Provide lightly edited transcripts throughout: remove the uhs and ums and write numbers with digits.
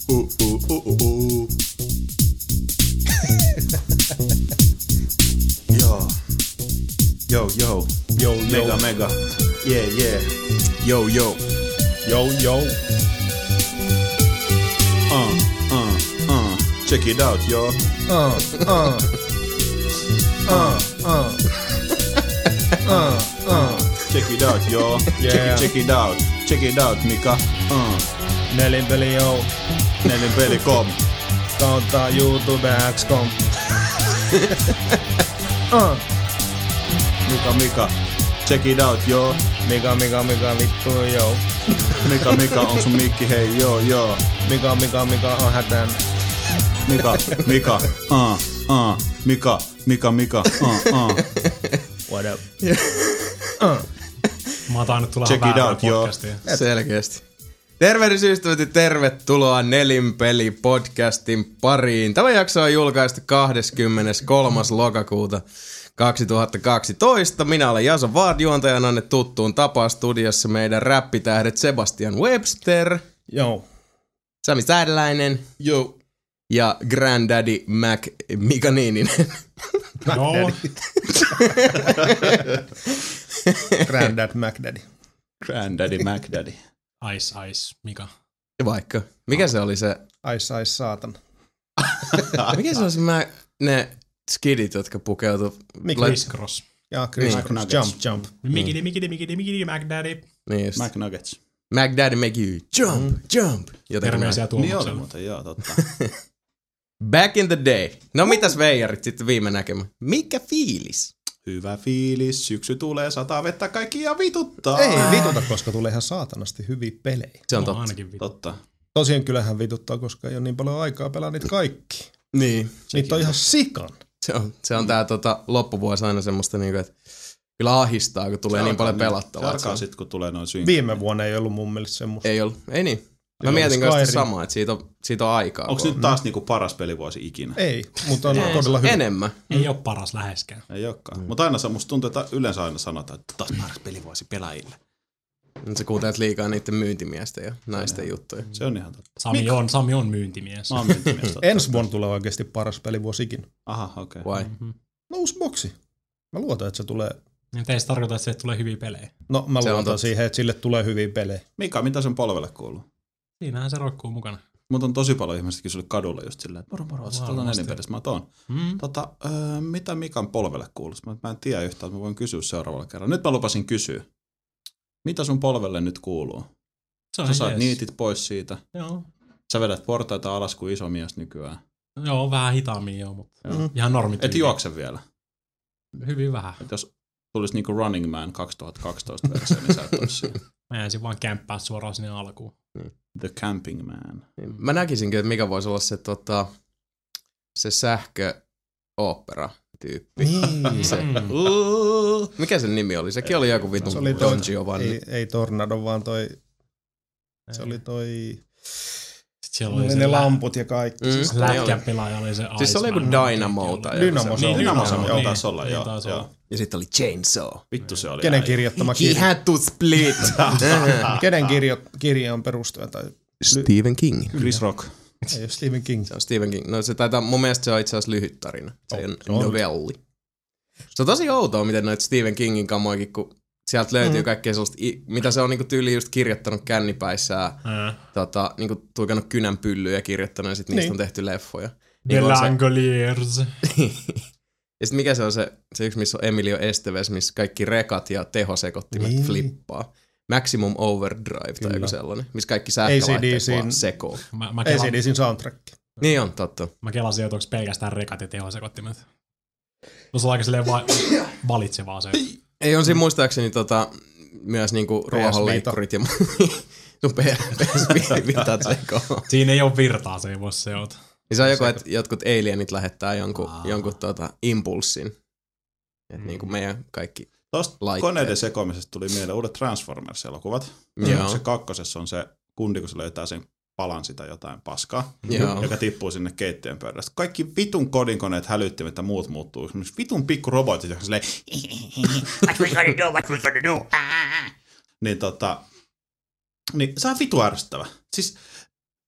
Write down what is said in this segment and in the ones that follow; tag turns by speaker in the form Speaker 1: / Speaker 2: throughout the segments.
Speaker 1: Yo. Yo, yo.
Speaker 2: Yo,
Speaker 1: Mega,
Speaker 2: yo.
Speaker 1: mega. Yeah, yeah. Yo, yo.
Speaker 2: Yo, yo.
Speaker 1: Check it out, yo. Check it out, yo.
Speaker 2: Yeah.
Speaker 1: Check it out. Check it out, Mika.
Speaker 2: Nelinpeli, yo.
Speaker 1: Nelinpeli.com.
Speaker 2: Kautta YouTube XCOM.
Speaker 1: Mika. Check it out, yo.
Speaker 2: Mika, vittu, yo.
Speaker 1: Mika, on sun mikki, hei, joo.
Speaker 2: Mika, on hätän.
Speaker 1: Mika. Mika.
Speaker 2: What up?
Speaker 3: Mä oon tainnut tulla
Speaker 1: Check it out, joo.
Speaker 3: podcastia.
Speaker 4: Selkeästi. Tervehdysystävät ja tervetuloa Nelinpeli podcastin pariin. Tämä jakso on julkaistu 23. lokakuuta 2012. Minä olen Jason Vaad, juontajananne tuttuun tapaan studiossa meidän räppitähdet Sebastian Webster,
Speaker 2: Yo.
Speaker 4: Sami Säädeläinen
Speaker 1: Yo.
Speaker 4: ja Granddaddy Mika Niininen.
Speaker 3: No,
Speaker 2: Granddad McDaddy.
Speaker 1: Granddaddy McDaddy.
Speaker 3: Ice, Mika.
Speaker 4: Vaikka. Mikä se oli se?
Speaker 2: Ais, saatan.
Speaker 4: Mikä se oli se ne skidit, jotka pukeutu?
Speaker 3: Chris Cross.
Speaker 2: Ja Chris
Speaker 4: Niin.
Speaker 2: Cross. Jump.
Speaker 3: Mikidi, McDaddy.
Speaker 4: Niin just.
Speaker 1: McNuggets.
Speaker 4: McDaddy make you jump. Jotenkin
Speaker 3: Terveisiä
Speaker 1: Niin oli
Speaker 3: Tuomakselle.
Speaker 1: muuten, joo, totta.
Speaker 4: Back in the day. No mitäs veijarit sitten viime näkemä? Mikä fiilis?
Speaker 1: Hyvä fiilis, syksy tulee, sataa vettä kaikki ja vituttaa.
Speaker 2: Ei vituta, koska tulee ihan saatanasti hyviä pelejä.
Speaker 4: Se on
Speaker 3: No,
Speaker 4: totta.
Speaker 3: ainakin vittu.
Speaker 1: Totta.
Speaker 2: Tosiaan kyllähän vituttaa, koska ei ole niin paljon aikaa pelaa niitä kaikki.
Speaker 4: Niin.
Speaker 2: Niitä on ihan sikan.
Speaker 4: Se on tää loppuvuosi aina semmoista niinku, että kyllä ahistaa, kun tulee niin paljon pelattavaa.
Speaker 1: Se alkaa sit, kun tulee noin synkkä.
Speaker 2: Viime vuonna ei ollut mun mielestä semmoista.
Speaker 4: Ei ollut. Ei niin. Mä
Speaker 2: Joo,
Speaker 4: mietin kanssa
Speaker 2: Skyrim.
Speaker 4: samaa, että siitä on aikaa.
Speaker 1: Onko nyt taas niinku paras pelivuosi ikinä?
Speaker 2: Ei, mutta on todella hyvä.
Speaker 4: Enemmän.
Speaker 3: Ei oo paras läheskään.
Speaker 1: Ei olekaan. Mutta aina musta tuntuu, että yleensä aina sanotaan, että taas paras pelivuosi pelaajille.
Speaker 4: Nyt sä kuuntelet liikaa niiden myyntimiesten ja naisten juttuja.
Speaker 1: Se on ihan totta.
Speaker 3: Sami on myyntimies.
Speaker 1: Mä oon myyntimies, totta.
Speaker 2: Ensi vuonna tulee oikeasti paras pelivuosi ikinä.
Speaker 1: Aha, okei.
Speaker 4: Vai?
Speaker 2: No uusi boksi. Mä luotan, että se tulee.
Speaker 3: Nyt ei se tarkoita, että sieltä tulee hyviä pelejä.
Speaker 2: No mä
Speaker 4: Se on
Speaker 2: luotan
Speaker 4: totta.
Speaker 2: siihen, että sille tulee hyviä pelejä.
Speaker 1: Mika, mitä sen polvelle kuuluu?
Speaker 3: Siinähän se roikkuu mukana.
Speaker 1: Mut on tosi paljon ihmiset kysynyt kadulla just silleen, että moro, oot sä tuolla
Speaker 3: Varmasti.
Speaker 1: Nelinpelissä? Mä oon. Mitä Mikan polvelle kuuluu? Mä en tiedä yhtään, että mä voin kysyä seuraavalla kerralla. Nyt mä lupasin kysyä. Mitä sun polvelle nyt kuuluu?
Speaker 3: Se on
Speaker 1: Sä saat
Speaker 3: jees.
Speaker 1: niitit pois siitä.
Speaker 3: Joo.
Speaker 1: Sä vedät portaita alas kuin iso mies nykyään.
Speaker 3: Joo, vähän hitaammin joo, mutta ihan normit.
Speaker 1: Et juokse vielä.
Speaker 3: Hyvin vähän.
Speaker 1: Et jos tulisi niinku Running Man 2012 versio, niin sä et ois siinä.
Speaker 3: Mä jäisin vaan kämppää suoraan sinne alkuun.
Speaker 1: The Camping Man.
Speaker 4: Mä näkisinkin, että mikä voisi olla se sähköopera-tyyppi.
Speaker 2: Niin.
Speaker 4: Se. Mikä sen nimi oli? Sekin oli joku vitun
Speaker 2: Se oli
Speaker 4: Don Giovanni.
Speaker 2: ei Tornado, vaan se oli toi.
Speaker 3: Sitten siellä oli
Speaker 2: Ne
Speaker 3: se
Speaker 2: lamput ja kaikki. Siis
Speaker 3: lätkän pelaaja oli se
Speaker 4: Siis se oli joku
Speaker 3: Iceman.
Speaker 4: Dynamo tai
Speaker 2: Dynamo,
Speaker 4: joku
Speaker 2: se on.
Speaker 1: Dynamo,
Speaker 2: Dynamo,
Speaker 1: joo,
Speaker 2: joo.
Speaker 1: taisi olla,
Speaker 3: Niin
Speaker 1: joo.
Speaker 3: taisi olla.
Speaker 4: Ja sitten oli Chainsaw.
Speaker 1: Vittu se oli.
Speaker 2: Kenen
Speaker 1: äijä.
Speaker 2: kirjoittama
Speaker 4: He
Speaker 2: kirja?
Speaker 4: had to split.
Speaker 2: Kenen kirja on perustuja? Tai
Speaker 4: Stephen King.
Speaker 1: Chris Rock.
Speaker 2: ei ole Stephen King.
Speaker 4: Se on Stephen King. No se taitaa, mun mielestä se on itse asiassa lyhyt tarina. Se on
Speaker 2: se on.
Speaker 4: novelli. Se on tosi outoa, miten noita Stephen Kingin kamoikin, kun sieltä löytyy kaikkea sellaista, mitä se on niinku tyyli just kirjoittanut kännipäissään, niinku tuikannut kynän pyllyyn ja kirjoittanut ja sit niistä
Speaker 2: Niin.
Speaker 4: on tehty leffoja.
Speaker 3: The
Speaker 4: Niin on se,
Speaker 3: Langoliers.
Speaker 4: ja sit mikä se on se yksi, missä on Emilio Estevez, missä kaikki rekat ja tehosekottimet
Speaker 2: Niin.
Speaker 4: flippaa. Maximum Overdrive tai
Speaker 2: Kyllä.
Speaker 4: joku sellainen, missä kaikki sähkölaitteet
Speaker 2: AC/DC:n
Speaker 4: vaan sekoo.
Speaker 2: ACDCin soundtrack.
Speaker 4: Niin on, totta.
Speaker 3: Mä kelasin, että onko pelkästään rekat ja tehosekottimet. No se on aika silleen valitsevaa se.
Speaker 4: Ei on siinä muistaakseni myös niinku ruohonleikkurit ja sun PS-vitat sekoon.
Speaker 3: Siinä ei ole virtaa, se ei voi seota.
Speaker 4: Niin se on joku, että jotkut alienit lähettää jonkun impulssin. Että niinku meidän kaikki
Speaker 1: Tuosta
Speaker 4: laitteet.
Speaker 1: koneiden sekoamisesta tuli mieleen uudet Transformers-elokuvat.
Speaker 4: Joo.
Speaker 1: Se kakkosessa on se kundi, kun se löytää sen palan sitä jotain paskaa,
Speaker 4: Joo.
Speaker 1: joka tippuu sinne keittiön pöydästä. Kaikki vitun kodinkoneet, hälyttimet ja muut muuttuu. Esimerkiksi vitun pikkurobotit, jotka silleen what we gonna do? Niin niin se on vitu ärsyttävä. Siis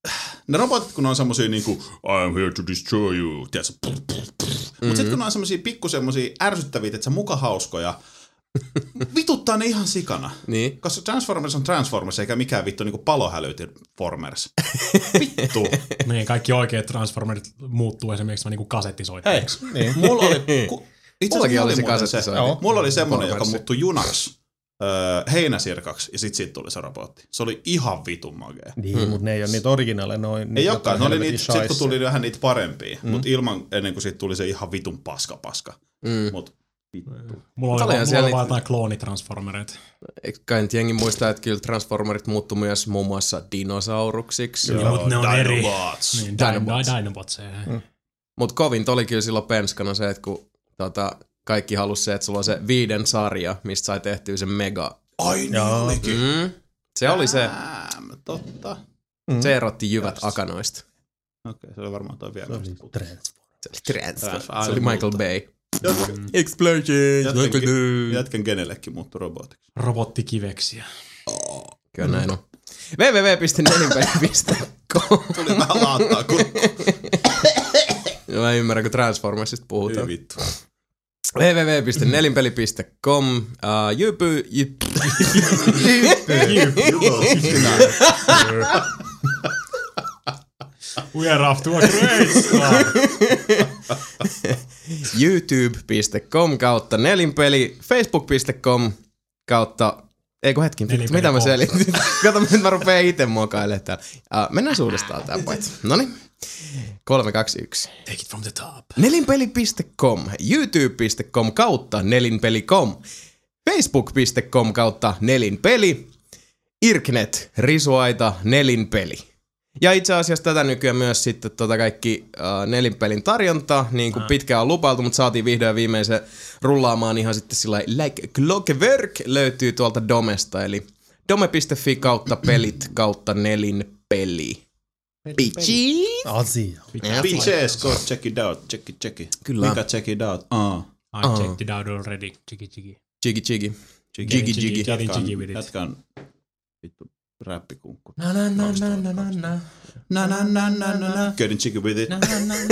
Speaker 1: Ne robotit, kun on semmosia niinku, I am here to destroy you, tiedätkö? Mut sit kun on semmosia pikku semmosia ärsyttäviä, että muka hauskoja, vituttaa ne ihan sikana.
Speaker 4: Niin.
Speaker 1: Koska Transformers on Transformers, eikä mikään vittu niinku palohälytinformers. Vittu.
Speaker 3: Niin, kaikki oikeat Transformerit muuttuu esimerkiksi niinku kasettisoitteeksi.
Speaker 1: Niin. Mulla oli...
Speaker 4: Mullakin oli se kasettisoite.
Speaker 1: Mulla oli semmonen, joka muuttui junaksi. Heinäsirkaksi, ja sit siitä tuli se robotti. Se oli ihan vitun magea.
Speaker 2: Niin, mutta ne ei ole niitä originaaleja.
Speaker 1: Ei olekaan, ne oli niitä, sit kun tuli vähän niitä parempia, mutta ennen kuin siitä tuli se ihan vitun paska. Mut vittu.
Speaker 3: Mulla oli vaan jotain kloonitransformereita.
Speaker 4: Eikö kai nyt jengi muistaa, että kyllä Transformerit muuttui myös muun muassa dinosauruksiksi.
Speaker 3: Joo, mutta ne on eri.
Speaker 1: Dinobots.
Speaker 3: Dinobots.
Speaker 4: Mutta kovin oli kyllä silloin penskana se, että kun kaikki halusi se, että sulla on se 5 sarja, mistä sai tehtyä se mega.
Speaker 1: Ai niin olikin.
Speaker 4: Se oli se.
Speaker 1: Totta.
Speaker 4: Se erotti jyvät akanoista.
Speaker 1: Okei, se oli varmaan toi vielä.
Speaker 4: Se oli Michael Bay. Explosion!
Speaker 1: Jätkän genellekin muuttui robotiksi.
Speaker 3: Robottikiveksiä.
Speaker 4: Kyllä näin on. www.nelinpeli.com
Speaker 1: Tuli vähän laattaa kurkku.
Speaker 4: Mä ymmärrän, kun Transformersista puhutaan.
Speaker 1: Ei vittu.
Speaker 4: www.nelinpeli.com
Speaker 3: We are off to a great start.
Speaker 4: youtube.com kautta nelinpeli, facebook.com kautta, eikö hetki, mitä mä selitin? Kato, nyt mä rupeen itse mokailemaan täällä. Mennään uudestaan tää paitsi. Noniin. 3, 2, 1.
Speaker 3: Take it from the top.
Speaker 4: Nelinpeli.com, youtube.com kautta nelinpeli.com, facebook.com kautta nelinpeli, Irknet, Risuaita, Nelinpeli. Ja itse asiassa tätä nykyään myös sitten kaikki Nelinpelin tarjonta, niin kuin pitkään on lupailtu, mutta saatiin vihdoin viimein se rullaamaan ihan sitten sillä like clockwork löytyy tuolta Domesta, eli dome.fi kautta pelit kautta Nelinpeli. Bitchi!
Speaker 2: Asia.
Speaker 1: Bitches, go check it out, check it.
Speaker 4: Kyllä.
Speaker 1: Mikä check it out?
Speaker 3: I checked it out already. Chigi.
Speaker 1: Jätkä on vittu räppikunkku.
Speaker 4: Na.
Speaker 1: Getting jiggy with it.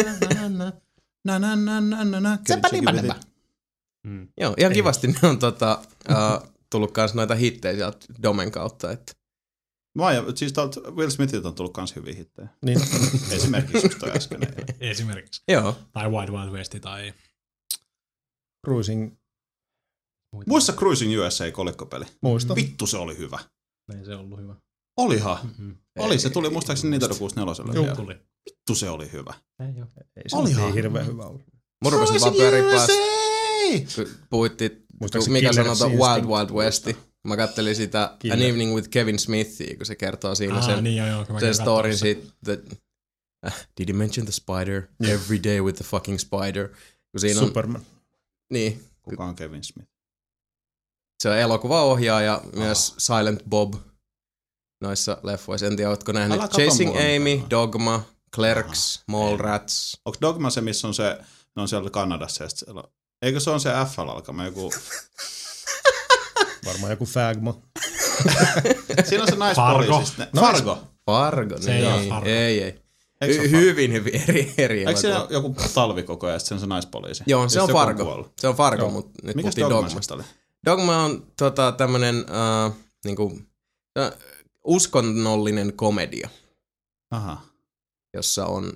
Speaker 4: Joo, ihan kivasti ne on tullut kans noita hittejä sieltä Domen kautta, että
Speaker 1: Siis täältä Will Smithilta on tullut kans hyviä hittejä.
Speaker 2: Niin.
Speaker 1: Esimerkiksi just toi äsken.
Speaker 3: Esimerkiksi.
Speaker 4: Joo.
Speaker 3: Tai Wild Wild West tai...
Speaker 2: Cruising.
Speaker 1: Muissa Cruising USA-kolikkopeli.
Speaker 2: Muista.
Speaker 1: Vittu se oli hyvä.
Speaker 3: Ei se ollut hyvä.
Speaker 1: Olihan. Oli, se tuli muistaakseni Nintendo 64.
Speaker 3: Tuli.
Speaker 1: Vittu se oli hyvä.
Speaker 2: Ei se olihan. Ei hirveän hyvä ollut.
Speaker 4: Mun rupesin vaan pyöripäs. Puhuttiin, mikä sanotaan Wild Wild Westi. Mä kattelin sitä An Evening with Kevin Smithia, kun se kertoo siinä sen storin siitä. Did you mention the spider? Every day with the fucking spider.
Speaker 2: Superman.
Speaker 4: Niin.
Speaker 1: Kuka on Kevin Smith?
Speaker 4: Se on elokuvaohjaaja, myös Silent Bob noissa leffoissa. En tiedä, ootko nähnyt Chasing Amy, Dogma, Clerks, Mallrats.
Speaker 1: Onko Dogma se, missä on se, ne on siellä Kanadassa ja siellä, eikö se on se F-alkama joku...
Speaker 2: Varmaan joku Fagmo.
Speaker 1: Siinä on se naispoliisi.
Speaker 4: Fargo.
Speaker 3: Se ei ole Fargo.
Speaker 4: Ei. Hyvin eri.
Speaker 1: Eikö se ole joku talvikoko ja sitten se on se naispoliisi?
Speaker 4: Joo, se on Fargo. Se on Fargo, mutta nyt puhuttiin Dogmasta. Dogma on tämmönen niinku uskonnollinen komedia.
Speaker 1: Aha.
Speaker 4: Jossa on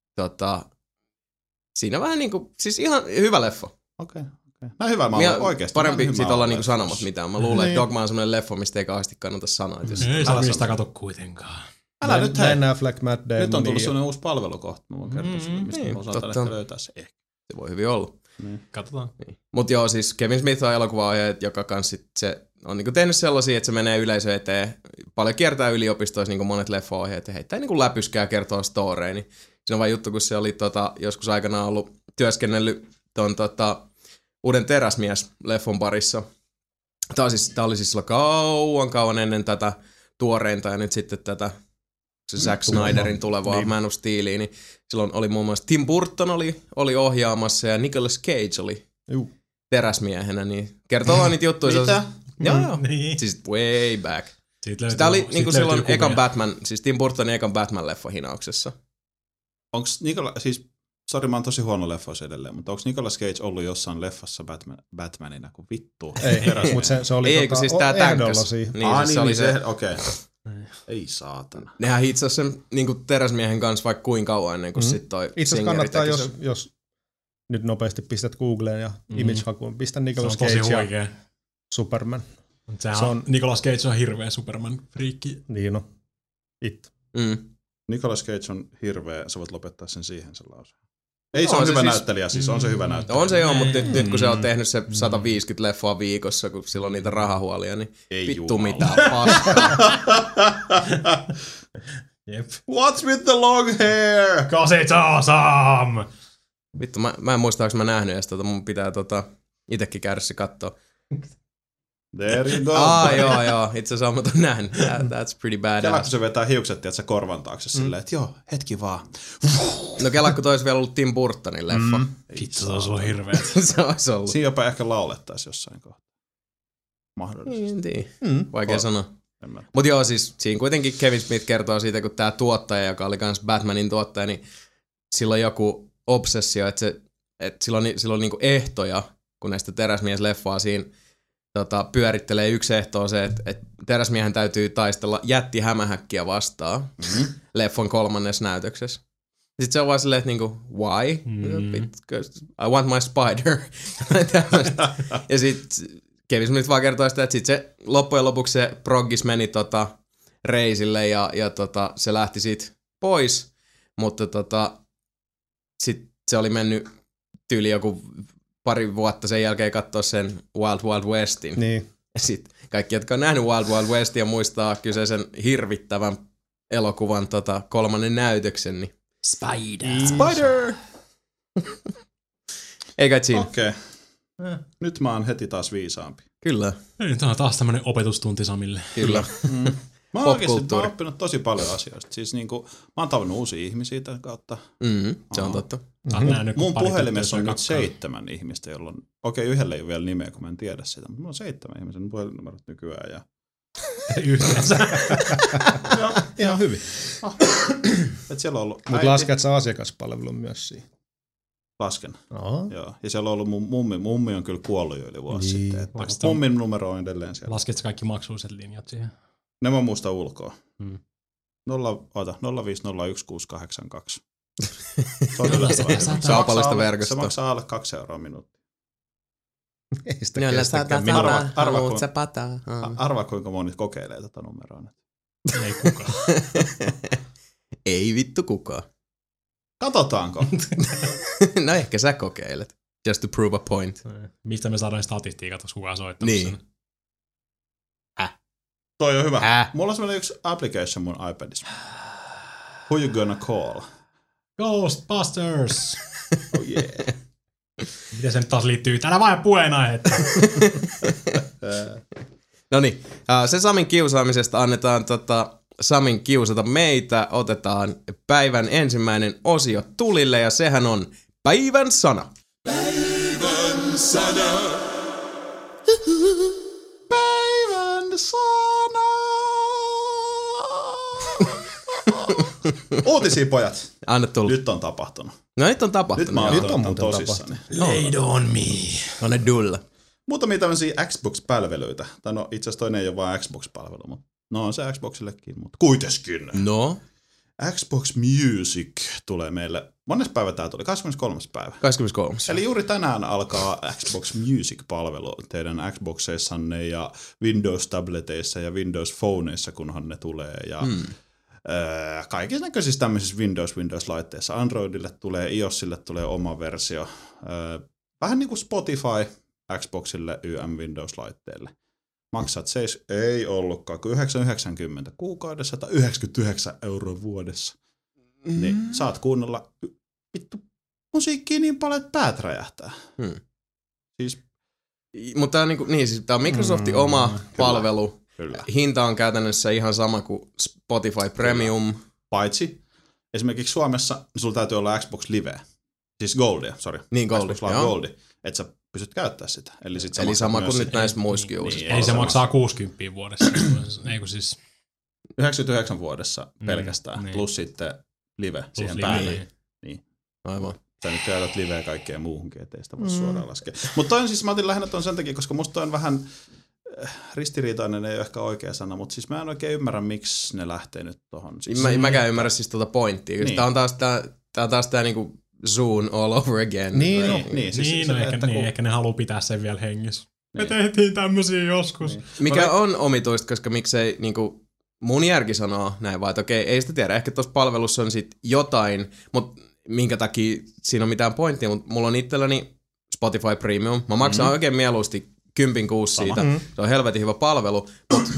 Speaker 4: siinä vähän niinku, siis ihan hyvä leffa.
Speaker 1: Okei. No hyvä, mä olen oikeesti.
Speaker 4: Parempi siitä olla niinku sanomat mitään. Mä luulen, että Dogma on semmoinen leffa, mistä ei kauheasti kannata sanoa.
Speaker 3: Ei saa mistä kato kuitenkaan.
Speaker 1: Älä nyt hei. Nyt on tullut sellainen uusi palvelukohta. Mä voin kertoa sulle, mistä mä osaan tällä löytää se.
Speaker 4: Se voi hyvin olla.
Speaker 3: Katsotaan.
Speaker 4: Niin. Mut joo, siis Kevin Smith on elokuvaohjaaja, joka kans se on niinku tehnyt sellaisia, että se menee yleisö eteen. Paljon kiertää yliopistoissa niinku monet leffaohjaajat ja heittää niinku läpyskää kertoa storeja. Niin se on vaan juttu, kun se oli joskus aikanaan ollut työskennellyt ton Uuden teräsmies-leffon parissa. Tää oli siis silloin kauan ennen tätä tuoreinta ja nyt sitten tätä Zack Snyderin tulevaa Man of Steelia, niin silloin oli muun muassa Tim Burton oli ohjaamassa ja Nicolas Cage oli teräsmiehenä, niin kertoo vaan niitä juttuja.
Speaker 1: Mitä?
Speaker 4: Joo.
Speaker 3: Niin.
Speaker 4: Siis way back. Sitä oli niinku silloin ekan Batman, siis Tim Burtonin ekan Batman-leffa hinauksessa.
Speaker 1: Onks siis, sori mä oon tosi huono leffoissa edelleen, mutta onko Nicolas Cage ollut jossain leffassa Batmanina kuin vittu?
Speaker 2: Ei, mutta se oli
Speaker 4: siis tää
Speaker 2: ehdolla siihen.
Speaker 4: Niin, se oli se.
Speaker 1: Okei. Ei saatana.
Speaker 4: Nehän hitsas sen niinku Teräsmiehen kanssa vaikka kuinka kauan ennen kuin sit toi
Speaker 2: itse asiassa kannattaa, jos nyt nopeasti pistät Googleen ja image-hakuun, pistä Nicolas Cage ja Superman.
Speaker 3: Se on Nicolas Cage on hirveä Superman-friikki.
Speaker 2: Niin on. Itse.
Speaker 1: Nicolas Cage on hirveä, sä voit lopettaa sen siihen sen lauseen. Ei se on hyvä näyttelijä, siis on se hyvä näyttelijä.
Speaker 4: On se joo, mutta nyt kun se on tehnyt se 150 leffoa viikossa, kun sillä on niitä rahahuolia, niin
Speaker 1: ei
Speaker 4: vittu mitään paskaa.
Speaker 3: Jep.
Speaker 1: What's with the long hair?
Speaker 3: 'Cause it's awesome!
Speaker 4: Vittu, mä en muista, onko mä nähnyt edes mun pitää itekin käydä se kattoo.
Speaker 1: There you go.
Speaker 4: Joo, itse asiassa mä oon nähnyt. That's pretty badass.
Speaker 1: Kela, kun se vetää hiukset, tiedätkö, korvan taakse silleen, että joo, hetki vaan.
Speaker 4: No kela, kun tois vielä ollut Tim Burtonin leffa.
Speaker 3: Vittu, se olisi ollut hirveä.
Speaker 4: Se olisi ollut.
Speaker 1: Siinä jopa ehkä laulettaisiin jossain kohtaa. Mahdollisesti.
Speaker 4: Vaikea sanoa. Mutta joo, siis siinä kuitenkin Kevin Smith kertoo siitä, kun tää tuottaja, joka oli kans Batmanin tuottaja, niin sillä on joku obsessio, että sillä on niinku ehtoja, kun näistä Teräsmies-leffaa siinä pyörittelee yksi ehto on se, että Teräsmiehen täytyy taistella jättihämähäkkiä vastaan leffon 3. näytöksessä. Sitten se on vaan silleen, että niinku, why? I want my spider. Ja sitten Kevin Smith vaan kertoo sitä, että sit se loppujen lopuksi se proggis meni reisille ja se lähti siitä pois, mutta sitten se oli mennyt tyyli joku pari vuotta sen jälkeen katsoa sen Wild Wild Westin.
Speaker 2: Niin.
Speaker 4: Ja sitten kaikki, jotka on nähnyt Wild Wild Westia, muistaa kyseisen hirvittävän elokuvan 3. näytöksen. Niin Spider! Ei kai siinä.
Speaker 1: Okei. Nyt mä oon heti taas viisaampi.
Speaker 4: Kyllä.
Speaker 3: Nyt on taas tämmönen opetustunti Samille.
Speaker 4: Kyllä.
Speaker 1: Mä oon oikeesti oppinut tosi paljon asioista. Siis niinku, mä oon tavannut uusia ihmisiä tämän kautta.
Speaker 4: Se on totta.
Speaker 1: Mun puhelimessa on nyt 7 ihmistä, jolloin... Okei, yhdellä ei ole vielä nimeä, kun mä en tiedä sitä. Mutta mulla on 7 ihmisen puhelinnumerot nykyään. Ja...
Speaker 3: Yhteensä.
Speaker 2: Ihan hyvin.
Speaker 1: Et siellä on ollut...
Speaker 2: Mutta lasket sä asiakaspalvelun myös siihen.
Speaker 1: Lasken. Joo. Ja siellä on ollut mun mummi. Mummi on kyllä kuollut jo yli vuosi sitten. Mummin numero on edelleen siellä.
Speaker 3: Lasket sä kaikki maksulliset linjat siihen?
Speaker 1: Ne mä muistan ulkoa. 0501682. Se on
Speaker 4: kaupallista verkosta.
Speaker 1: Se maksaa alle 2 euroa minuutti.
Speaker 2: Ei sitä kestäkään.
Speaker 1: Arvaa kuinka moni kokeilee tätä numeroa nyt.
Speaker 3: Ei kukaan.
Speaker 4: Ei vittu kukaan.
Speaker 1: Katsotaanko?
Speaker 4: No ehkä sä kokeilet. Just to prove a point.
Speaker 3: Mistä me saadaan statistiikat, jos kukaan soittaa
Speaker 4: niin.
Speaker 3: sen?
Speaker 1: Toi on hyvä. Mulla on semmoinen yksi application mun iPadissa. Who you gonna call?
Speaker 3: Ghostbusters!
Speaker 1: Oh yeah.
Speaker 3: Miten se nyt taas liittyy? Täällä vain puheenaiheetta.
Speaker 4: Noniin, se Samin kiusaamisesta annetaan Samin kiusata meitä. Otetaan päivän ensimmäinen osio tulille ja sehän on päivän sana.
Speaker 1: Päivän sana. Päivän sana. Uutisia, pojat.
Speaker 4: Anna tulla.
Speaker 1: Nyt on tapahtunut.
Speaker 4: No nyt on tapahtunut.
Speaker 1: Nyt on muuten tosissani.
Speaker 3: Laid on me.
Speaker 4: No ne dulla.
Speaker 1: Muutamia tämmöisiä Xbox-palveluita. Tai no itse asiassa toinen ei ole vaan Xbox-palvelu, mutta no on se Xboxillekin, mutta kuitenkin.
Speaker 4: No?
Speaker 1: Xbox Music tulee meille. Monnes päivä tää tuli? 23. päivä.
Speaker 4: 23.
Speaker 1: Eli juuri tänään alkaa Xbox Music-palvelu teidän Xboxeissanne ja Windows-tableteissa ja Windows-phoneissa, kunhan ne tulee. Ja kaikissa näköisissä tämmöisissä Windows-laitteissa. Androidille tulee, iOSille tulee oma versio. Vähän niin kuin Spotify Xboxille YM Windows-laitteelle. Maksat ei ollutkaan, kuin 9,90 kuukaudessa tai 99 € vuodessa. Niin saat kuunnella vittu musiikkia niin paljon, että päät räjähtää. Siis...
Speaker 4: Mutta tää on, siis tää on Microsoftin oma palvelu.
Speaker 1: Kyllä.
Speaker 4: Hinta on käytännössä ihan sama kuin Spotify Premium.
Speaker 1: Paitsi esimerkiksi Suomessa sulla täytyy olla Xbox Live. Siis Goldia, sori.
Speaker 4: Niin, Goldi.
Speaker 1: Xbox Live Goldi. Että sä pystyt käyttämään sitä.
Speaker 4: Eli sama kuin nyt näissä muissakin uusissa.
Speaker 3: Ei se maksaa 60 vuodessa. Ei kun siis
Speaker 1: 99 vuodessa pelkästään, plus sitten live siihen päälle. Niin.
Speaker 4: Aivan.
Speaker 1: Sä nyt käytät liveä kaikkeen muuhunkin, ettei sitä voi suoraan laskea. Mutta toi on siis, mä otin lähinnä ton sen takia, koska musta toi on vähän ristiriitainen, ei ole ehkä oikea sana, mutta siis mä en oikein ymmärrä, miksi ne lähtee nyt tohon. Siis
Speaker 4: Mäkään ymmärrä siis tuota pointtia, koska tää on taas tää niinku Zoom all over again.
Speaker 3: Ehkä ne haluaa pitää sen vielä hengissä. Me tehtiin tämmösiä joskus.
Speaker 4: Mikä on omituista, koska miksei niinku mun järki sanoo näin, vaan että okei, ei sitä tiedä. Ehkä tuossa palvelussa on sit jotain, mutta minkä takia siinä on mitään pointtia, mutta mulla on itselläni Spotify Premium. Mä maksan oikein mieluusti 10 kuussa siitä. Se on helvetin hyvä palvelu, mutta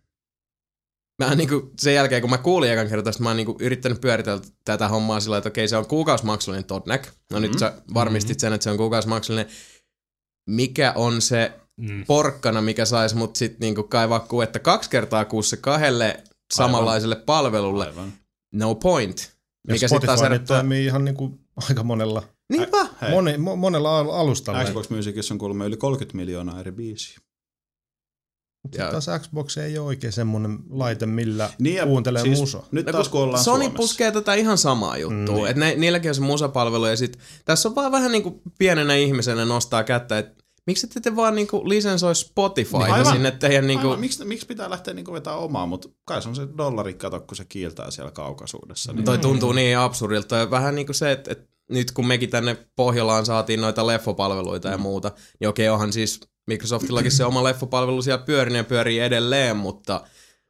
Speaker 4: mä niinku, sen jälkeen kun mä kuulin ekan kertaa, mä oon niinku yrittänyt pyöritellä tätä hommaa sillä, että okei, se on kuukausimaksullinen Todnek. No nyt sä varmistit sen, että se on kuukausimaksullinen. Mikä on se porkkana, mikä sais mut sit niinku kaivaa kuetta 2 kertaa kuussa 2 samanlaiselle palvelulle? Aivan. No point.
Speaker 2: Ja Spotify nyt toimii ihan niinku aika monella.
Speaker 4: Niinpä.
Speaker 2: Monella alustalla.
Speaker 1: Xbox Musicissa on kuulemma yli 30 miljoonaa eri biisiä.
Speaker 2: Mutta taas Xbox ei ole oikein semmoinen laite, millä kuuntelee siis musa.
Speaker 1: Nyt taas kun ollaan
Speaker 4: Sony
Speaker 1: Suomessa.
Speaker 4: puskee tätä ihan samaa juttua. Että niilläkin on se musapalvelu ja sit tässä on vaan vähän niinku pienenä ihmisenä nostaa kättä, että miksi te vaan niinku lisensoi Spotifyta sinne teidän niinku...
Speaker 1: Miksi pitää lähteä niinku vetää omaa, mutta kai se on se $, kun se kiiltää siellä kaukaisuudessa. Niin.
Speaker 4: Toi tuntuu niin absurdilta. Toi vähän niinku se, että nyt kun mekin tänne Pohjolaan saatiin noita leffopalveluita ja muuta, niin okei, onhan siis Microsoftillakin se oma leffopalvelu siellä pyörii edelleen, mutta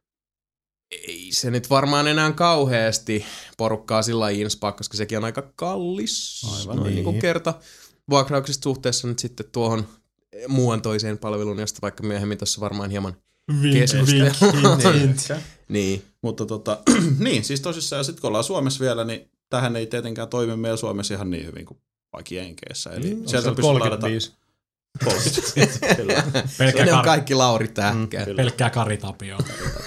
Speaker 4: ei se nyt varmaan enää kauheasti porukkaa sillä lailla inspaa, koska sekin on aika kallis.
Speaker 1: Aivan
Speaker 4: niin kuin kerta vuokrauksista suhteessa nyt sitten tuohon muuan toiseen palveluun, josta vaikka myöhemmin tuossa varmaan hieman keskustellaan. Niin.
Speaker 1: Mutta niin, siis tosissaan, ja sitten kun ollaan Suomessa vielä, niin tähän ei tietenkään toimi meillä Suomessa ihan niin hyvin kuin vaikka Jenkeissä. Eli sieltä pystyy
Speaker 2: 35.
Speaker 1: 30.
Speaker 4: Se on kaikki Lauri Tähkää.
Speaker 3: Pelkkää Karitapioa.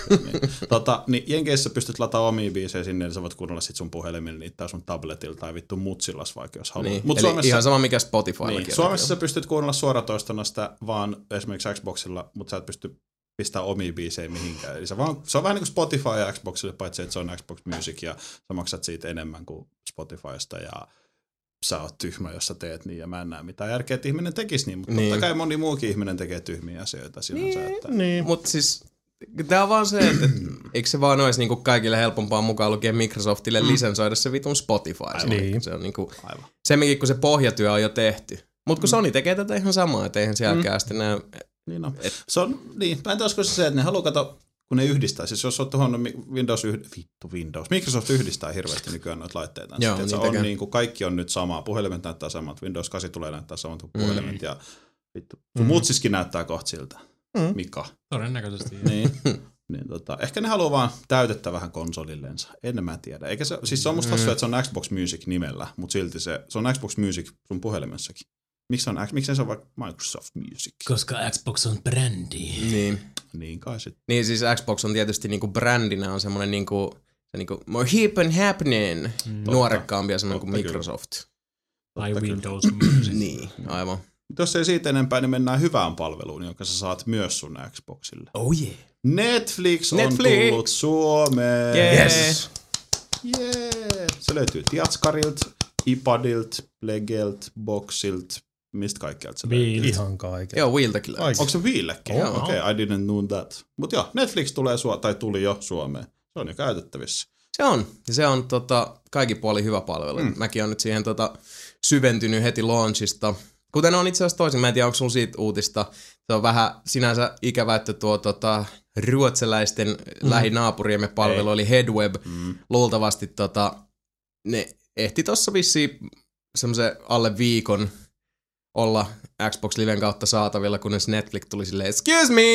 Speaker 1: Niin Jenkeissä pystyt lataamaan omia biisejä sinne, eli sä voit kuunnella sit sun puhelimen niin tai sun tabletilla tai vittu mutsillas vaikka jos haluat.
Speaker 4: Niin. Eli Suomessa, ihan sama mikä Spotifylla.
Speaker 1: Niin. Suomessa sä pystyt kuunnella suoratoistona sitä vaan esimerkiksi Xboxilla, mutta sä et pysty pistää omia biisejä mihinkään. Eli se on vähän niin kuin Spotify ja Xboxille, paitsi että se on Xbox Music ja sä maksat siitä enemmän kuin Spotifysta ja sä oot tyhmä, jos sä teet niin ja mä en näe mitään järkeä, että ihminen tekisi niin, mutta totta kai moni muukin ihminen tekee tyhmiä asioita sinänsä.
Speaker 4: Niin. Mutta siis tää on vaan se, että eikö se vaan olisi niinku kaikille helpompaa mukaan lukien Microsoftille lisensoida se vitun Spotify.
Speaker 2: Niin.
Speaker 4: Se on niinku semminkin, kun se pohjatyö on jo tehty. Mutta kun Sony tekee tätä ihan samaa, että eihän sielläkään sitten näy.
Speaker 1: Niin on. Se on, niin, mä en tiedä, olisiko se, että ne haluaa katsoa, kun ne yhdistää. Siis jos olet tuohon Microsoft yhdistää hirveästi nykyään noita laitteita.
Speaker 4: Joo,
Speaker 1: niin se on niin kuin kaikki on nyt samaa. Puhelimet näyttää samat. Windows 8 tulee näyttää samat kuin puhelimet. Ja vittu, sun mutsiskin näyttää kohta siltä. Mika.
Speaker 3: Todennäköisesti.
Speaker 1: Niin. Ehkä ne haluaa vaan täytettä vähän konsolillensa. En mä tiedä. Eikä se, siis se on musta hassua, että se on Xbox Music nimellä, mutta silti se on Xbox Music sun puhelimessakin. Miksei se on vaikka Microsoft Music?
Speaker 3: Koska Xbox on brändi.
Speaker 1: Niin kai sitten.
Speaker 4: Niin siis Xbox on tietysti niinku brändinä on semmoinen niinku more hip and happening, nuorekkaampia semmoinen kuin Microsoft.
Speaker 3: Tai Windows Music.
Speaker 4: Niin, aivan.
Speaker 1: Jos ei siitä enempää, niin mennään hyvään palveluun, jonka sä saat myös sun Xboxille.
Speaker 4: Oh yeah.
Speaker 1: Netflix on tullut Suomeen.
Speaker 4: Yes.
Speaker 1: Yeah. Se löytyy Tiatskarilta, iPadilt, Plegelt, Boxilt, mistä kaikkialta se löytyy?
Speaker 2: Ihan kaiken.
Speaker 4: Joo, Wiiltäkin löytyy.
Speaker 1: Onko se Wiillekin? Okei, I didn't know that. Mutta joo, Netflix tuli jo Suomeen. Se on jo käytettävissä.
Speaker 4: Se on kaikin puolin hyvä palvelu. Mäkin on nyt siihen syventynyt heti launchista. Kuten on itse asiassa toisin, mä en tiedä, onko sulla siitä uutista. Se on vähän sinänsä ikävä, että tuo ruotsalaisten lähinaapuriemme palvelu, eli Headweb, luultavasti ne ehti tossa vissiin semmoisen alle viikon olla Xbox Liven kautta saatavilla, kunnes Netflix tuli silleen, excuse me!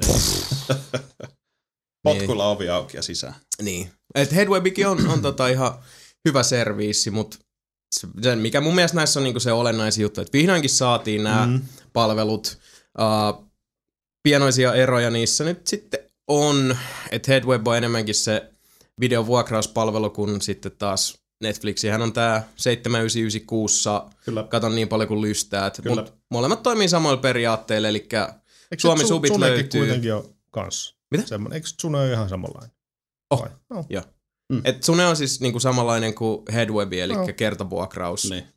Speaker 1: Potkulla ovi auki ja sisään.
Speaker 4: Niin. Et Headwebikin on ihan hyvä serviissi, mutta se, mikä mun mielestä näissä on niinku se olennaisin juttu, että vihdoinkin saatiin nämä palvelut. Pienoisia eroja niissä nyt sitten on, että Headweb on enemmänkin se videovuokrauspalvelu, kun sitten taas Netflixihän on tää 7,996,
Speaker 2: Kyllä.
Speaker 4: katon niin paljon kuin lystäät, mutta molemmat toimii samoilla periaatteilla, eli Suomi subit
Speaker 2: Tsunekin
Speaker 4: löytyy.
Speaker 2: kuitenkin on kanssa.
Speaker 4: Mitä?
Speaker 2: Semmoinen. Eikö Tsune ole ihan samanlainen?
Speaker 4: Oh, joo. Et Tsune on siis niinku samanlainen kuin Headweb, eli kertavuokraus.
Speaker 1: Niin.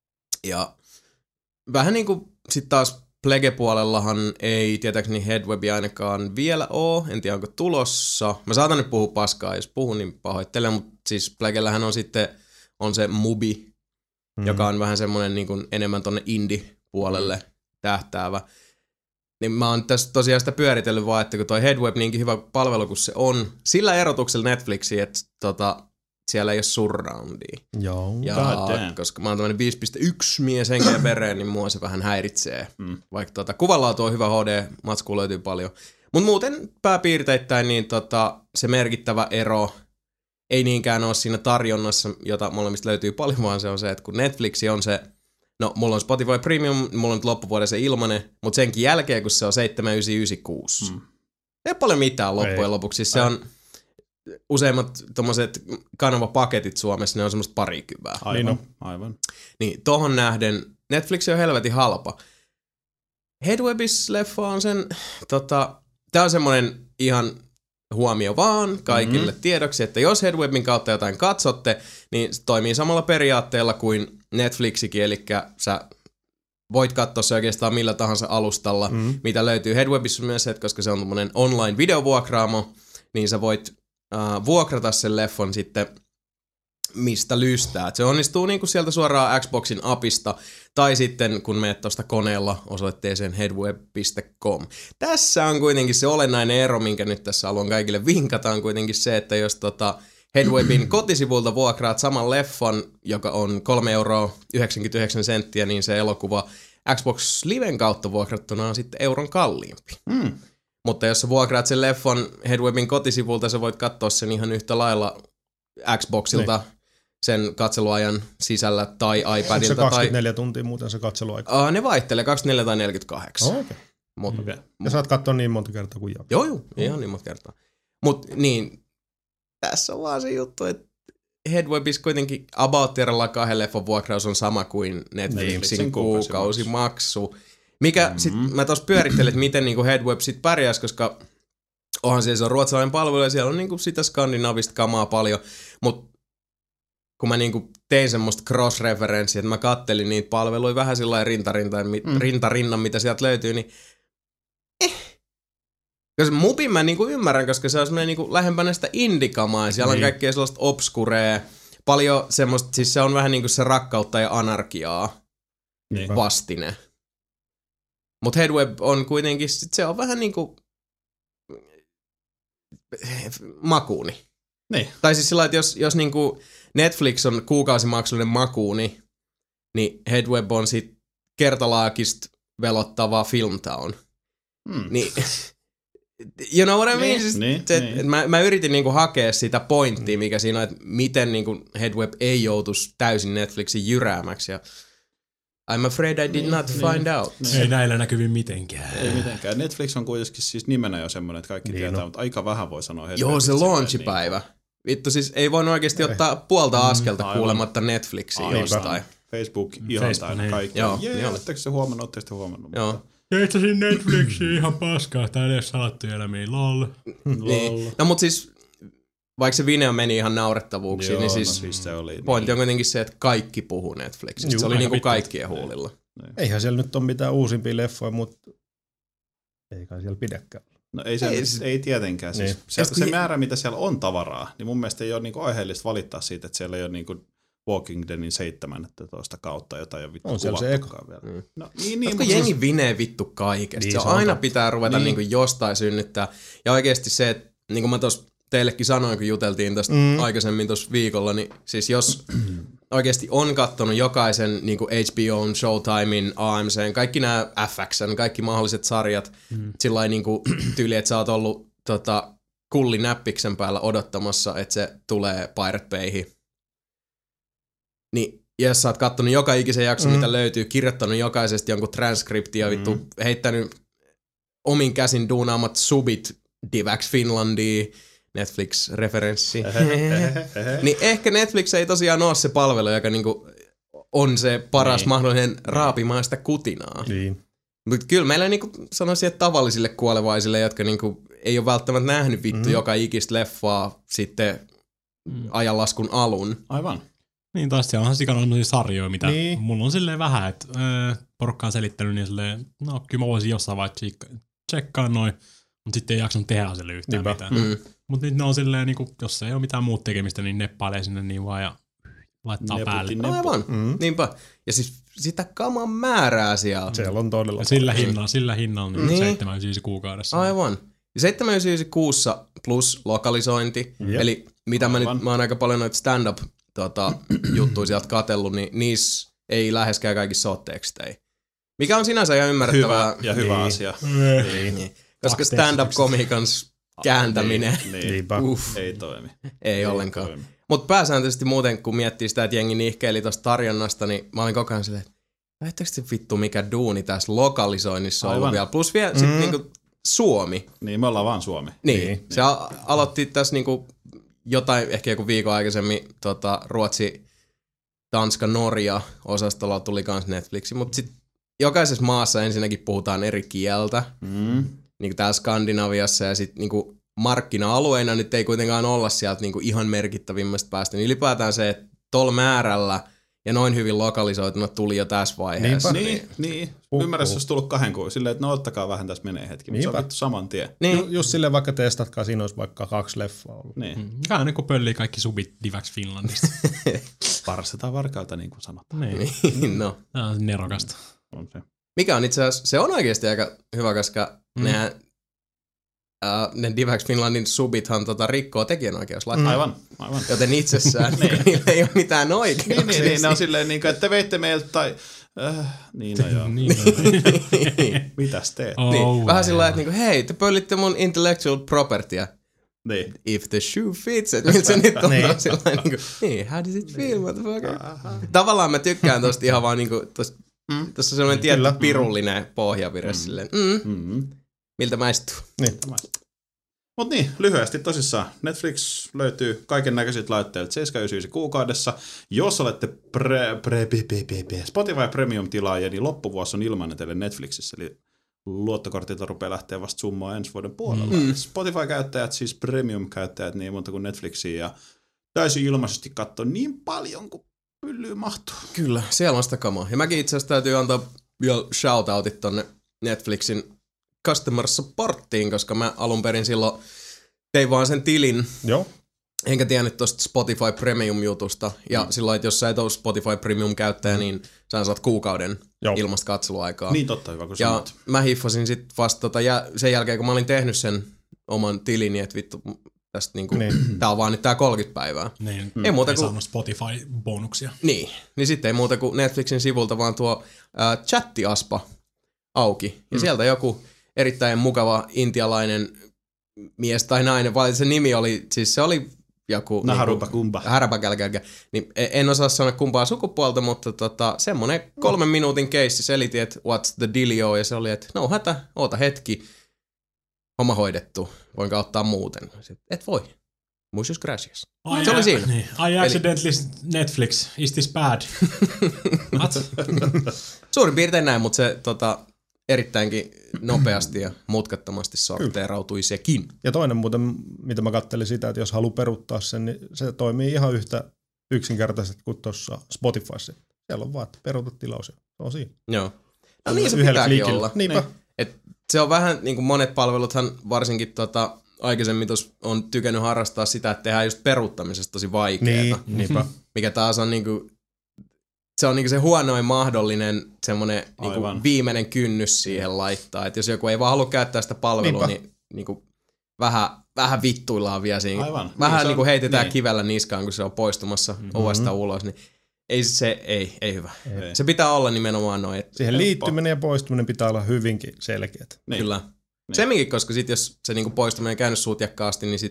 Speaker 4: Ja vähän niinku sit taas Plege-puolellahan ei tietääkseni Headwebia ainakaan vielä oo, en tiedä onko tulossa. Mä saatan nyt puhua paskaa, jos puhun niin pahoittelen, mutta siis Plegellähän on sitten on se Mubi, joka on vähän semmoinen niinku enemmän tonne indie-puolelle tähtäävä. Niin mä oon tässä tosiaan sitä pyöritellyt vaan, että kun toi Headweb niinkin hyvä palvelu kuin se on, sillä erotuksella Netflixiin, että siellä ei ole surroundia.
Speaker 2: Joo.
Speaker 4: Ja koska mä oon tämmönen 5.1 mies henkeä vereen, niin mua se vähän häiritsee. Vaikka kuvanlaatu on hyvä HD-matskua löytyy paljon. Mut muuten pääpiirteittäin niin se merkittävä ero ei niinkään ole siinä tarjonnassa, jota molemmista löytyy paljon, vaan se on se, että kun Netflix on se, no mulla on Spotify Premium, mulla on nyt loppuvuoden se ilmanen, mutta senkin jälkeen, kun se on 7,996. Ei paljon mitään loppujen lopuksi. Se on useimmat tommoset kanavapaketit Suomessa, ne on semmoista parikymää.
Speaker 1: Aivan.
Speaker 4: Niin tohon nähden Netflix on helvetin halpa. Headwebis leffa on sen, tää on semmonen ihan huomio vaan kaikille tiedoksi, että jos Headwebin kautta jotain katsotte, niin se toimii samalla periaatteella kuin Netflixikin, eli sä voit katsoa se oikeastaan millä tahansa alustalla, mitä löytyy Headwebissa myös, että koska se on tommonen online-videovuokraamo, niin sä voit vuokrata sen leffon sitten mistä lystää. Et se onnistuu niinku sieltä suoraan Xboxin appista, tai sitten kun menet tuosta koneella osoitteeseen headweb.com. Tässä on kuitenkin se olennainen ero, minkä nyt tässä haluan kaikille vinkata, on kuitenkin se, että jos Headwebin kotisivulta vuokraat saman leffon, joka on 3,99 €, niin se elokuva Xbox Liven kautta vuokrattuna on sitten euron kalliimpi. Mutta jos sä vuokraat sen leffon Headwebin kotisivulta, sä voit katsoa sen ihan yhtä lailla Xboxilta sen katseluajan sisällä tai iPadilta.
Speaker 2: Onko se 24 tuntia muuten se katseluaika?
Speaker 4: Ne vaihtelee 24 tai 48.
Speaker 2: Ja saat katsoa niin monta kertaa kuin jaksaa.
Speaker 4: Joo, ihan niin monta kertaa. Mut niin, tässä on vaan se juttu, että Headwebis kuitenkin about 2 leffon vuokraus on sama kuin Netflixin kuukausimaksu. Mikä sit mä tos pyörittelin, että miten niinku Headweb sit pärjäs, koska onhan se on ruotsalainen palvelu ja siellä on niinku sitä skandinavista kamaa paljon, mut kun mä niinku tein semmoista cross-referenssiä, että mä kattelin niitä palveluja vähän sillä rintarinnan, mitä sieltä löytyy, niin koska Mubin mä niinku ymmärrän, koska se on semmoinen niinku lähempänä sitä indikamaa ja siellä on kaikkea sellaista obskurea, paljon semmoista, siis se on vähän niinku se rakkautta ja anarkiaa vastine. Mut Headweb on kuitenkin, se on vähän niinku makuuni.
Speaker 1: Niin.
Speaker 4: Tai siis sillä, että jos niinku Netflix on kuukausimaksullinen makuuni, niin Headweb on sit kertalaakista velottava Filmtown. Niin, you know what I mean? Mä yritin niinku hakea sitä pointtia, mikä siinä on, että miten niinku Headweb ei joutuisi täysin Netflixin jyräämäksi. Ja I'm afraid I did not find out.
Speaker 3: Ei näillä näkyvin mitenkään.
Speaker 1: Ei mitenkään. Netflix on kuitenkin siis nimenä jo semmoinen, että kaikki tietää, mutta aika vähän voi sanoa Headwebista.
Speaker 4: Joo, se launchipäivä. Vittu siis ei voinut oikeasti ottaa puolta askelta kuulematta Netflixiä jostain.
Speaker 1: Facebook ihan täynnä kaikki. Joo, oletteko se huomannut, ootteko te huomannut?
Speaker 3: Joo. Keitsäsin Netflixiin ihan paskaa, tai edes salattuja elämiä, lol.
Speaker 4: Niin. No mut siis, vaikka se Vimeo meni ihan naurettavuuksiin, niin siis,
Speaker 1: se oli,
Speaker 4: pointti on kuitenkin se, että kaikki puhuu Netflixistä. Se oli niinku kaikkien huulilla.
Speaker 2: Eihän siellä nyt ole mitään uusimpia leffoja, mutta ei kai siellä pidäkään.
Speaker 1: No ei tietenkään. Siis se määrä, mitä siellä on tavaraa, niin mun mielestä ei ole niinku aiheellista valittaa siitä, että siellä ei ole niinku Walking Deadin 17 kautta, jota ei ole vittu kuvattukaan vielä. No,
Speaker 4: niin, jengi vinee vittu kaikesta. Niin, se aina pitää ruveta niinku jostain synnyttää. Ja oikeasti se, että niin kuin mä tuossa teillekin sanoin, kun juteltiin tästä aikaisemmin tuossa viikolla, niin siis jos oikeasti on kattonut jokaisen niin kuin HBOn, Showtimein, AMCn, kaikki nämä FXn, kaikki mahdolliset sarjat, sillain niin kuin tyyli, että sä oot ollut kullinäppiksen päällä odottamassa, että se tulee Pirate Bayhin. Niin, jos sä oot kattonut joka ikisen jakson, mitä löytyy, kirjoittanut jokaisesta jonkun transkriptia, vittu, heittänyt omin käsin duunaamat subit Divax Finlandiin, Netflix-referenssi. Niin ehkä Netflix ei tosiaan ole se palvelu, joka niinku on se paras mahdollinen raapimaan sitä kutinaa.
Speaker 2: Niin.
Speaker 4: Mutta kyllä meillä niinku sanoisin, että tavallisille kuolevaisille, jotka niinku ei ole välttämättä nähnyt joka ikistä leffaa sitten ajanlaskun alun.
Speaker 1: Aivan.
Speaker 3: Niin taas siellä onhan sikana sarjoja, mitä mulla on silleen vähän, että porukka on selittänyt, niin silleen, no kyllä mä voisin jossain vaiheessa tsekkaa noin, mutta sitten ei jaksanut tehdä sille yhtään mitään. Mutta nyt ne on silleen, niin kuin, jos ei ole mitään muuta tekemistä, niin neppailee sinne niin vaan ja laittaa päälle.
Speaker 4: Aivan, niinpä. Ja siis sitä kaman määrää siellä.
Speaker 2: Siellä on todella.
Speaker 3: Ja sillä hinnalla niin 7,99 kuukaudessa.
Speaker 4: Aivan. 7,99 kuussa plus lokalisointi. Eli mitä mä oon aika paljon noita stand-up juttuja sieltä katsellut, niin niissä ei läheskään kaikissa ole tekstejä. Mikä on sinänsä ihan ymmärrettävää.
Speaker 1: Hyvä asia.
Speaker 4: Niin. Koska stand-up-komikans kääntäminen
Speaker 1: ei toimi.
Speaker 4: Ei ollenkaan. Mutta pääsääntöisesti muuten, kun miettii sitä, että jengi nihkeili tuosta tarjonnasta, niin mä olin koko ajan silleen, että näettekö se vittu mikä duuni tässä lokalisoinnissa on ollut vielä. Plus vielä sit niinku Suomi.
Speaker 1: Niin, me ollaan vaan Suomi.
Speaker 4: Niin. Se aloitti tässä niinku jotain, ehkä joku viikon aikaisemmin Ruotsi, Tanska, Norja osastolla tuli kans Netflixi, mutta sitten jokaisessa maassa ensinnäkin puhutaan eri kieltä, niin kuin täällä Skandinaviassa ja sitten niinku markkina-alueina nyt ei kuitenkaan olla sieltä niinku ihan merkittävimmästä päästä, niin ylipäätään se, että tolla määrällä ja noin hyvin lokalisoituna tuli jo tässä vaiheessa.
Speaker 1: Niin. Ymmärrys olisi tullut 2 kuun silleen, että no ottakaa vähän, tässä menee hetki, mutta se on vittu saman tien.
Speaker 2: Niin. Just silleen vaikka testatkaa, siinä olisi vaikka 2 leffaa ollut.
Speaker 1: Niin.
Speaker 3: Mikä on niin kuin pöllii kaikki subit Divax Finlandista.
Speaker 1: Parsetaan varkailta niin kuin sanotaan.
Speaker 4: Niin, no.
Speaker 3: Tämä on nerokasta.
Speaker 1: On se.
Speaker 4: Mikä on itse asiassa, se on oikeasti aika hyvä, koska ne Divax Finlandin subithan rikkoo tekijänoikeuslakia.
Speaker 1: Aivan.
Speaker 4: Joten itsessään niillä ei ole mitään oikeuksia.
Speaker 1: Niin, ne on silleen, niin kuin, että te veitte meiltä tai... niin no joo. Mitäs teet?
Speaker 4: Niin. Vähän sillä lailla, että hei, te pöllitte mun intellectual propertya.
Speaker 1: Niin.
Speaker 4: If the shoe fits, että miltä se nyt on sillä lailla, niin, how does it feel, motherfucker? Tavallaan mä tykkään tosta ihan vaan niinku, tossa on sellainen tietty pirullinen pohjavire silleen, miltä maistuu.
Speaker 2: Niin.
Speaker 1: Mut niin, lyhyesti tosissaan. Netflix löytyy kaiken näköisiltä laitteilta 7,99 kuukaudessa. Jos olette Spotify Premium-tilaaja, niin loppuvuosi on ilmainen teille Netflixissä. Eli luottokortilta rupeaa lähteä vasta summaa ensi vuoden puolella. Spotify-käyttäjät, siis Premium-käyttäjät, niin monta kuin Netflixiä. Ja täysin ilmaisesti katsoa niin paljon kuin pyllyy mahtuu.
Speaker 4: Kyllä, siellä on sitä kamaa. Ja mäkin itse asiassa täytyy antaa vielä shoutoutit tonne Netflixin Customer Supportiin, koska mä alun perin silloin tein vaan sen tilin.
Speaker 2: Joo.
Speaker 4: Enkä tiennyt tosta Spotify Premium-jutusta. Ja silloin, että jos sä et ole Spotify Premium-käyttäjä, niin sä saat kuukauden ilmasta katseluaikaa.
Speaker 1: Niin totta, hyvä kun
Speaker 4: ja
Speaker 1: sanot.
Speaker 4: mä hiffasin sit vasta sen jälkeen, kun mä olin tehnyt sen oman tilini, että vittu, tästä niinku, tää on vaan nyt tää 30 päivää.
Speaker 3: Niin,
Speaker 4: ei muuta kuin
Speaker 3: saanut Spotify-bonuksia.
Speaker 4: Niin sitten ei muuta kuin Netflixin sivulta vaan tuo chattiaspa auki. Ja sieltä joku erittäin mukava intialainen mies tai nainen, se nimi oli, siis se oli joku... Harapagälgälgä. Niin en osaa sanoa kumpaa sukupuolta, mutta semmonen 3 minuutin keissi selitti, että what's the dealio, ja se oli, että no hätä, oota hetki, homma hoidettu, voinko ottaa muuten? Et voi. Muchas gracias. Se oli siinä.
Speaker 3: Niin. I accidentally Netflix, is this bad?
Speaker 4: Suurin piirtein näin, mutta se erittäinkin nopeasti ja mutkattomasti sorteerautui sekin.
Speaker 2: Ja toinen muuten, mitä mä kattelin sitä, että jos haluaa peruuttaa sen, niin se toimii ihan yhtä yksinkertaisesti kuin tuossa Spotifyssa. Siellä on vaan, että peruuta tilaus. Se on siinä.
Speaker 4: Joo. No niin se pitääkin olla.
Speaker 2: Niinpä.
Speaker 4: Et se on vähän, niin kuin monet palveluthan varsinkin aikaisemmin on tykännyt harrastaa sitä, että tehdään just peruuttamisesta tosi vaikeaa.
Speaker 2: Niinpä.
Speaker 4: Mikä taas on niinku, se on niinku se huonoin mahdollinen semmoinen niinku viimeinen kynnys siihen laittaa. Että jos joku ei vaan halua käyttää sitä palvelua, niin niinku vähän vittuillaan vielä siinä.
Speaker 1: Aivan.
Speaker 4: Vähän niinku heitetään kivellä niskaan, kun se on poistumassa ovesta ulos, niin ei hyvä. Ei. Se pitää olla nimenomaan noin.
Speaker 2: Siihen liittyminen ja poistuminen pitää olla hyvinkin selkeät.
Speaker 4: Niin. Kyllä. Semminkin, koska sit jos se niinku poistuminen on käynyt sutjakkaasti, niin sit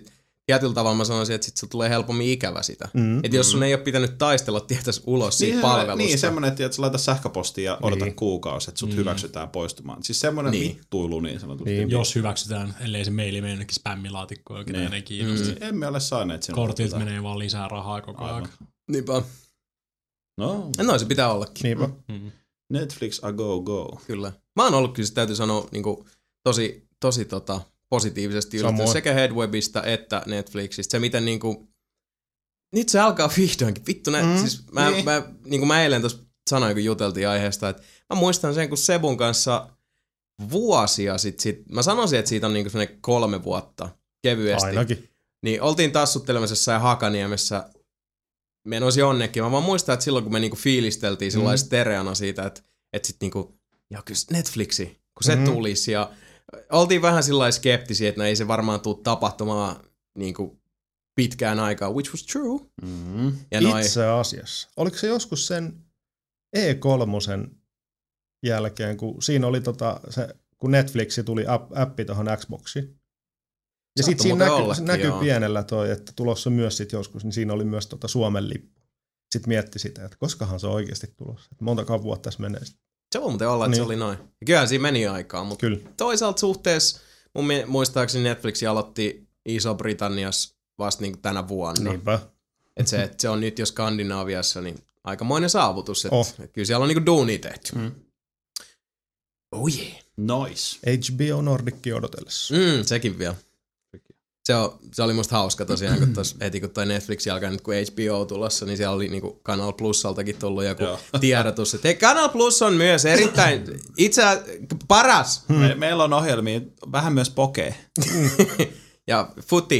Speaker 4: tietyllä tavalla mä sanoisin, että sit se tulee helpommin ikävä sitä. Että jos sun ei ole pitänyt taistella tietäisi ulos siitä palvelusta.
Speaker 1: Niin, semmoinen, että sä laitat sähköpostia ja odotat kuukausi, että sut hyväksytään poistumaan. Siis semmoinen vittuilu niin sanotusti.
Speaker 3: Niin. Jos hyväksytään, ellei se maili mene jonnekin spämmilaatikkoon, jokin ei kiinnosta.
Speaker 1: Emme ole saaneet sinne.
Speaker 3: Kortilta menee vaan lisää rahaa koko ajan.
Speaker 4: Niinpä.
Speaker 1: No
Speaker 4: se pitää ollakin.
Speaker 2: Niinpä.
Speaker 1: Netflix a go.
Speaker 4: Kyllä. Mä oon ollut kyllä, täytyy sanoa, niinku, tosi positiivisesti yllättynyt sekä Headwebistä että Netflixistä. Se miten niinku, nyt se alkaa vihdoinkin. Vittu, siis mä eilen tuossa sanoin, kun juteltiin aiheesta, että mä muistan sen, kun Sebun kanssa vuosia sitten, mä sanoisin, että siitä on niinku semmoinen 3 vuotta kevyesti.
Speaker 2: Ainakin.
Speaker 4: Niin oltiin tassuttelemassa jossain Hakaniemessä. Mä en olisi jonnekin. Mä vaan muistan, että silloin kun me niinku fiilisteltiin sellainen stereana siitä, että sit niinku, ja kyllä Netflixi, kun se tulisi. Ja oltiin vähän sillä skeptisiä, että ei se varmaan tule tapahtumaan niinku pitkään aikaa, which was true. Ja
Speaker 2: itse asiassa. Oliko se joskus sen E3 jälkeen, kun siinä oli kun Netflixi tuli appi tuohon Xboxiin. Ja sitten siinä näkyy pienellä toi, että tulossa myös sit joskus, niin siinä oli myös Suomen lippu. Sitten mietti sitä, että koskahan se on oikeasti tulossa. Että montako vuotta tässä menee sitten.
Speaker 4: Se voi muuten olla, että se oli noin. Ja kyllähän siinä meni aikaa, mutta toisaalta suhteessa mun muistaakseni Netflix aloitti Iso-Britanniassa vasta niin tänä vuonna.
Speaker 2: Niinpä.
Speaker 4: Että se on nyt jo Skandinaaviassa niin aikamoinen saavutus. Että kyllä siellä on niinku duunia tehty. Oh yeah.
Speaker 1: Nice.
Speaker 2: HBO Nordickin odotellessa.
Speaker 4: Sekin vielä. Se oli musta hauska tosiaan, kun heti kun toi Netflix alkaa nyt kun HBO tulossa, niin siellä oli niinku Canal Plusaltakin tullut joku tiedotus, että hei, Canal Plus on myös erittäin paras.
Speaker 1: Meillä on ohjelmia, vähän myös pokee.
Speaker 4: Ja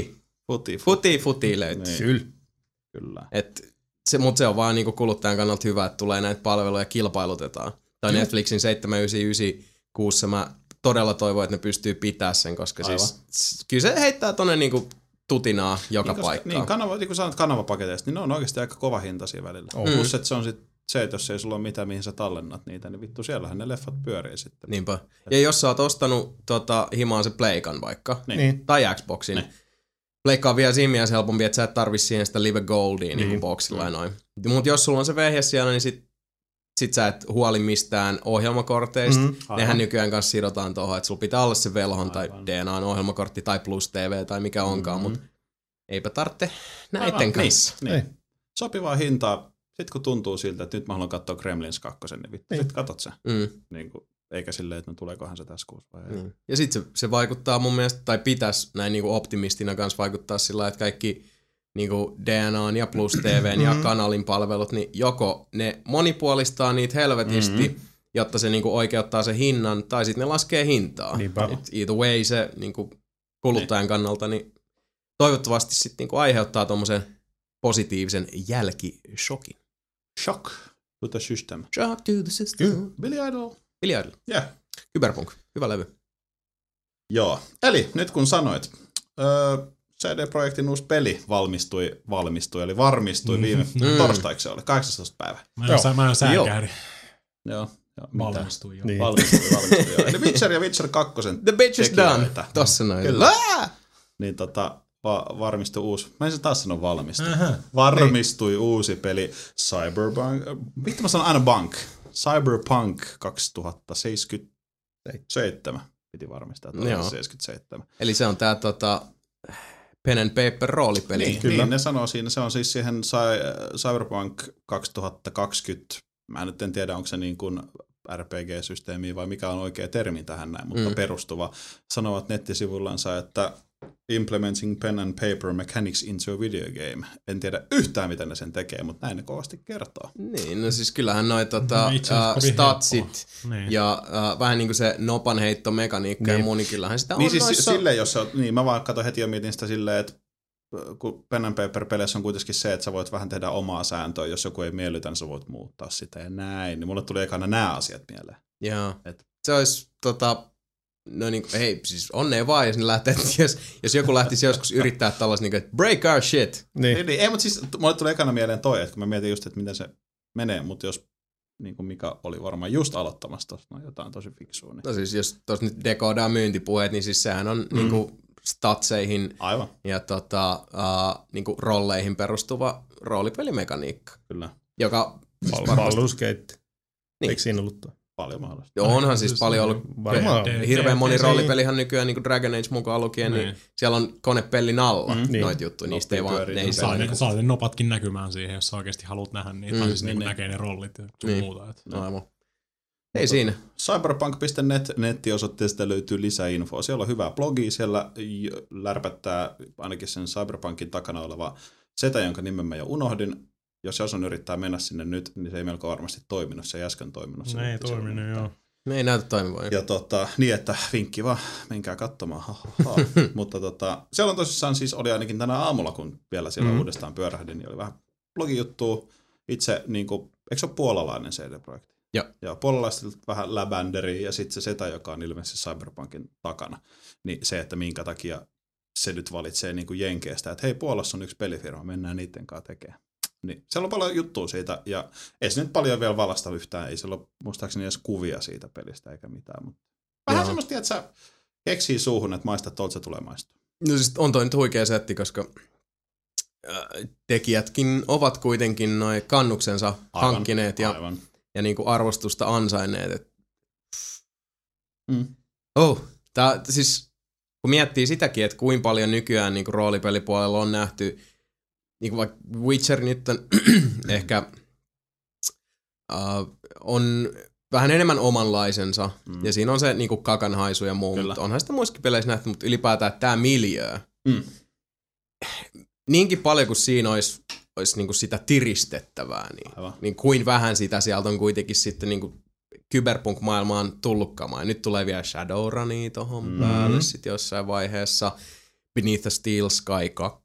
Speaker 4: futi löytyy.
Speaker 1: Niin. Kyllä.
Speaker 4: Mutta se on vaan niinku kuluttajan kannalta hyvä, että tulee näitä palveluja kilpailutetaan. Tai Netflixin 799 mä todella toivon, että ne pystyy pitämään sen, koska siis kyllä se heittää tonne niinku tutinaa joka paikkaan.
Speaker 1: Niin kun sanot kanavapaketeista, niin ne on oikeasti aika kova hintaisia välillä. Plus, että se on sit se, että jos ei sulla ole mitään, mihin sä tallennat niitä, niin vittu, siellähän ne leffat pyörii sitten.
Speaker 4: Niinpä. Ja jos sä oot ostanut himaan se Playkan vaikka, tai Xboxin, Pleikka on vielä siinä mielessä helpompi, että sä et tarvitse siihen sitä Live Goldia niin boxilla ja noin. Mutta jos sulla on se vehje siellä, niin sit sä et huoli mistään ohjelmakorteista. Nehän nykyään kanssa sidotaan tuohon, että sulla pitää olla se velhon tai DNAn ohjelmakortti tai Plus TV tai mikä onkaan, mutta eipä tarvitse näiden kanssa.
Speaker 1: Niin. Sopivaa hintaa. Sitten kun tuntuu siltä, että nyt mä haluan katsoa Gremlins 2, niin vittu, sit katot sen. Niin kuin, eikä silleen, että no tuleekohan se tässä kuussa vai ei.
Speaker 4: Ja sitten se vaikuttaa mun mielestä, tai pitäisi näin niin kuin optimistina kanssa vaikuttaa sillä lailla, että kaikki niin kuin DNAn ja Plus TVn ja kanalin palvelut, niin joko ne monipuolistaa niitä helvetisti, jotta se niin kuin oikeuttaa sen hinnan, tai sitten ne laskee hintaa. Either way se niin kuin kuluttajan kannalta, niin toivottavasti sitten niin kuin aiheuttaa tommosen positiivisen jälkishokin.
Speaker 1: Shock to the system.
Speaker 4: Shock to the system.
Speaker 1: Billy Idol.
Speaker 4: Yeah. Cyberpunk. Hyvä levy.
Speaker 1: Joo. Eli nyt kun sanoit, CD-projektin uusi peli varmistui viime torstaiksi se oli, 18. päivä.
Speaker 3: Mä en sääkähdin.
Speaker 1: Joo.
Speaker 3: Valmistui jo.
Speaker 1: Niin. Valmistui jo. Eli Witcher ja Witcher 2.
Speaker 4: The bitch is done. Tossa noin.
Speaker 1: Kyllä. Niin varmistui uusi. Mä en se taas sano valmistui. Varmistui uusi peli Cyberpunk. Vittu mä sanon aina bank. Cyberpunk 2077. Piti varmistaa, että 77.
Speaker 4: Eli se on tää pen and paper roolipeli.
Speaker 1: Niin, ne sanoo siinä. Se on siis siihen Cyberpunk 2020. Mä nyt en tiedä, onko se niin kuin RPG-systeemi vai mikä on oikea termi tähän näin, mutta perustuva. Sanovat nettisivuillansa, että implementing pen and paper mechanics into a video game. En tiedä yhtään, miten ne sen tekee, mutta näin ne kovasti kertoo.
Speaker 4: Niin, no siis kyllähän noi statsit ja vähän niin kuin se nopanheittomekaniikka ja muu, niin kyllähän sitä on
Speaker 1: niin siis
Speaker 4: noissa.
Speaker 1: silleen, jos mä vaan katson heti ja mietin sitä silleen, että kun pen and paper peleissä on kuitenkin se, että sä voit vähän tehdä omaa sääntöä, jos joku ei miellytä, niin sä voit muuttaa sitä ja näin. Niin mulle tuli ekana nämä asiat mieleen.
Speaker 4: Joo. Se olisi no niin, hei, siis onnea vaan, jos ne lähtee, jos joku lähtisi joskus yrittää tällaista, niin kuin, että break our shit.
Speaker 1: Niin. Ei, mutta siis mulle tuli ekana mieleen toi, että kun mä mietin just, että miten se menee, mutta jos niin kuin Mika oli varmaan just aloittamassa tuossa jotain tosi fiksua. Niin.
Speaker 4: No siis, jos tuossa nyt dekoodaan myyntipuheet, niin siis sehän on niin kuin statseihin
Speaker 1: Aivan.
Speaker 4: ja niinku rolleihin perustuva roolipelimekaniikka.
Speaker 1: Kyllä.
Speaker 4: Joka
Speaker 2: Baldur's Gate.
Speaker 4: Niin.
Speaker 2: Eikö siinä ollut tuo?
Speaker 1: Paljon mahdollista.
Speaker 4: Joo, onhan siis paljon ollut. Hirveän moni roolipelihan nykyään, niin kuin Dragon Age mukaan lukien, niin siellä on konepellin alla noita juttuja. Niistä ei vaan...
Speaker 3: Saa ne nopatkin näkymään siihen, jos sä oikeasti haluat nähdä niitä. Tai siis niin näkee ne rollit ja muuta.
Speaker 4: Aivan. Ei siinä.
Speaker 1: Cyberpunk.net nettiosoitteesta löytyy lisää infoa. Siellä on hyvää blogia, siellä lärpättää ainakin sen Cyberpunkin takana oleva setä, jonka nimen mä jo unohdin. Jos Jason yrittää mennä sinne nyt, niin se ei melko varmasti toiminut, se ei äsken toiminut.
Speaker 3: Ne ei toiminut, joo.
Speaker 4: Ne ei näytä toimivan.
Speaker 1: Ja niin, että vinkki vaan, menkää katsomaan. Mutta siellä on tosissaan siis, oli ainakin tänä aamulla, kun vielä siellä uudestaan pyörähdin, niin oli vähän blogijuttua. Itse, niin kuin, eikö se ole puolalainen CD-projekti? Joo, puolalaisilta vähän Lavenderi ja sitten se setä, joka on ilmeisesti Cyberpunkin takana. Niin se, että minkä takia se nyt valitsee niin kuin Jenkeistä, että hei, Puolassa on yksi pelifirma, mennään niiden kanssa tekemään. Niin, siellä on paljon juttua siitä, ja ei se nyt paljon vielä valasta yhtään, ei siellä ole muistaakseni edes kuvia siitä pelistä eikä mitään, mutta vähän semmoista, että sä keksii suuhun, että maistat, että se tulee maistua.
Speaker 4: No siis on toi nyt huikea setti, koska tekijätkin ovat kuitenkin noin kannuksensa hankkineet ja niinku arvostusta ansainneet. Tää siis, kun miettii sitäkin, että kuinka paljon nykyään niinku roolipelipuolella on nähty, niin kuin vaikka Witcher nyt on ehkä on vähän enemmän omanlaisensa, ja siinä on se niin kuin kakanhaisu ja muu, mutta onhan sitä muissakin peleissä nähty, mutta ylipäätään tämä miljöö, niinkin paljon kuin siinä olisi niin kuin sitä tiristettävää, niin kuin vähän sitä sieltä on kuitenkin sitten niin kuin Cyberpunk-maailmaan tullutkamaan. Ja nyt tulee vielä Shadowrunia tohon päälle sitten jossain vaiheessa, Beneath the Steel Sky 2.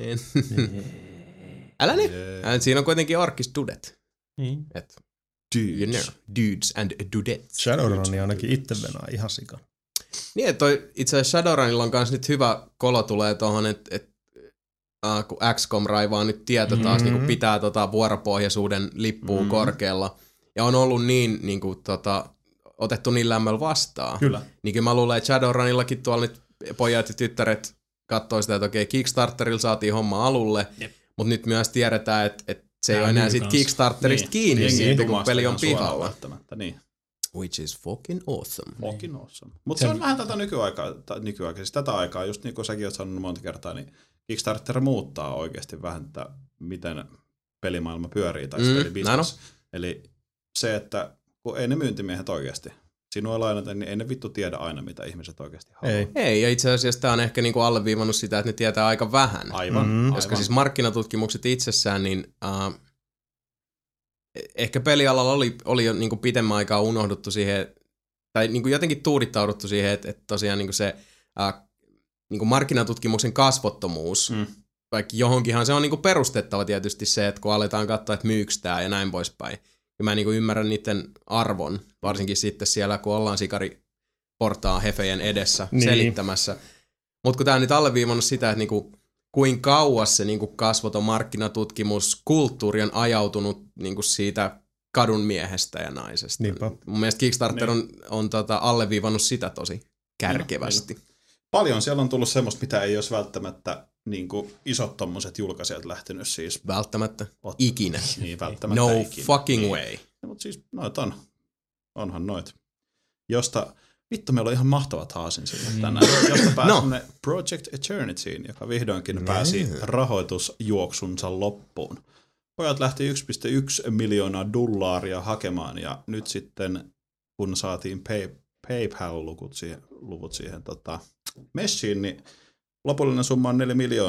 Speaker 4: Älä niin. Siinä on kuitenkin Arkis-dudet. You know, dudes and dudettes.
Speaker 2: Shadowrun ainakin itse venää ihan sikan.
Speaker 4: Niin, että itse asiassa Shadowrunilla on kans nyt hyvä kolo tulee tohon, että kun XCOM raivaa nyt tieto taas, niin kun pitää vuoropohjaisuuden lippua korkealla. Ja on ollut niin kuin, otettu niin lämmöllä vastaan.
Speaker 1: Kyllä.
Speaker 4: Niin kyllä mä luulen, että Shadowrunillakin tuolla nyt pojat ja tyttäret katsoi sitä, että okei, Kickstarterilla saatiin homma alulle, mutta nyt myös tiedetään, että se ei ole enää siitä Kickstarterista kiinni siitä, kun peli on pihalla.
Speaker 1: Niin.
Speaker 4: Which is fucking awesome.
Speaker 1: Fucking awesome. Mutta se on vähän tätä nykyaikaa, siis tätä aikaa, just niin kuin säkin oot sanonut monta kertaa, niin Kickstarter muuttaa oikeasti vähän, että miten pelimaailma pyörii tai pelibisnes. Eli se, että kun ei ne myyntimiehet oikeasti sinua lainata, niin ei ne vittu tiedä aina, mitä ihmiset oikeasti haluaa.
Speaker 4: Ei, ja itse asiassa tämä on ehkä niinku alleviivannut sitä, että ne tietää aika vähän.
Speaker 1: Aivan.
Speaker 4: Koska siis markkinatutkimukset itsessään, niin ehkä pelialalla oli jo niinku pitemmän aikaa unohduttu siihen, tai niinku jotenkin tuudittauduttu siihen, että tosiaan niinku se niinku markkinatutkimuksen kasvottomuus, vaikka johonkinhan se on niinku perustettava tietysti se, että kun aletaan katsoa, että myyks tää ja näin poispäin. Ja mä en niinku ymmärrän niiden arvon, varsinkin sitten siellä, kun ollaan sikariportaan hefejen edessä selittämässä. Mutta kun tää on nyt alleviivannut sitä, että niinku, kuinka kauas se niinku kasvoton markkinatutkimuskulttuuri on ajautunut niinku siitä kadun miehestä ja naisesta.
Speaker 2: Niinpä.
Speaker 4: Mun mielestä Kickstarter on alleviivannut sitä tosi kärkevästi.
Speaker 1: Paljon siellä on tullut semmoista, mitä ei olisi välttämättä niin kuin isot tommoset julkaisijat lähtenyt siis.
Speaker 4: Välttämättä. Ikinä.
Speaker 1: Niin, välttämättä
Speaker 4: no
Speaker 1: ikinä.
Speaker 4: Fucking niin. Way.
Speaker 1: Mutta siis noit on. Onhan noit. Josta, vittu meillä on ihan mahtavat haasinsillat tänään. Josta pääsimme Project Eternityin, joka vihdoinkin pääsi rahoitusjuoksunsa loppuun. Pojat lähti $1.1 miljoonaa hakemaan ja nyt sitten kun saatiin PayPal-luvut siihen meshiin, niin lopullinen summa on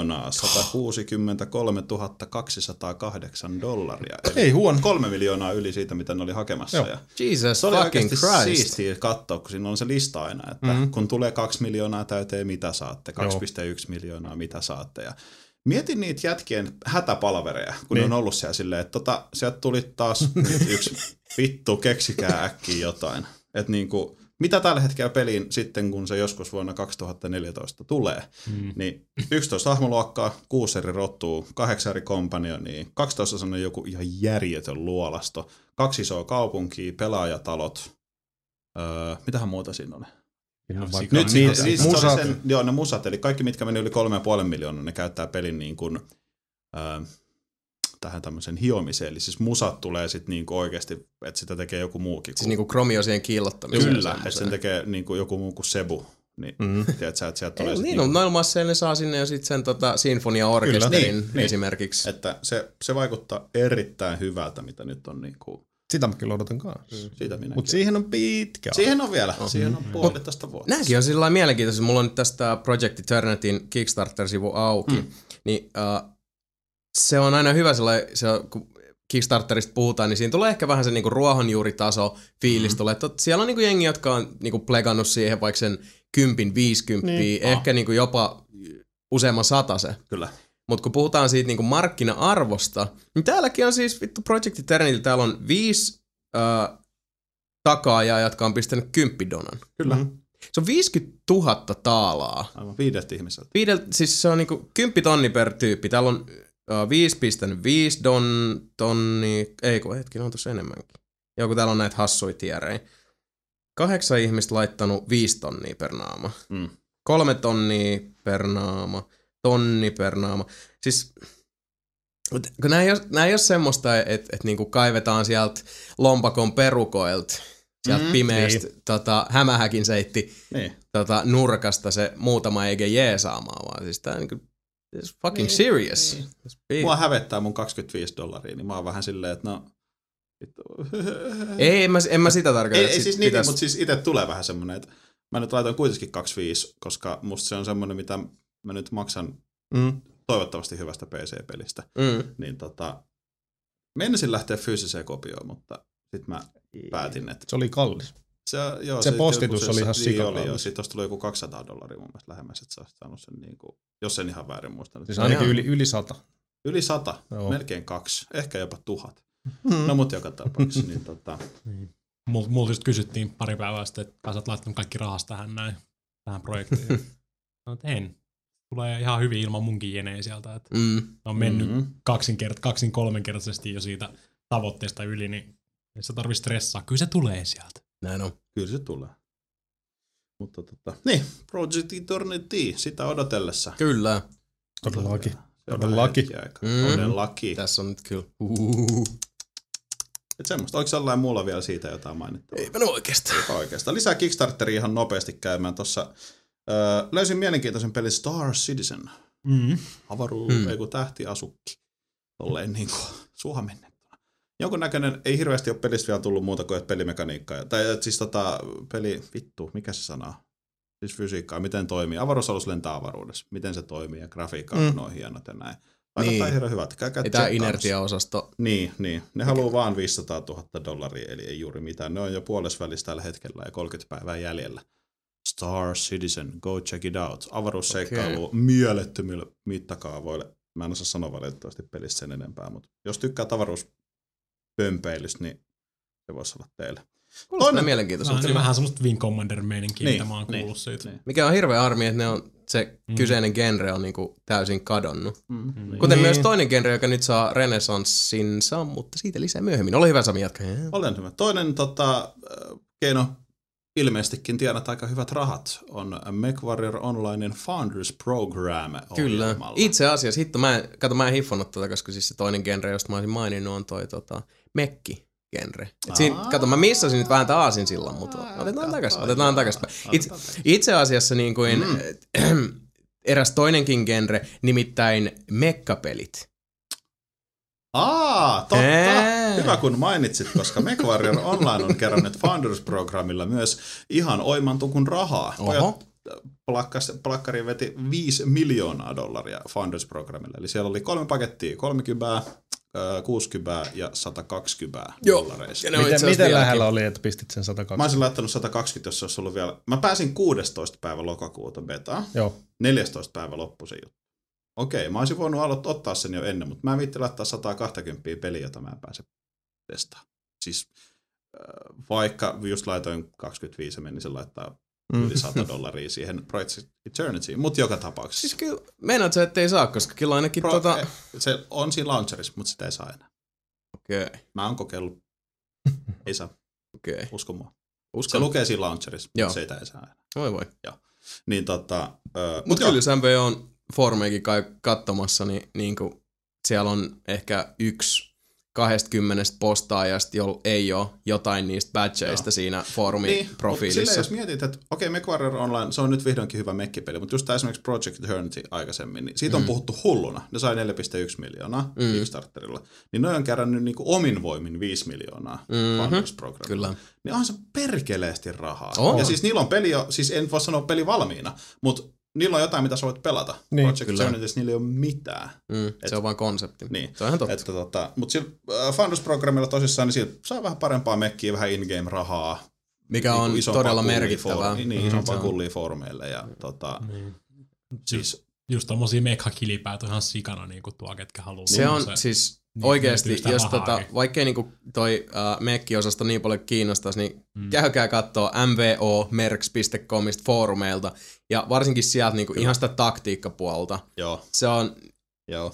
Speaker 1: $4,063,208.
Speaker 2: Ei huono.
Speaker 1: 3 miljoonaa yli siitä, mitä ne oli hakemassa. Ja
Speaker 4: Jesus
Speaker 1: se oli
Speaker 4: fucking Christ.
Speaker 1: Siistiä katsoa, kun siinä on se lista aina, että kun tulee 2 miljoonaa täyteen, mitä saatte, 2,1 miljoonaa, mitä saatte. Ja mietin niitä jätkien hätäpalvereja, kun ne on ollut siellä silleen, että sieltä tuli taas yksi vittu, keksikää äkkiä jotain. Että niinku, mitä tällä hetkellä peliin sitten, kun se joskus vuonna 2014 tulee, niin 11 hahmoluokkaa, 6 eri rottua, 8 eri kompanionia, 12 sanoo joku ihan järjetön luolasto, 2 isoa kaupunkia, pelaajatalot, mitähän muuta siinä oli? Nyt siis musat. Joo, ne musat, eli kaikki mitkä meni yli 3,5 miljoonaa, ne käyttää pelin niin kuin, tähän tämmöisen hiomiseen. Eli siis musat tulee sitten niinku oikeasti, että sitä tekee joku muukin.
Speaker 4: Siis niinku kromiosien kiillottamiseen.
Speaker 1: Kyllä, että sen tekee niinku joku muu kuin Sebu. Niin, tiedätkö, että sieltä tulee
Speaker 4: niin, noilla masseilla ne saa sinne jo sitten sen sinfonia-orkesterin esimerkiksi.
Speaker 1: Että se vaikuttaa erittäin hyvältä, mitä nyt on niinku.
Speaker 2: Sitä mä kyllä odotan kanssa.
Speaker 1: Mutta
Speaker 2: siihen on pitkä.
Speaker 1: Siihen on vielä. Siihen on puolitoista vuotta.
Speaker 4: Nämäkin on sillä lailla mielenkiintoisia. Mulla on nyt tästä Project Eternitin Kickstarter-sivu auki. Niin se on aina hyvä sellainen, kun Kickstarterista puhutaan, niin siinä tulee ehkä vähän se niinku ruohonjuuritaso fiilis tulee. Siellä on niinku jengi, jotka on niinku plegannut siihen vaikka sen 10, 50, ehkä niinku jopa useamman satase.
Speaker 1: Kyllä.
Speaker 4: Mutta kun puhutaan siitä niinku markkina-arvosta, niin täälläkin on siis vittu Project Eternity, täällä on 5 takaajaa, jotka on pistänyt 10 donan.
Speaker 1: Kyllä.
Speaker 4: Se on 50 000 taalaa.
Speaker 1: Aivan 5 ihmiseltä.
Speaker 4: Siis se on niinku 10 tonni per tyyppi. Täällä on 5,5 tonni, ei kun hetki, on tuossa enemmänkin. Joku täällä on näitä hassuja tierejä. 8 ihmistä laittanut 5 tonnia per naama. 3 tonnia per naama. Tonni per naama. Siis, kun nää ei ole semmoista, että niinku kaivetaan sieltä lompakon perukoilta, sieltä pimeästä hämähäkin seitti nurkasta se muutama eikä jeesaamaan, vaan siis tää niinku it's fucking serious.
Speaker 1: Mua hävettää mun $25, niin mä oon vähän silleen, että no.
Speaker 4: Ei, en mä sitä tarkoita.
Speaker 1: Ei siis niitä, mutta siis itse tulee vähän semmonen, että mä nyt laitoin kuitenkin 25, koska musta se on semmonen, mitä mä nyt maksan toivottavasti hyvästä PC-pelistä. Niin menisin lähteä fyysiseen kopioon, mutta sit mä päätin, että
Speaker 2: se oli kallis.
Speaker 1: Se
Speaker 2: postitus oli ihan sikakallis.
Speaker 1: Siitä tosta tuli joku $200 mun mielestä lähemmäs, että sä olisit saanut sen niinku, jos en ihan väärin muistanut.
Speaker 2: Siis ainakin yli 100.
Speaker 1: Yli 100, melkein 2, ehkä jopa 1000. No mut joka tapauksessa. Niin
Speaker 3: Multa just kysyttiin pari päivää sitten, että sä oot laittanut kaikki rahas tähän projektiin. No en. Tulee ihan hyvin ilman munkin jenejä sieltä. Että on mennyt kolmenkertaisesti jo siitä tavoitteesta yli, niin ei se tarvitse stressaa. Kyllä se tulee sieltä.
Speaker 4: Näin on.
Speaker 1: Kyllä se tulee. Mutta niin, Project Eternity, sitä odotellessa.
Speaker 4: Kyllä.
Speaker 2: Todellakin.
Speaker 1: Todellakin.
Speaker 4: Tässä on nyt kyllä.
Speaker 1: Et semmoista. Oliko sellainen muulla vielä siitä jotain mainittavaa?
Speaker 4: Eipä no oikeastaan. Lisää Kickstarteria ihan nopeasti käymään. Tuossa löysin mielenkiintoisen pelin Star Citizen. Tähtiasukki. Tolleen niin kuin suomennettuna. Jonkunnäköinen, ei hirveästi ole pelistä vielä tullut muuta kuin pelimekaniikkaa. Tai siis mikä se sanaa? Siis fysiikkaa, miten toimii. Avaruusalus lentää avaruudessa. Miten se toimii ja grafiikka on hienot ja näin. Vaikuttaa hirveän hyvältä. Tämä inertia-osasto.
Speaker 1: Niin. Ne haluaa vaan $500,000, eli ei juuri mitään. Ne on jo puolesvälissä tällä hetkellä ja 30 päivää jäljellä. Star Citizen, go check it out. Avaruusseikkailu mielettömillä mittakaavoille. Mä en osaa sanoa valitettavasti pelistä sen enempää, mutta jos tykkää avaruuspömpeilystä, niin se voisi olla teille.
Speaker 4: Kuulostaa mielenkiintoista.
Speaker 3: Vähän semmoista Wing Commander-meininkiä, mitä mä oon kuullut siitä.
Speaker 4: Mikä on hirveä harmi, että se kyseinen genre on niinku täysin kadonnut. Kuten myös toinen genre, joka nyt saa renesanssinsa, mutta siitä lisää myöhemmin. Ole hyvä, Sami, jatka.
Speaker 1: Olen hyvä. Toinen keino ilmeisestikin tiedät aika hyvät rahat on MechWarrior Onlinein Founders Program.
Speaker 4: Kyllä. Itse asiassa, mä en hiffannut tätä, koska siis se toinen genre, josta mä olisin maininnut, on toi mekki. Genre. Mä missasin nyt vähän aasinsillan, mutta otetaan takaisin. Itse asiassa niin kuin eräs toinenkin genre, nimittäin mekkapelit.
Speaker 1: Totta. Hyvä kun mainitsit, koska MechWarrior Online on kerännyt Founders-programmilla myös ihan oimantukun rahaa. Pojat plakkariin veti $5 miljoonaa Founders-programmilla. Eli siellä oli 3 pakettia, 30, 60 ja 120 dollareissa.
Speaker 2: Miten lähellä oli, että pistit sen 120?
Speaker 1: Mä olisin laittanut 120, jos se olisi ollut vielä. Mä pääsin 16. päivä lokakuuta betaan. 14. päivä loppui se juttu. Okei, mä olisin voinut ottaa sen jo ennen, mutta mä en viitti laittaa 120 peliä, jota mä en pääse testaamaan. Siis vaikka just laitoin 25 ja menisin laittaa yli $100 siihen Project Eternity, mutta joka tapauksessa.
Speaker 4: Siis kyllä, meinaat sä, ettei saa, koska kyllä ainakin
Speaker 1: se on siinä launcherissa, mutta sitä ei saa enää.
Speaker 4: Okei.
Speaker 1: Mä oon kokeillut. Ei saa.
Speaker 4: Okei.
Speaker 1: Usko mua. Se lukee siinä launcherissa, mutta se ei saa aina.
Speaker 4: Voi.
Speaker 1: Joo. Niin
Speaker 4: mutta kyllä jos MV on foorumeekin katsomassa, niin kuin siellä on ehkä 1 20 postaajasta, jolla ei ole jotain niistä badgeista siinä foorumiprofiilissa.
Speaker 1: Silleen, jos mietit, että MechWarrior Online, se on nyt vihdoinkin hyvä mekkipeli, mutta just esimerkiksi Project Eternity aikaisemmin, niin siitä on puhuttu hulluna. Ne sai 4,1 miljoonaa Kickstarterilla. Niin ne on kerännyt niinku omin voimin 5 miljoonaa Founders-programmilla. Kyllä. Niin on se perkeleesti rahaa. Ja siis niillä on peli jo, siis en voi sanoa peli valmiina, mutta niillä on jotain, mitä sä voit pelata. Niin, Project Eternitys, niillä ei ole mitään.
Speaker 4: Se on vaan konsepti.
Speaker 1: Niin.
Speaker 4: Se on ihan totta.
Speaker 1: Mutta sillä Founders-programmilla tosissaan, niin sillä saa vähän parempaa mekkiä, vähän in-game-rahaa.
Speaker 4: Mikä on todella merkittävää.
Speaker 1: Niin, isompaa kullia foorumeille. Ja,
Speaker 3: siis just tommosia mekha-kilipäät on ihan sikana niinku tuo, ketkä haluaa.
Speaker 4: Se on siis oikeesti, jos vaikkei niinku toi mekki-osasto niin paljon kiinnostaisi, niin käykää kattoo mvomerks.comista foorumeilta ja varsinkin sieltä niinku ihan sitä taktiikkapuolta.
Speaker 1: Joo.
Speaker 4: Se on...
Speaker 1: Joo.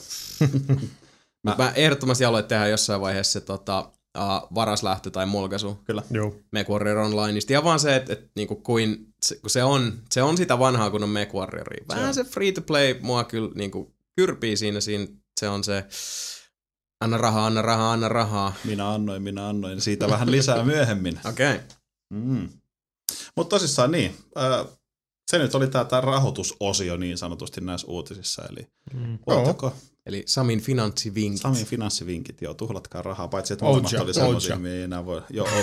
Speaker 4: Mä ehdottomasti aloin tehdä jossain vaiheessa se varaslähtö tai mulkaisu.
Speaker 1: Kyllä.
Speaker 4: MechWarrior Onlineista. Ja vaan se, että niinku kun se on sitä vanhaa kun on MechWarrioria. Vähän se free to play mua kyllä niinku kyrpii siinä se on se anna rahaa.
Speaker 1: Minä annoin. Siitä vähän lisää myöhemmin.
Speaker 4: Okei.
Speaker 1: Mutta tosissaan niin. Se nyt oli tämä rahoitusosio niin sanotusti näissä uutisissa. Eli voitteko?
Speaker 4: Eli Samin finanssivinkit.
Speaker 1: Joo, tuhlatkaa rahaa. Paitsi, että molemmat oli semmoisia, me ei enää voi. Joo,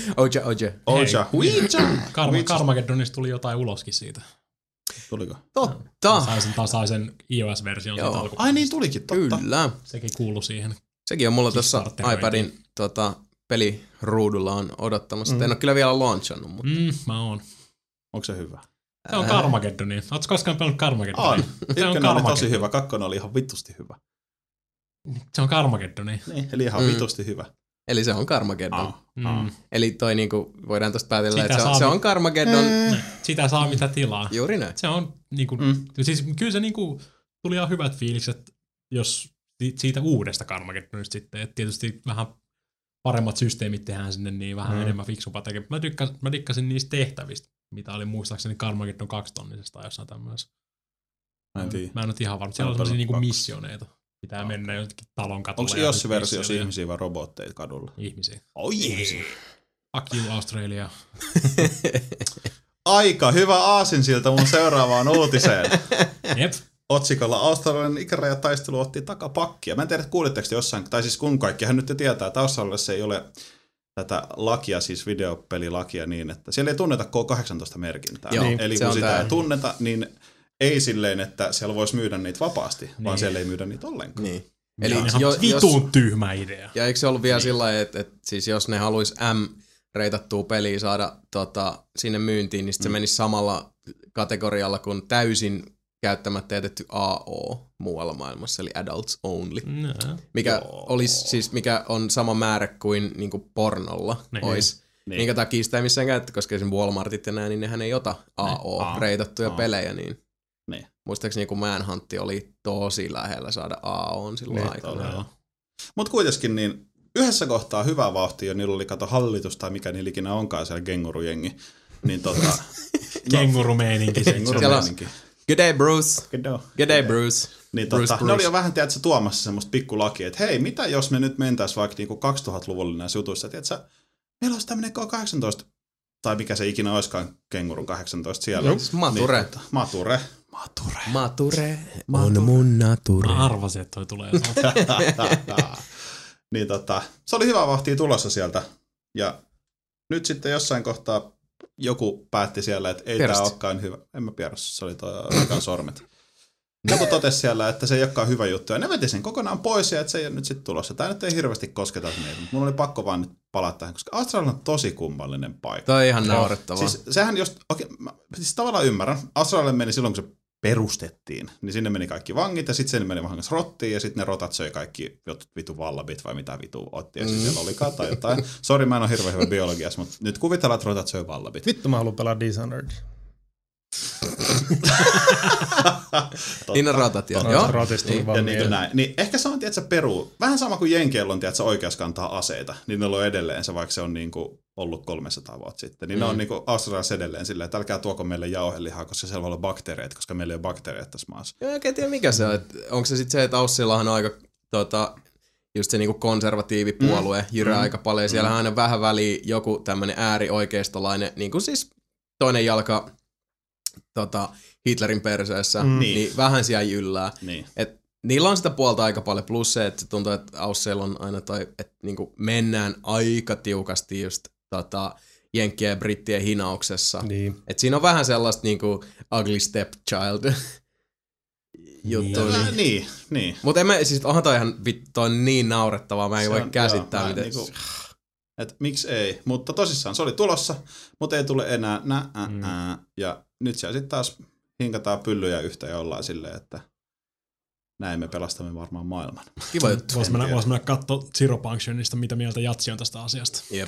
Speaker 3: Oja. Carmageddonista tuli jotain uloskin siitä.
Speaker 1: Tuliko?
Speaker 4: Totta.
Speaker 3: Sai sen iOS-version siitä alkuun.
Speaker 1: Ai niin, tulikin, totta.
Speaker 4: Kyllä.
Speaker 3: Sekin kuului siihen.
Speaker 4: Sekin on mulla tuossa iPadin peliruudulla on odottamassa. En ole kyllä vielä launchannut, mutta...
Speaker 3: Mä oon.
Speaker 1: Onko se hyvä?
Speaker 3: Se on Carmageddoni. Ootko koskaan pelannut Carmageddonia?
Speaker 1: On. Ykkönen oli tosi hyvä, kakkonen oli ihan vitusti hyvä.
Speaker 3: Se on Carmageddoni.
Speaker 1: Niin, eli ihan vitusti hyvä.
Speaker 4: Eli se on Carmageddon. Eli toi niinku, voidaan tosta päätellä, että se on Carmageddon.
Speaker 3: Sitä saa mitä tilaa.
Speaker 4: Juuri näin.
Speaker 3: Se on niinku, siis kyllä se niinku tuli ihan hyvät fiilikset, jos siitä uudesta Carmageddonista sitten, että tietysti vähän paremmat systeemit tehdään sinne, niin vähän enemmän fiksumpaa tekemään. Mä dikkasin niistä tehtävistä, mitä oli muistaakseni Carmageddon 2-tonnisesta tai jossain tämmöisessä. Mä en ole ihan varma. Siellä on sellaisia niinku missioneita. Pitää mennä jonnekin talon katulle.
Speaker 1: Onko iOS-versiossa ihmisiä vai robotteja kadulla?
Speaker 3: Ihmisiä.
Speaker 1: Ihmisiä.
Speaker 3: Fuck you, Australia.
Speaker 1: Aika hyvä aasinsilta mun seuraavaan uutiseen.
Speaker 3: Jep.
Speaker 1: Otsikolla Australian ikärajataistelu otti takapakkia. Mä en tiedä, kuulitteko te jossain, tai siis kun kaikkihan nyt tietää, että Australiassa ei ole tätä lakia, siis videopelilakia niin, että siellä ei tunneta K18-merkintää.
Speaker 4: Joo,
Speaker 1: eli kun sitä ei tunneta, niin ei silleen, että siellä voisi myydä niitä vapaasti, vaan siellä ei myydä niitä ollenkaan.
Speaker 4: Niin.
Speaker 3: Eli vitun tyhmä idea.
Speaker 4: Ja eikö se ollut vielä sillä lailla, että siis jos ne haluaisi M-reitattua peliä saada sinne myyntiin, niin se menisi samalla kategorialla kuin täysin käyttämättä jätetty AO muualla maailmassa, eli Adults Only. Mikä olisi siis, mikä on sama määrä kuin niinku pornolla olisi. Minkä takia sitä ei missään käytetty, koska esimerkiksi Walmartit ja näin, niin nehän ei ota AO-reitattuja pelejä, niin muistaakseni kun Manhunt oli tosi lähellä saada AO:n silloin aikana.
Speaker 1: Mutta kuitenkin niin yhdessä kohtaa hyvä vauhti, ja niillä oli kato hallitus tai mikä niillä ikinä onkaan siellä kengurujengi. Niin
Speaker 3: Kengurumeininki.
Speaker 4: Good day, Bruce. Good day, Bruce.
Speaker 1: Niin ne oli jo vähän, tiedätkö, tuomassa semmoista pikkulakia, että hei, mitä jos me nyt mentäisiin vaikka niinku 2000-luvulla näissä jutuissa, tiedätkö, meillä olisi tämmöinen K18, tai mikä se ikinä olisikaan kengurun 18 siellä.
Speaker 4: Mature.
Speaker 1: Mature.
Speaker 4: On mun nature.
Speaker 3: Mä arvasin, että toi tulee.
Speaker 1: Niin se oli hyvä vauhtia tulossa sieltä. Ja nyt sitten jossain kohtaa joku päätti siellä, että ei tää olekaan hyvä. En mä pierrossa, se oli toi sormet. Joku totesi siellä, että se ei olekaan hyvä juttu. Ja ne veti sen kokonaan pois ja että se ei ole nyt sitten tulossa. Tää nyt ei hirveästi kosketa meitä. Mulla oli pakko vaan nyt palata tähän, koska Australia on tosi kummallinen paikka.
Speaker 4: Toi on ihan naurettavaa.
Speaker 1: Siis sehän siis tavallaan ymmärrän. Australia meni silloin, kun se perustettiin, niin sinne meni kaikki vangit ja sitten sinne meni vahingossa rottiin ja sitten ne rotat söi kaikki vitu vallabit vai mitä vitu otti ja sitten siellä olikaan tai jotain. Sori, mä en ole hirveän hyvä biologiassa, mutta nyt kuvitellaan, että rotat söi vallabit.
Speaker 2: Vittu mä haluan pelaa Dishonored.
Speaker 4: Niin on rotaatio.
Speaker 1: Niin ehkä se on, tiedätkö, Peru. Vähän sama kuin Jenkeillä on, tiedätkö, oikeus kantaa aseita. Niin ne on edelleen se, vaikka se on niinku ollut 300 vuotta sitten. Niin ne on niinku Australiassa edelleen silleen, että älkää tuoko meille jauhelihaa, koska siellä voi olla bakteereita, koska meillä ei ole bakteereita tässä maassa.
Speaker 4: Joo, en tiedä mikä se on. Onko se sitten se, että Aussillahan on aika just se niinku konservatiivipuolue jyrää aika paljon. Siellä on aina vähän väliin joku tämmönen äärioikeistolainen, niinku siis toinen jalka Hitlerin perseessä, niin vähän siellä jyllää.
Speaker 1: Niin.
Speaker 4: Et niillä on sitä puolta aika paljon, plus se, että tuntuu, että Ausseilla on aina toi, että niinku mennään aika tiukasti just jenkkien ja brittien hinauksessa.
Speaker 2: Niin.
Speaker 4: Et siinä on vähän sellaista niinku ugly stepchild juttu.
Speaker 1: Niin.
Speaker 4: Mutta siis onhan toi ihan toi niin naurettavaa, mä en voi käsittää miten.
Speaker 1: Niinku, et miksi ei, mutta tosissaan se oli tulossa, mutta ei tule enää ja nyt siellä sitten taas hinkataan pyllyjä yhtä ja ollaan silleen, että näin me pelastamme varmaan maailman.
Speaker 4: Kiva juttu.
Speaker 3: Vois mennä katsoa Zero Functionista, mitä mieltä Jatsi on tästä asiasta.
Speaker 4: Jep.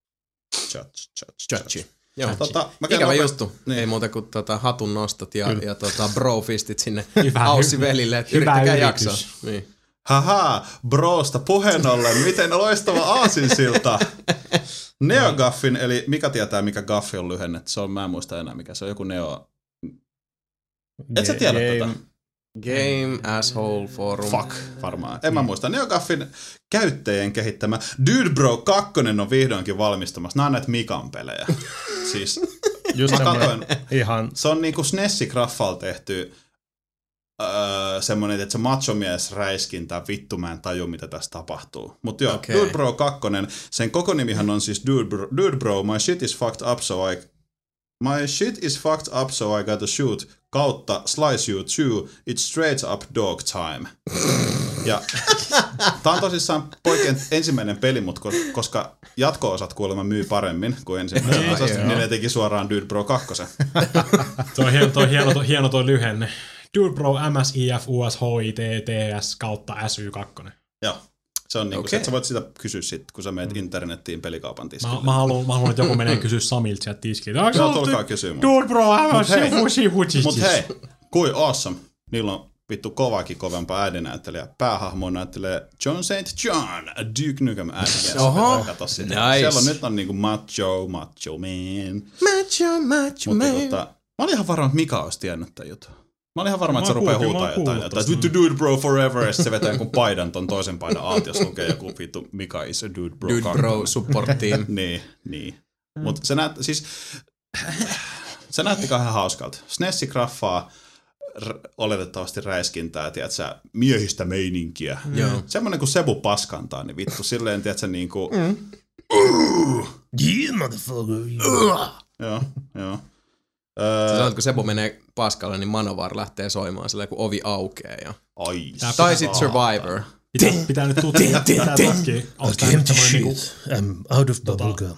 Speaker 1: Judge.
Speaker 4: Joo, ikävä juttu. Niin. Ei muuta kuin hatun nostot ja brofistit sinne Aussi-velille, että yrittäkää jaksaa. Niin.
Speaker 1: Haha, brosta puheen ollen, miten loistava aasinsilta. NeoGaffin, eli mikä tietää mikä Gaffi on lyhenne? Se on, mä en muista enää mikä se on, joku Neo. Et sä tiedä tätä?
Speaker 4: Game Asshole Forum.
Speaker 1: Fuck, varmaan. En mä muista. NeoGaffin käyttäjien kehittämä Dude Bro 2 on vihdoinkin valmistumassa. Nää on näitä Mikan pelejä. Siis,
Speaker 2: just ihan.
Speaker 1: Se on niinku SNES-graffalla tehty semmoinen, että se machomies räiskintä, vittu mä en taju mitä tässä tapahtuu. Mutta joo, okay. Dude Bro 2, sen koko nimihän on siis Dude Bro, my shit is fucked up so I gotta shoot kautta slice you too, it's straight up dog time. Ja tää on tosissaan poikien ensimmäinen peli, mutta koska jatko-osat kuulemma myy paremmin kuin ensimmäinen osasta, niin ne teki suoraan Dude Bro 2.
Speaker 3: Toi hieno toi lyhenne. Dude Bro MSIF USHITTS kautta SY2.
Speaker 1: Joo. Se on niinku se, että sä voit sitä kysyä sit, kun sä meet internettiin pelikaupan tiskille.
Speaker 3: Mä haluan, että joku menee kysyä Samilta sieltä tiskille.
Speaker 1: Joo, tulkaa kysyä.
Speaker 3: Dude Bro MSIF.
Speaker 1: Mut hei, kui awesome. Niillä on vittu kovaakin kovempaa ääninäyttelijä. Päähahmo näyttelee John St. John, Duke Nukem äänimies.
Speaker 4: Oho,
Speaker 1: nice. Siellä on nyt on niinku macho man.
Speaker 4: Macho man.
Speaker 1: Mutta mä olin ihan varma, että Mika olisi tiennyt tämän jutun. Mä olin ihan varma, että se rupeaa huutaa jotain. Vittu Dude Bro forever, ja se vetää jonkun paidan ton toisen paidan alt, jos lukee joku vittu Mika is a Dude Bro.
Speaker 4: Dude Bro support team.
Speaker 1: niin. Mutta se näytti ihan hauskalta. SNESi graffaa, oletettavasti räiskintää, tiedätkö, miehistä meininkiä. Semmoinen kuin Sebu paskantaa, niin vittu silleen, tiedätkö, niinku...
Speaker 2: Yeah, motherfucker.
Speaker 1: Joo.
Speaker 4: Sä sanot, kun Sebu menee paskalle, niin Manovar lähtee soimaan silleen, kun ovi aukeaa. Ja... Tai sit Survivor.
Speaker 3: Pitää nyt tutkia. Onko tää nyt semmoinen niinku...
Speaker 2: I'm out of bubblegum.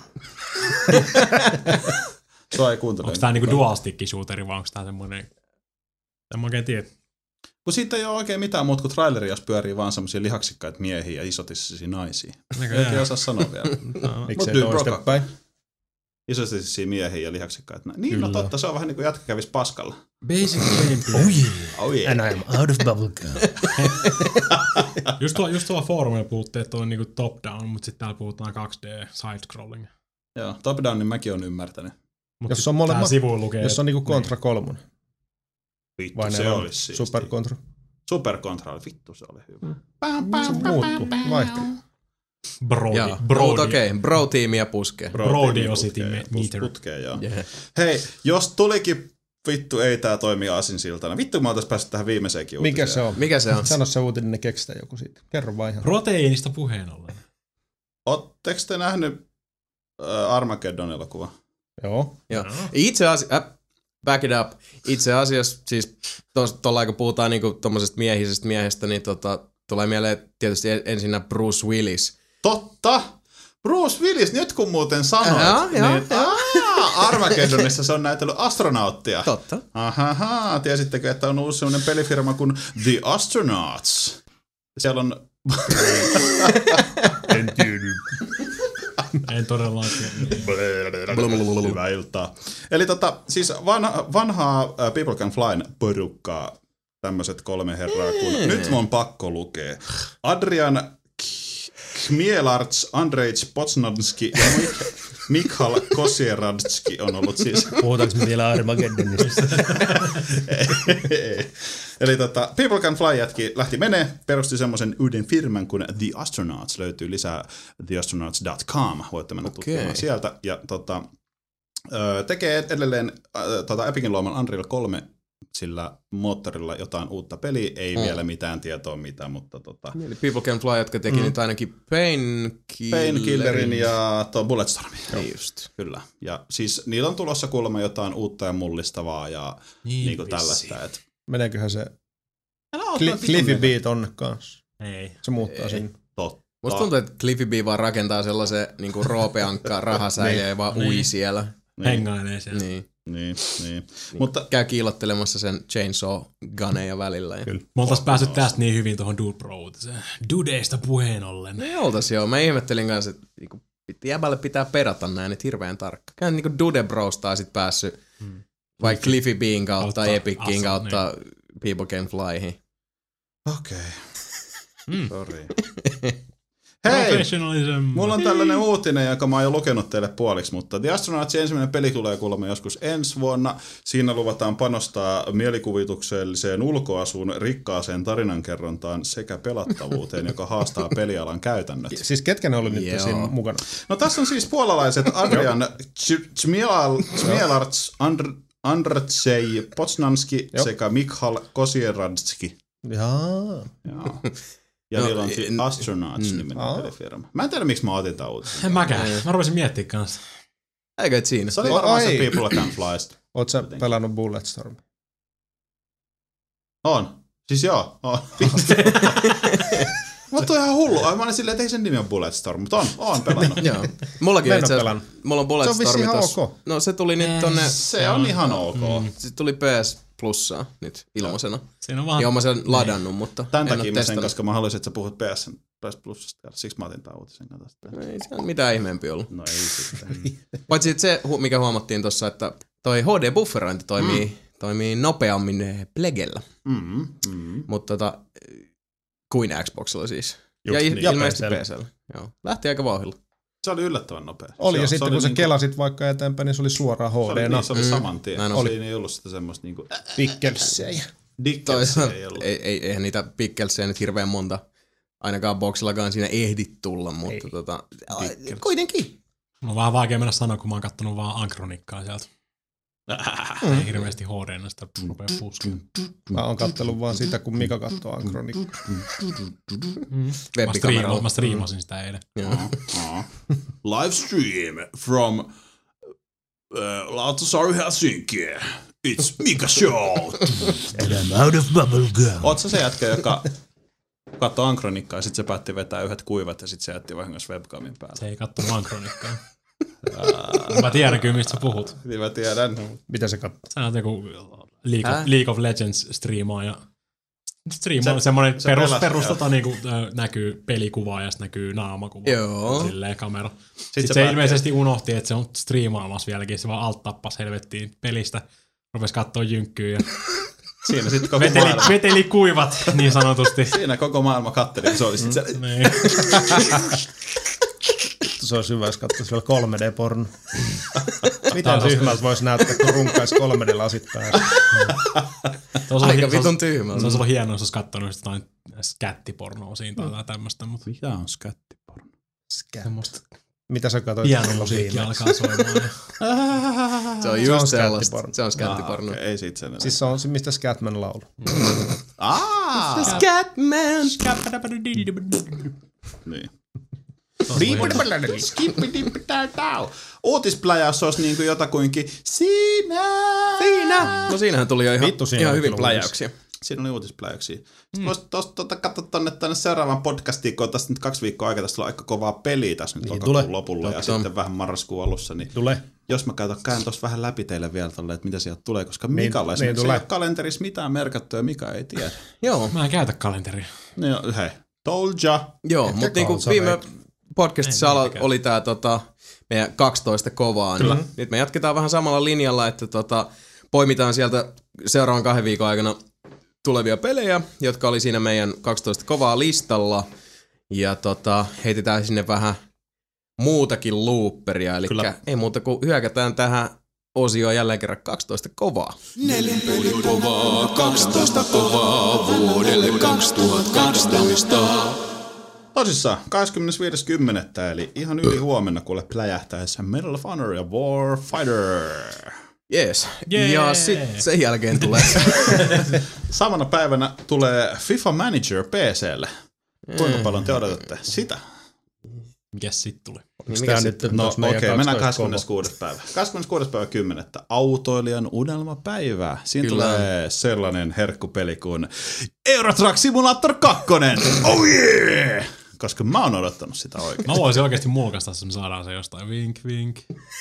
Speaker 1: Sua ei kuuntele.
Speaker 3: Onko tää niinku dual-stick-shooteri, vai onko tää semmoinen... En mä oikein tiedä.
Speaker 1: Kun siitä ei ole oikein mitään muuta kuin traileri, jos pyörii vaan semmosia lihaksikkaita miehiä ja isotissisia naisia. Eikä osaa sanoa vielä.
Speaker 2: Miksei toistepäin?
Speaker 1: Isostissisia miehiä ja lihaksikkaita. Niin, no totta, se on vähän niin kuin jätkä kävis paskalla.
Speaker 3: Basic gameplay.
Speaker 2: Oh yeah. And I'm out of bubblegum.
Speaker 3: Just tuolla foorumilla puhuttiin, että on niinku top-down, mutta sitten täällä puhutaan 2D side-scrolling.
Speaker 1: Joo, top-down niin mäkin on ymmärtänyt.
Speaker 2: Jos on molemmat, jos on niinku Contra 3.
Speaker 1: Vittu, se olisi siistiä.
Speaker 2: Super Contra.
Speaker 1: Super Contra, vittu se oli hyvä.
Speaker 2: Se muuttuu, vaihteli.
Speaker 4: Bro-tiimiä puskee.
Speaker 3: Brodiosity meter.
Speaker 1: Putkee, joo. Yeah. Hei, jos tulikin vittu ei tää toimi aasinsiltana. Vittu mä oltais päässyt tähän viimeiseenkin uutiseen.
Speaker 4: Mikä se on?
Speaker 2: Sano se uutinen, ne keksitään joku siitä. Kerro vaan ihan.
Speaker 3: Proteiinista puheen ollen.
Speaker 1: Ootteko te nähnyt Armageddon-elokuva?
Speaker 2: Joo.
Speaker 4: Itse asiassa, back it up. Itse asiassa, siis tuolla kun puhutaan niinku tommosesta miehisestä miehestä, niin tulee mieleen tietysti ensinnä Bruce Willis.
Speaker 1: Totta! Bruce Willis, nyt kun muuten sanoit, niin Armageddonissa se on näytellyt astronauttia.
Speaker 4: Totta.
Speaker 1: Ahaha, tiesittekö, että on uusi sellainen pelifirma kuin The Astronauts? Siellä on...
Speaker 3: En En todellakin.
Speaker 1: Hyvää iltaa. Eli siis vanhaa People Can Flyn porukkaa, tämmöiset 3 herraa, kun nyt on pakko lukea. Adrian Chmielarts, Andrej Poznanski ja Mikhal Kosieradski on ollut siis.
Speaker 2: Puhutaanko me vielä Armageddonista?
Speaker 1: Eli People Can Fly jätki lähti menee, perusti semmoisen uuden firman kuin The Astronauts. Löytyy lisää theastronauts.com. Voitte mennä tutkimaan sieltä. Ja tekee edelleen Epicin luoman Unreal 3 sillä moottorilla jotain uutta peliä. Ei vielä mitään tietoa mitä, mutta
Speaker 4: Eli People Can Fly, jotka teki nyt ainakin
Speaker 1: Painkillerin ja Bulletstormin.
Speaker 4: Niin just.
Speaker 1: Kyllä. Ja siis niillä on tulossa kuulemma jotain uutta ja mullistavaa ja niinku tällaista.
Speaker 2: Meneeköhän se Cliffy B tonne kanssa?
Speaker 3: Ei.
Speaker 2: Se muuttaa sinne.
Speaker 1: Totta.
Speaker 4: Musta tuntuu, että Cliffy B vaan rakentaa sellaisen niinku roopeankkaa rahasäiliä ja vaan ui siellä.
Speaker 3: Hengailee siellä.
Speaker 1: Niin.
Speaker 4: Mutta käy kiilottelemassa sen chainsaw guneja välillä. Ja...
Speaker 3: Me oltais päässyt tästä niin hyvin tuohon Dude Pro-uutiseen. Dudeista puheen ollen.
Speaker 4: Me oltais joo. Mä ihmettelin kanssa, että niinku, jäbälle pitää perata näin nyt hirveän tarkka. Käy niinku Dude Brosta sit päässyt vai Cliffy Bean kautta Epicin kautta People Can Flyhin.
Speaker 1: Okei. Sori. Hei, mulla on tällainen uutinen, jonka mä oon jo lukenut teille puoliksi, mutta The Astronautsin ensimmäinen peli tulee kuulemma joskus ensi vuonna. Siinä luvataan panostaa mielikuvitukselliseen ulkoasuun, rikkaaseen tarinankerrontaan sekä pelattavuuteen, joka haastaa pelialan käytännöt.
Speaker 2: Siis ketkä ne oli nyt siinä mukana?
Speaker 1: No tässä on siis puolalaiset Adrian Chmielarts, Andrzej Poznanski sekä Mikhal Kosieradski.
Speaker 2: Jaa.
Speaker 1: Ja niillä on Astronauts-niminen pelifirma. Mä en tiedä, miksi mä otin tämän uutisen.
Speaker 3: En mäkään. Mä rupesin miettimään kanssa.
Speaker 4: Eikö et siinä?
Speaker 1: Se oli varmaan se People Can Flysta.
Speaker 2: Oot sä pelannut Bulletstorm?
Speaker 1: On. Siis joo, on. Mutta on ihan hullu. Mä olin silleen, että ei sen nimi on Bulletstorm, mutta on pelannut.
Speaker 4: Joo. Mullakin itse asiassa. Mulla on Bulletstormi.
Speaker 2: Se on vissiin ok.
Speaker 4: No se tuli nyt tonne.
Speaker 1: Se on ihan ok.
Speaker 4: Se tuli PS Plussaa nyt ilmaisena.
Speaker 3: Siinä on vaan...
Speaker 4: Joo, mä sen ladannut, mutta
Speaker 1: tän takia mä sen, koska mä haluaisin, että sä puhut PS Plusasta. Siksi mä otin tämän uutisen.
Speaker 4: Ei se mitään ihmeempi ollut.
Speaker 1: No ei sitten.
Speaker 4: Paitsi se, mikä huomattiin tuossa, että toi HD-bufferointi toimii nopeammin Plegellä. Mutta kuin Xboxilla siis.
Speaker 2: Just
Speaker 4: ja
Speaker 2: niin.
Speaker 4: ilmeisesti PC:llä. Joo. Lähti aika vauhdilla.
Speaker 1: Se oli yllättävän nopea.
Speaker 2: Oli, ja sitten kun sä kelasit vaikka eteenpäin, niin se oli suoraan HD-na.
Speaker 1: Se oli saman tien. Siinä ei ollut sitä semmoista niinku...
Speaker 2: Pickelsejä.
Speaker 4: Eihän niitä pickelsejä nyt hirveän monta. Ainakaan boxillakaan siinä ehdit tulla, mutta kuitenkin.
Speaker 3: Mulla on vähän vaikea mennä sanoa, kun mä oon kattonut vaan Ankronikkaa sieltä. Ei hirveästi HD-na sitä rupea puskaan.
Speaker 2: Mä oon kattellut vaan sitä, kun Mika kattoo Ankronikkaa.
Speaker 3: Mä striimasin sitä eilen.
Speaker 1: Live stream from Lauttasaari Helsinki. It's Mika Show.
Speaker 2: And I'm out of bubblegum.
Speaker 1: Oot sä se jätkä, joka katsoi Ankronikkaa ja sit se päätti vetää yhdet kuivat ja sit se jätti vahingossa webcamin päälle?
Speaker 3: Se ei kattonut Ankronikkaa. Mä tiedän kyllä, mistä sä puhut.
Speaker 1: Niin mä tiedän.
Speaker 2: Mitä se katsoo?
Speaker 3: Sä oot joku League of Legends striimaaja. Striimaa semmoinen perus niinku, näkyy pelikuvaa ja sitten näkyy naamakuva.
Speaker 4: Joo.
Speaker 3: Silleen kamera. Sitten se ilmeisesti unohti, että se on striimaamassa vieläkin. Se vaan alt-tappasi helvettiin pelistä. Rupesi kattoo jynkkyä ja
Speaker 1: siinä sitten koko
Speaker 3: veteli kuivat niin sanotusti.
Speaker 1: Siinä koko maailma katteli ja se oli sitten se.
Speaker 3: Niin.
Speaker 2: Se olisi hyvä, jos katsoisi vielä 3D-porno. Miten tyhmältä voisi näyttää, kun runkaisi 3D-lasit päälle?
Speaker 4: Aika vitun tyhmältä.
Speaker 3: Se olisi ollut hienoa, jos olisi katsonut jotain skättipornoa siinä tai tämmöistä. Mutta...
Speaker 1: Mikä on skättiporno?
Speaker 2: Semmosta. Mitä sä katsoit?
Speaker 3: Hieno musiikki alkaa soimaan.
Speaker 4: Se on just sellaista. Se on skättiporno.
Speaker 1: Okay, ei sit sen.
Speaker 2: Siis se on se, mistä Scatman laulu.
Speaker 4: Scatman!
Speaker 1: Niin. Uutispläjäys olisi niin kuin jotakuinkin siinä.
Speaker 4: No siinähän tuli jo ihan hyvin pläjäyksiä.
Speaker 1: Siinä oli uutispläjäyksiä. Sitten voisi katsoa tänne seuraavan podcastiin, kun on tässä nyt 2 viikkoa aikaa, tässä on aika kovaa peliä tässä nyt lokakuun lopulla ja sitten vähän marraskuun alussa. Niin jos mä käyn tuossa vähän läpi teille vielä tolle, että mitä sieltä tulee, koska Mikalla esimerkiksi ei ole kalenterissa mitään merkattua ja Mika ei tiedä.
Speaker 3: Joo. Mä en käytä kalenteria.
Speaker 1: No hei, told ya.
Speaker 4: Joo, mutta niinku viime podcastissa oli tää meidän 12 kovaa. Kyllä. Niin nyt me jatketaan vähän samalla linjalla, että poimitaan sieltä seuraavan 2 viikon aikana tulevia pelejä, jotka oli siinä meidän 12 kovaa listalla. Ja heitetään sinne vähän muutakin looperia, eli ei muuta kuin hyökätään tähän osioon jälleen kerran 12 kovaa.
Speaker 5: 4 peli kovaa, 12 kovaa vuodelle 2012.
Speaker 1: Tosissaan, 25.10. eli ihan yli huomenna kuule pläjähtäessä Medal of Honor ja Warfighter.
Speaker 4: Yes. Ja sitten sen jälkeen tulee.
Speaker 1: Samana päivänä tulee FIFA Manager PC:lle. Kuinka paljon te odotatte sitä?
Speaker 3: Mikäs sit tuli?
Speaker 1: Mennään 26. päivä. 26. päivä 10. Autoilijan unelmapäivää. Siinä tulee sellainen herkkupeli kuin Euro Truck Simulator 2. Oh yeah! Koska mä oon odottanut sitä oikein.
Speaker 3: Mä voisin oikeesti mulkaista, jos me saadaan se jostain. Vink, vink.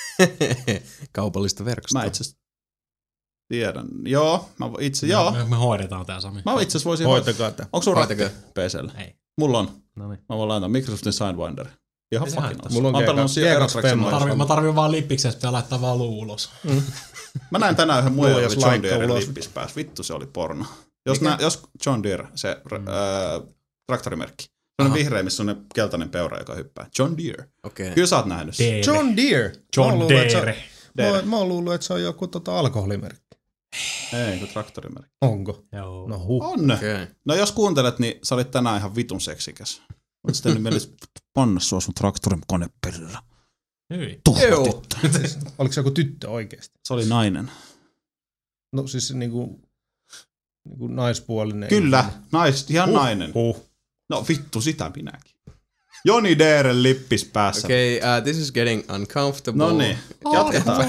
Speaker 4: Kaupallista verkostoa.
Speaker 1: Mä itse tiedän. Joo,
Speaker 3: Me hoidetaan tää, Sami.
Speaker 1: Mä itse voisin
Speaker 2: Hoitakaa tää.
Speaker 1: Onko sun rakki PC:llä?
Speaker 3: Ei.
Speaker 1: Mulla on.
Speaker 3: Noniin.
Speaker 1: Mä voin laittaa Microsoftin Sidewinder. Ihan fucking awesome.
Speaker 2: Mulla on
Speaker 3: Mä tarvin vaan lippiksestä, pitää laittaa vaan luu ulos.
Speaker 1: Mä näin tänään yhden muiden John Deere lippis päässä. Vittu, se oli porno. Jos John Deere, se traktorimerkki. Se on vihreä, missä on ne keltainen peura, joka hyppää. John Deere.
Speaker 4: Okay.
Speaker 1: Kyllä sä oot nähnyt sen.
Speaker 2: John Deere.
Speaker 3: John Deere.
Speaker 2: Mä oon luullut, että se on joku alkoholimerkki.
Speaker 1: Ei, kun traktorimerkki.
Speaker 2: Onko?
Speaker 3: Joo.
Speaker 2: No
Speaker 1: On. Okay. No jos kuuntelet, niin sä olit tänään ihan vitun seksikäs. Olet sitten mielessä panna sua sun traktorin koneperillä.
Speaker 3: Hyi.
Speaker 1: Tuhmatit.
Speaker 2: Oliko se joku tyttö oikeesti?
Speaker 1: Se oli nainen.
Speaker 2: No siis niinku naispuolinen.
Speaker 1: Kyllä, ihan nainen. No vittu, sitä minäkin. Joni Deeren lippis päässä.
Speaker 4: Okay, this is getting uncomfortable.
Speaker 1: No niin, jatketaan.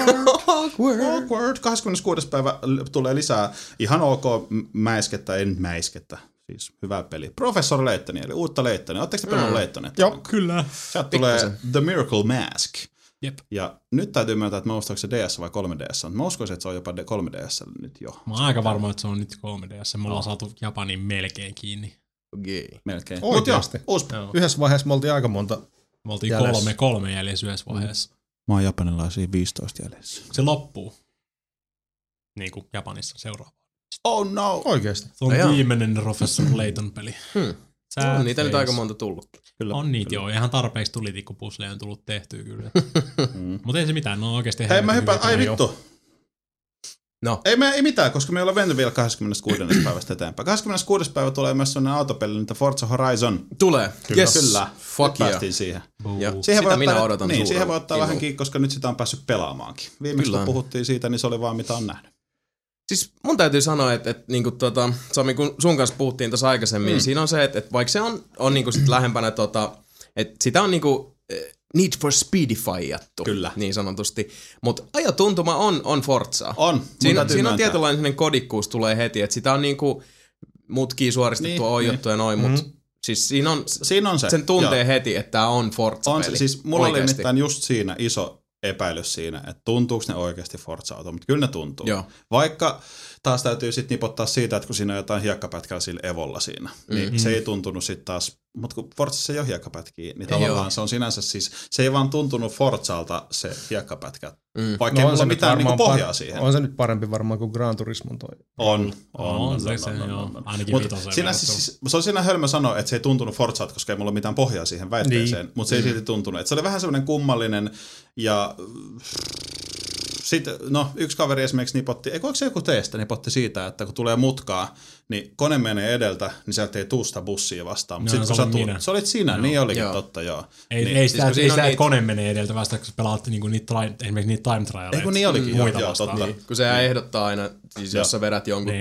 Speaker 1: Awkward. 26. päivä tulee lisää ihan ok mäiskettä, ei nyt mäiskettä. Siis hyvä peli. Professor Laytoni, eli uutta Laytonia. Oletteko te pelannut Laytonia?
Speaker 3: Joo, kyllä.
Speaker 1: Sieltä tulee The Miracle Mask.
Speaker 3: Jep.
Speaker 1: Ja nyt täytyy myöntää, että mä uskoinko se DS vai 3DS. Mä uskoisin, että se on jopa 3DS nyt jo.
Speaker 3: Mä oon aika varma, että se on nyt 3DS. Me ollaan saatu Japanin melkein kiinni.
Speaker 4: Okay.
Speaker 1: Melkein.
Speaker 2: Oikeasti. Yhdessä vaiheessa me oltiin aika monta.
Speaker 3: Me oltiin 3 jäljessä yhdessä vaiheessa.
Speaker 1: Mä oon japanilaisia 15 jäljessä.
Speaker 3: Se loppuu. Niin kuin Japanissa seuraava.
Speaker 1: Oh no!
Speaker 2: Oikeesti.
Speaker 3: Se on viimeinen Professor Layton peli.
Speaker 4: On niitä nyt aika monta tullut.
Speaker 3: Kyllä. On niitä joo. Ihan tarpeeksi tulitikkupusleja on tullut tehtyä kyllä. Mutta ei se mitään. No oikeesti.
Speaker 1: Hei mä hypään. Ai vittu.
Speaker 4: No.
Speaker 1: Ei mitään, koska me ei olla mennyt vielä 26. päivästä eteenpäin. 26. päivä tulee myös sellainen autopeli, että Forza Horizon.
Speaker 4: Tulee.
Speaker 1: Kyllä.
Speaker 4: Yes.
Speaker 1: Kyllä.
Speaker 4: Fuck yeah.
Speaker 1: Päästiin siihen.
Speaker 4: Ja sitä minä odotan
Speaker 1: niin, siihen voi ottaa vähän kiinni, koska nyt sitä on päässyt pelaamaankin. Viimeksi kun puhuttiin siitä, niin se oli vaan mitä on nähnyt.
Speaker 4: Siis mun täytyy sanoa, että niinku Sami, kun sun kanssa puhuttiin tuossa aikaisemmin, niin siinä on se, että vaikka se on niinku sit lähempänä että sitä on niinku Need for Speedifyattu,
Speaker 1: kyllä,
Speaker 4: niin sanotusti. Mutta ajotuntuma on Forzaa.
Speaker 1: On.
Speaker 4: Siinä on tietynlainen kodikkuus tulee heti, että sitä on niinku mutkia suoristettua oijuttu ja noin, mutta siis siinä on se. Sen tuntee heti, että tää on Forza-peli.
Speaker 1: Siis mulla oli nimittäin just siinä iso epäilys siinä, että tuntuuko ne oikeasti Forza-auto, mutta kyllä ne tuntuu. Joo. Vaikka taas täytyy sitten nipottaa siitä, että kun siinä on jotain hiekkapätkää sillä Evolla siinä, niin se ei tuntunut sitten taas, mutta kun Forzassa ei ole hiekkapätkiä, niin tavallaan se on sinänsä siis, se ei vaan tuntunut Forzalta se hiekkapätkä, vaikka ei mulla mitään niinku pohjaa siihen.
Speaker 2: On se nyt parempi varmaan kuin Gran Turismon toi.
Speaker 1: On.
Speaker 3: Ainakin
Speaker 1: Siinä se on siinä hölmö sanoa, että se ei tuntunut Forzalta, koska ei mulla mitään pohjaa siihen väitteeseen, mutta se ei silti tuntunut. Että se oli vähän semmoinen kummallinen ja sitten, yksi kaveri esimerkiksi nipotti, eikö se joku teistä nipotti siitä, että kun tulee mutkaa, niin kone menee edeltä, niin sieltä ei tuu sitä bussia vastaan. Mutta sitten kun se olit sinä, niin olikin totta, joo.
Speaker 3: Ei sitä, että kone menee edeltä vasta, kun sä pelaat esimerkiksi niitä time trialeita.
Speaker 1: Eikö niin olikin,
Speaker 3: joo,
Speaker 1: totta.
Speaker 4: Niin, kun se ehdottaa aina, siis jos sä vedät jonkun,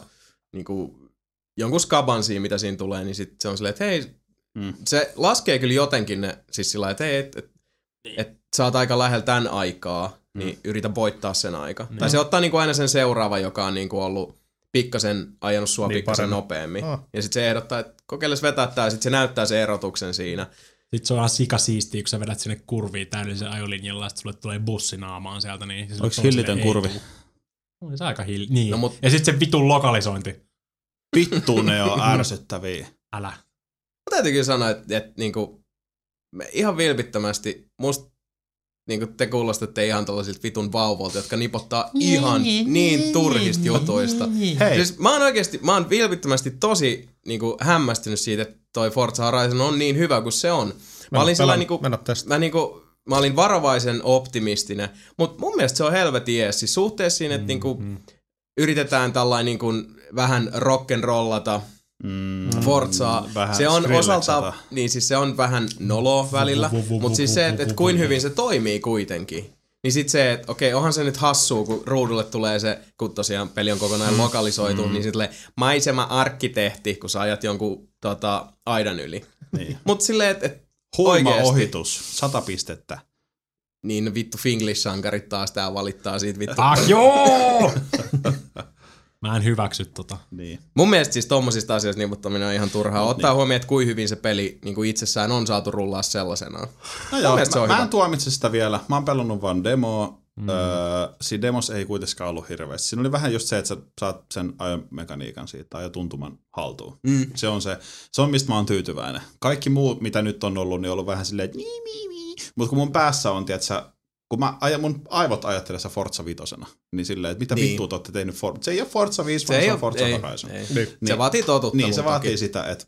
Speaker 4: jonkun skaban siinä, mitä siinä tulee, niin sit se on silleen, että hei, se laskee kyllä jotenkin ne, siis sillä että hei, että sä oot aika lähellä tämän aikaa, niin yritä voittaa sen aika. Tai se ottaa niinku aina sen seuraava, joka on niinku ollut pikkasen ajanut sua pikkasen nopeammin. Ja sitten se ehdottaa, että kokeiles vetää tää, ja sitten se näyttää sen erotuksen siinä.
Speaker 3: Sitten se on ihan sikasiistiä, kun sä vedät sinne kurviin täydellisen ajolinjalla, ja sitten sulle tulee bussinaamaan sieltä. Niin
Speaker 1: onko hillitön kurvi?
Speaker 3: On se aika niin. No, ja sitten se vitun lokalisointi.
Speaker 1: Vittu ne on ärsyttäviä.
Speaker 3: Älä.
Speaker 4: Mä täytyy kyllä sanoa, että niinku ihan vilpittömästi, musta niin te kuulostatte ihan tällaisilta vitun vauvolta, jotka nipottaa ihan niin turhista jutuista. Siis mä oon vilpittömästi tosi niin kuin hämmästynyt siitä, että toi Forza Horizon on niin hyvä kuin se on. Mä olin varovaisen optimistinen, mutta mun mielestä se on helvetin jees. Siis suhteessa siinä, että niinku yritetään tällainen niinku vähän rock'n'rollata Forzaa. Se on osalta, niin siis se on vähän noloa välillä, mutta siis se, että kuin hyvin se toimii kuitenkin. Niin sit se, että okei, onhan se nyt hassua, kun ruudulle tulee se, kun tosiaan peli on kokonaan lokalisoitu, niin sitten maisema-arkkitehti, kun sä ajat jonkun aidan yli. Niin. Mut silleen, että
Speaker 1: huima ohitus, 100 pistettä.
Speaker 4: Niin vittu Finglish-sankarit taas tää valittaa siitä vittu.
Speaker 3: Joo! Mä en hyväksy tota.
Speaker 4: Niin. Mun mielestä siis tommosista asioista niputtaminen on ihan turhaa. Ottaa huomioon, että kuin hyvin se peli niin kuin itsessään on saatu rullaa sellaisenaan.
Speaker 1: No joo, mä en tuomitse sitä vielä. Mä oon pelannut vaan demoa. Siinä demos ei kuitenkaan ollut hirveästi. Siinä oli vähän just se, että sä saat sen ajomekaniikan siitä ja tuntuman haltuun. Se on mistä mä oon tyytyväinen. Kaikki muu, mitä nyt on ollut, niin on ollut vähän silleen, että mutta kun mun päässä on, tiedätkö, kun mun aivot ajattelee se Forza 5, niin silleen, että mitä vittua te ootte tehnyt Forza. Se ei ole Forza 5, vaan se on Forza Horizon.
Speaker 4: Niin. Se vaatii totuttavuutta.
Speaker 1: Niin, se vaatii sitä, että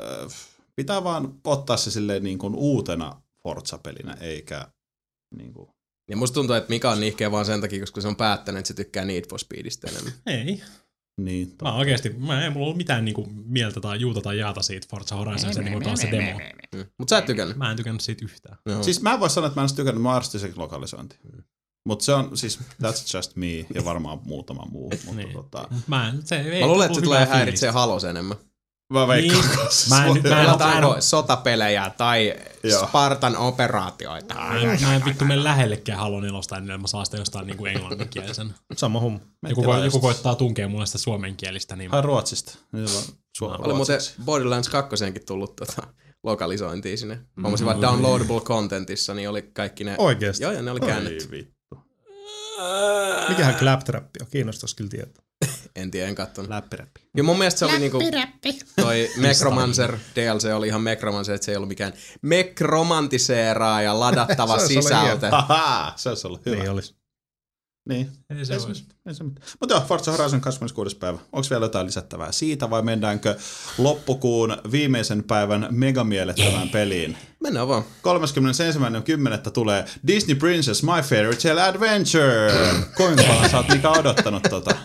Speaker 1: pitää vaan ottaa se silleen niin kuin uutena Forza-pelinä, eikä niin kuin.
Speaker 4: Ja musta tuntuu, että Mika on nihkeä vaan sen takia, koska se on päättänyt, että se tykkää Need for Speedistä enemmän.
Speaker 3: Ei.
Speaker 1: Niin,
Speaker 3: mä oikeesti, ei mulla ollut mitään niinku mieltä tai juuta tai jaata siitä Forza Horizon, se niinku taas se demo.
Speaker 4: Mut sä et tykännyt?
Speaker 3: Mä en tykännyt siitä yhtään.
Speaker 1: No. Siis mä en voi sanoa, että mä en tykännyt, mä arvostin sen lokalisointi. Mut se on siis, that's just me ja varmaan muutama muu. Mutta
Speaker 3: niin. Mä
Speaker 4: luulen, että se tulee häiritsee Halos enemmän.
Speaker 1: Mä veikkaan.
Speaker 4: Mä en sotapelejä tai Spartan operaatioita.
Speaker 3: Mä en vittu mene lähellekään Halo 4 ennen mä saa sitä jostain niinku englanninkielisen.
Speaker 2: Sama homma.
Speaker 3: Joku koittaa tunkea mulle sitä suomenkielistä. Niin
Speaker 1: Ruotsista.
Speaker 4: Oli muuten Borderlands 2:eenkin tullut lokalisointia sinne. Huomasin vaan downloadable contentissa, niin oli kaikki ne.
Speaker 2: Oikeesti?
Speaker 4: Joo, ja ne oli käännetty.
Speaker 2: Mikähän Claptrappi on? Kiinnostaisi kyllä tietää.
Speaker 4: En tiedä, en katsonut.
Speaker 1: Läppirappi.
Speaker 4: Ja mun mielestä se oli niinku, toi Necromancer DLC oli ihan Necromancer, että se ei ollut mikään mekromantiseeraa ja ladattava sisältö.
Speaker 1: Se olisi ollut hyvä.
Speaker 2: Niin olisi.
Speaker 1: Niin.
Speaker 3: Ei se olisi.
Speaker 1: Mutta joo, Forza Horizon 26. päivä. Onko vielä jotain lisättävää siitä vai mennäänkö loppukuun viimeisen päivän megamielettävään peliin?
Speaker 4: Mennään vaan.
Speaker 1: 31.10. tulee Disney Princess My Fairy Tale Adventure. Kuinka paljon sä oot Mika odottanut tota?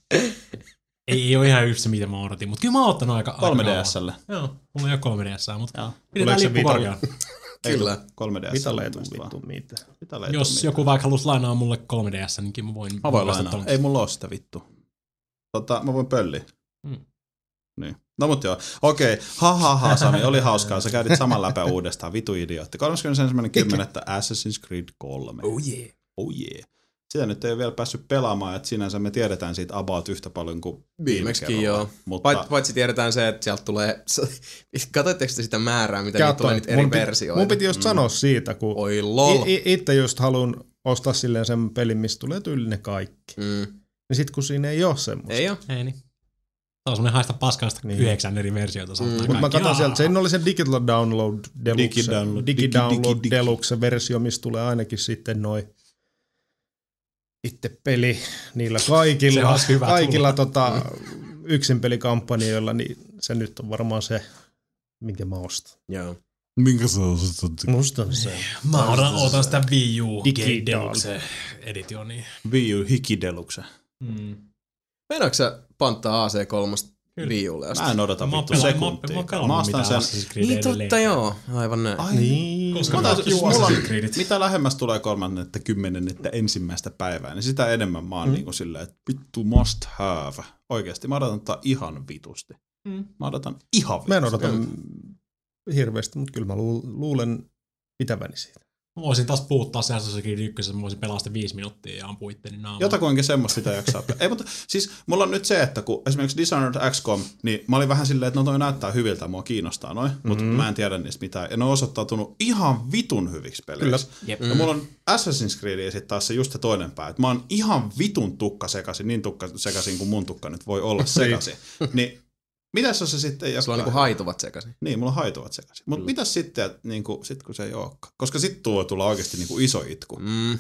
Speaker 3: Ei ole ihan yksi mitä mä odotin, mutta kyllä mä oon ottanut aika
Speaker 1: 3DS:lle.
Speaker 3: Joo, mulla ei ole 3DS:ää, mutta pidetään lippu korkeaan.
Speaker 4: Kyllä.
Speaker 1: 3DS.
Speaker 2: Vitalle ei tule vittu mitään.
Speaker 3: Jos joku vaikka haluaisi lainaa mulle 3DS, niin mä voin
Speaker 1: lainaa. Ei mulla ole sitä vittu. Mä voin pölliä. Niin. No mut joo. Okei. Sami, oli hauskaa. Sä käydit saman läpä uudestaan. Vitu idiootti. 31.10. Assassin's Creed 3.
Speaker 4: Oh yeah.
Speaker 1: Oh yeah. Sitä nyt ei ole vielä päässyt pelaamaan, että sinänsä me tiedetään siitä about yhtä paljon kuin
Speaker 4: viimeksikin joo. Mutta paitsi tiedetään se, että sieltä tulee, katsoitteko sitä määrää, mitä niitä tulee niitä eri versioita?
Speaker 2: Mun piti just sanoa siitä, kun itse just haluan ostaa silleen sen pelin, missä tulee tyylinen kaikki. Niin sit kun siinä ei ole semmoista.
Speaker 4: Ei ole.
Speaker 3: Ei niin. Tämä on semmoinen haista paskasta 9 eri versioita.
Speaker 2: Mutta mä katson sieltä, se oli se Digital Download Deluxe, Digidownload Deluxe versio, missä tulee ainakin sitten noin itse peli niillä kaikilla yksin pelikampanjoilla, niin se nyt on varmaan se, minkä mä ostan.
Speaker 4: Joo.
Speaker 1: Minkä sä ostat?
Speaker 2: Musta on se.
Speaker 3: Mä otan sitä Wii U Deluxe editionia.
Speaker 1: Wii U Hiki Deluxe.
Speaker 4: Meinaatko sä panttaa AC3 Wii Ulle asti?
Speaker 1: Mä en odota vittu sekuntia.
Speaker 3: Mä ostan sen.
Speaker 4: Niin totta joo, aivan näin.
Speaker 3: Niin. Koska
Speaker 1: mitä lähemmäs tulee 31. päivää, niin sitä enemmän mä oon niinku silleen, että vittu must have. Oikeesti, mä odotan ihan vitusti. Mä odotan ihan vitusti.
Speaker 2: Mä en odota hirveästi, mutta kyllä mä luulen pitäväni siitä.
Speaker 3: Mä voisin taas puuttaa se Assassin's Creed 1, mä voisin pelaa sitä 5 minuuttia ja ampua itteni naamaan.
Speaker 1: Jotakuinkin semmoista sitä jaksaa. Ei, mutta siis mulla on nyt se, että kun esimerkiksi Dishonored XCOM, niin mä olin vähän silleen, että no toi näyttää hyviltä, mua kiinnostaa noin, mutta mä en tiedä niistä mitään. Ja ne on osoittautunut ihan vitun hyviksi peleiksi. Ja mulla on Assassin's Creed sitten taas se just se toinen pää, että mä oon ihan vitun tukka sekaisin, niin tukka sekaisin kuin mun tukka nyt voi olla sekaisin. Niin mitäs jos se sitten ei
Speaker 4: sulla on niinku haituvat sekaisin.
Speaker 1: Niin, mulla on haituvat sekaisin. Mutta mitäs sitten, että niinku, sit kun se ei olekaan? Koska sitten tulla oikeasti niinku iso itku.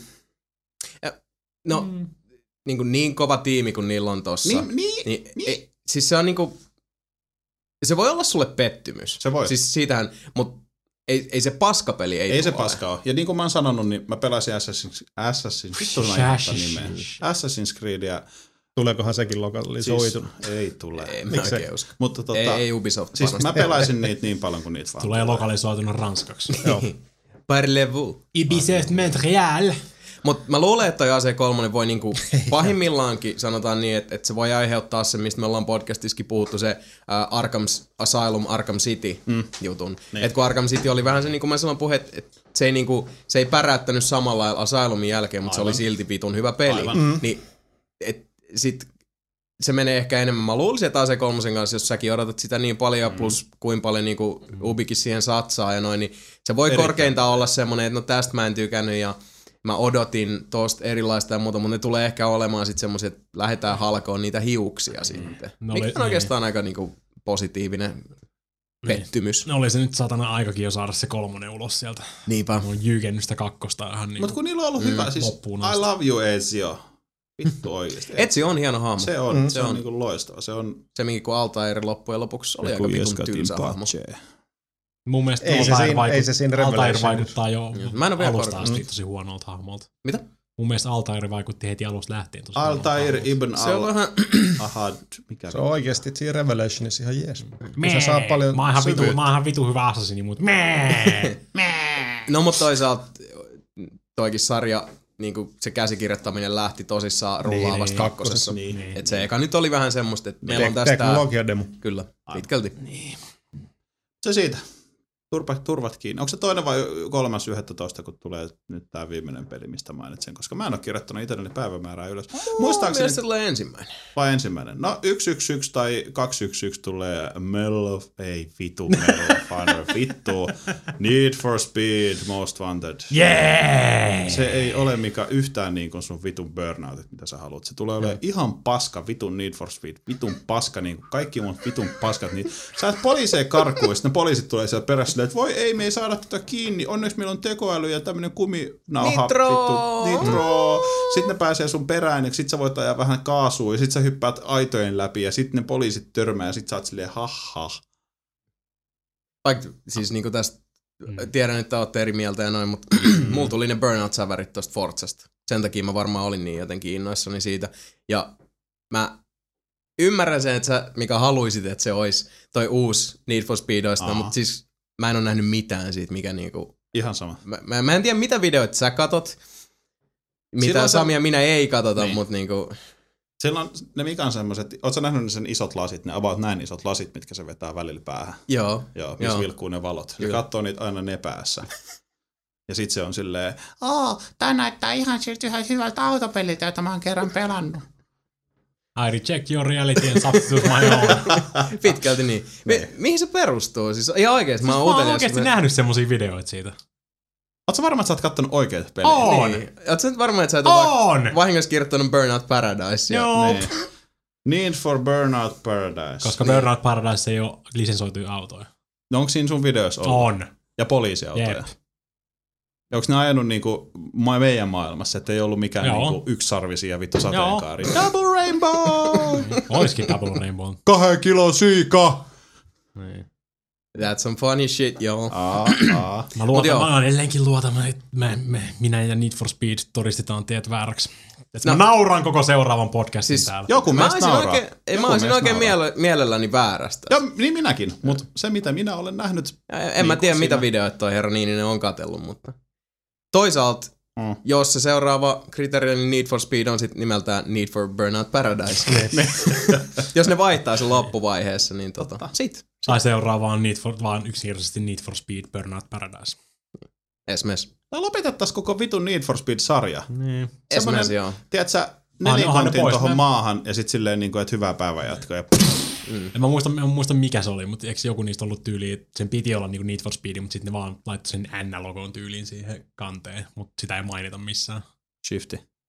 Speaker 1: Niin
Speaker 4: kova tiimi kuin niillä on tossa. Siis se on niinku, se voi olla sulle pettymys. Se voi. Siis siitähän, mutta ei se paskapeli
Speaker 1: ei se paska ole. Ja niin kuin mä oon sanonut, niin mä pelasin Assassin's Creedia.
Speaker 2: Tuleekohan sekin lokalisoitunut?
Speaker 1: Siis, ei tule.
Speaker 4: Ei, mä oikein usko.
Speaker 1: Mutta
Speaker 4: ei Ubisoft.
Speaker 1: Siis mä pelasin niitä niin paljon kuin niitä vaan.
Speaker 3: Tulee lokalisoitunut ranskaksi.
Speaker 4: Joo. Parlez-vous.
Speaker 3: Ubisoft Montreal.
Speaker 4: Mutta mä luulen, että toi AC3 voi niinku pahimmillaankin sanotaan niin, että se voi aiheuttaa se, mistä me ollaan podcastissakin puhuttu, se Arkham Asylum, Arkham City jutun. Niin. Että kun Arkham City oli vähän se, niin kuin mä silloin puhuin, että se ei päräyttänyt samalla lailla Asylumin jälkeen, mutta se oli silti vitun hyvä peli. Niin, sit se menee ehkä enemmän. Mä luulisin, että AC3 kanssa, jos säkin odotat sitä niin paljon, plus kuin paljon niinku Ubikin siihen satsaa ja noin, niin se voi korkeintaan olla semmonen, että no tästä mä en tykännyt ja mä odotin tosta erilaista ja muuta, mutta ne tulee ehkä olemaan sitten semmoisia, että lähdetään halkoon niitä hiuksia sitten. Mikä on oikeastaan aika niinku positiivinen pettymys.
Speaker 3: No oli se nyt satana aikakin jo saada se 3 ulos sieltä.
Speaker 4: Niinpä.
Speaker 3: Mä oon jyykennyt sitä 2 ihan niinku.
Speaker 1: Mut kun niillä on ollut hyvä, siis I love you Ezio. Vittu oikeesti.
Speaker 4: Ezio on hieno hahmo.
Speaker 1: Se on niinku loistava.
Speaker 4: Se minkä kun Altair loppujen lopuksi oli aika vitun tylsä hahmo.
Speaker 3: Mun mielestä
Speaker 2: ei se siinä
Speaker 3: Altair vaikuttaa jo alusta asti tosi huonolta hahmolta.
Speaker 4: Mitä?
Speaker 3: Mun mielestä Altair vaikutti heti alusta lähtien tosi
Speaker 1: Altair ibn Ahad.
Speaker 2: Se on oikeesti siinä Revelationissa ihan jees. Se saa paljon
Speaker 3: mä oon ihan vitu hyvä assassini, mutta
Speaker 4: No mutta toisaalta toikin sarja, niinku se käsikirjoittaminen lähti tosissaan rullaavasta kakkosessa. Et se eka nyt oli vähän semmoista, että meillä on tästä
Speaker 2: teknologiademo.
Speaker 4: Kyllä, pitkälti.
Speaker 3: Niin.
Speaker 1: Se siitä. Turvat kiinni. Onko se toinen vai 3.11, kun tulee nyt tää viimeinen peli, mistä mainitsen? Koska mä en oo kirjoittanut itselleni päivämäärää ylös.
Speaker 4: Muistaakseni se tulee ensimmäinen.
Speaker 1: Vai ensimmäinen? No 111 tai 211 tulee Medal of Need for Speed Most Wanted.
Speaker 3: Yeah!
Speaker 1: Se ei ole mikä yhtään niin kuin sun vitun Burnoutit, mitä sä haluat. Se tulee olemaan ihan paska vitun Need for Speed. Vitun paska, niin kuin kaikki mun vitun paskat. Niin sä et poliiseja karkuun, ne poliisit tulee siellä perässä, että voi ei, me ei saada tätä kiinni. Onneksi meillä on tekoäly ja tämmönen kuminauha. Nitro! Sitten ne pääsee sun perään ja sit sä voit ajaa vähän kaasua ja sit sä hyppäät aitojen läpi ja sitten ne poliisit törmää ja sit sä oot silleen haha.
Speaker 4: Vaikka siis niinku tästä tiedän, että ootte eri mieltä ja noin, mutta mulla tuli ne Burnout-sävärit tosta Forzasta. Sen takia mä varmaan olin niin jotenkin innoissani siitä. Ja mä ymmärrän sen, että sä, mikä haluisit, että se olisi toi uusi Need for Speedoista, mutta siis mä en ole nähnyt mitään siitä, mikä niinku...
Speaker 1: Ihan sama.
Speaker 4: Mä en tiedä, mitä videoita sä katot, mitä Sami ja minä ei katota, niin. Mutta niinku...
Speaker 1: Siellä on ne mikä on semmoiset, ootko sä nähnyt sen isot lasit, ne about näin isot lasit, mitkä se vetää välillä päähän?
Speaker 4: Joo.
Speaker 1: Missä vilkkuu ne valot. Ne kattoo niitä aina ne päässä. Ja sit se on silleen, tää näyttää ihan hyvältä autopeliltä, jota mä oon kerran pelannut.
Speaker 3: I reject your reality and substitute my own.
Speaker 4: Pitkälti niin. Mihin se perustuu? Siis ihan oikeesti.
Speaker 3: Mä oon oikeesti nähnyt semmosia videoita siitä.
Speaker 1: Ootko varma, että sä oot kattonut oikeet pelit?
Speaker 3: On!
Speaker 4: Niin. Ootko nyt varma, että sä et ole vahingossa kirjoittanut Burnout Paradise?
Speaker 3: Joo.
Speaker 1: Niin. Need for Burnout Paradise.
Speaker 3: Koska niin. Burnout Paradise ei ole lisensoituja autoja.
Speaker 1: No onko siinä sun videoissa ollut?
Speaker 3: On.
Speaker 1: Ja poliisiautoja? Jep. Ja onko ne ajanut niinku meidän maailmassa, että ei ollut mikään niinku yksisarvisia vittu sateenkaari? Double Rainbow!
Speaker 3: Oiskin Double Rainbow.
Speaker 1: 2 kilon siika!
Speaker 3: Niin.
Speaker 4: That's some funny shit, joo.
Speaker 3: Mä edelleenkin luotan, että minä ja Need for Speed todistetaan teet vääräksi. Mä nauran koko seuraavan podcastin siis täällä.
Speaker 1: Joku meistä nauraa.
Speaker 4: Mä olisin oikein mielelläni väärästä.
Speaker 1: Joo, niin minäkin, mutta se mitä minä olen nähnyt...
Speaker 4: En mä tiedä mitä videoita toi herra Niininen on katsellut, mutta... Toisaalta, jos se seuraava kriteeri Need for Speed on sit nimeltään Need for Burnout Paradise. Jos ne vaihtaa sen loppuvaiheessa, niin sit.
Speaker 3: Tai seuraava on vaan yksinkertaisesti Need for Speed Burnout Paradise.
Speaker 4: Esimerkiksi.
Speaker 1: Tai lopetettaisiin koko vitun Need for Speed-sarja.
Speaker 4: Niin. Esimerkiksi joo.
Speaker 1: Tiedätkö sä, nelikontin tohon maahan ja sit silleen niinku, että hyvää päivänjatkoa. Ja...
Speaker 3: En mä muista mikä se oli, mutta eikö joku niistä ollut tyyliin, että sen piti olla niinku Need for Speed, mutta sitten ne vaan laittoi sen N-logon tyyliin siihen kanteen, mutta sitä ei mainita missään.
Speaker 1: Shifti.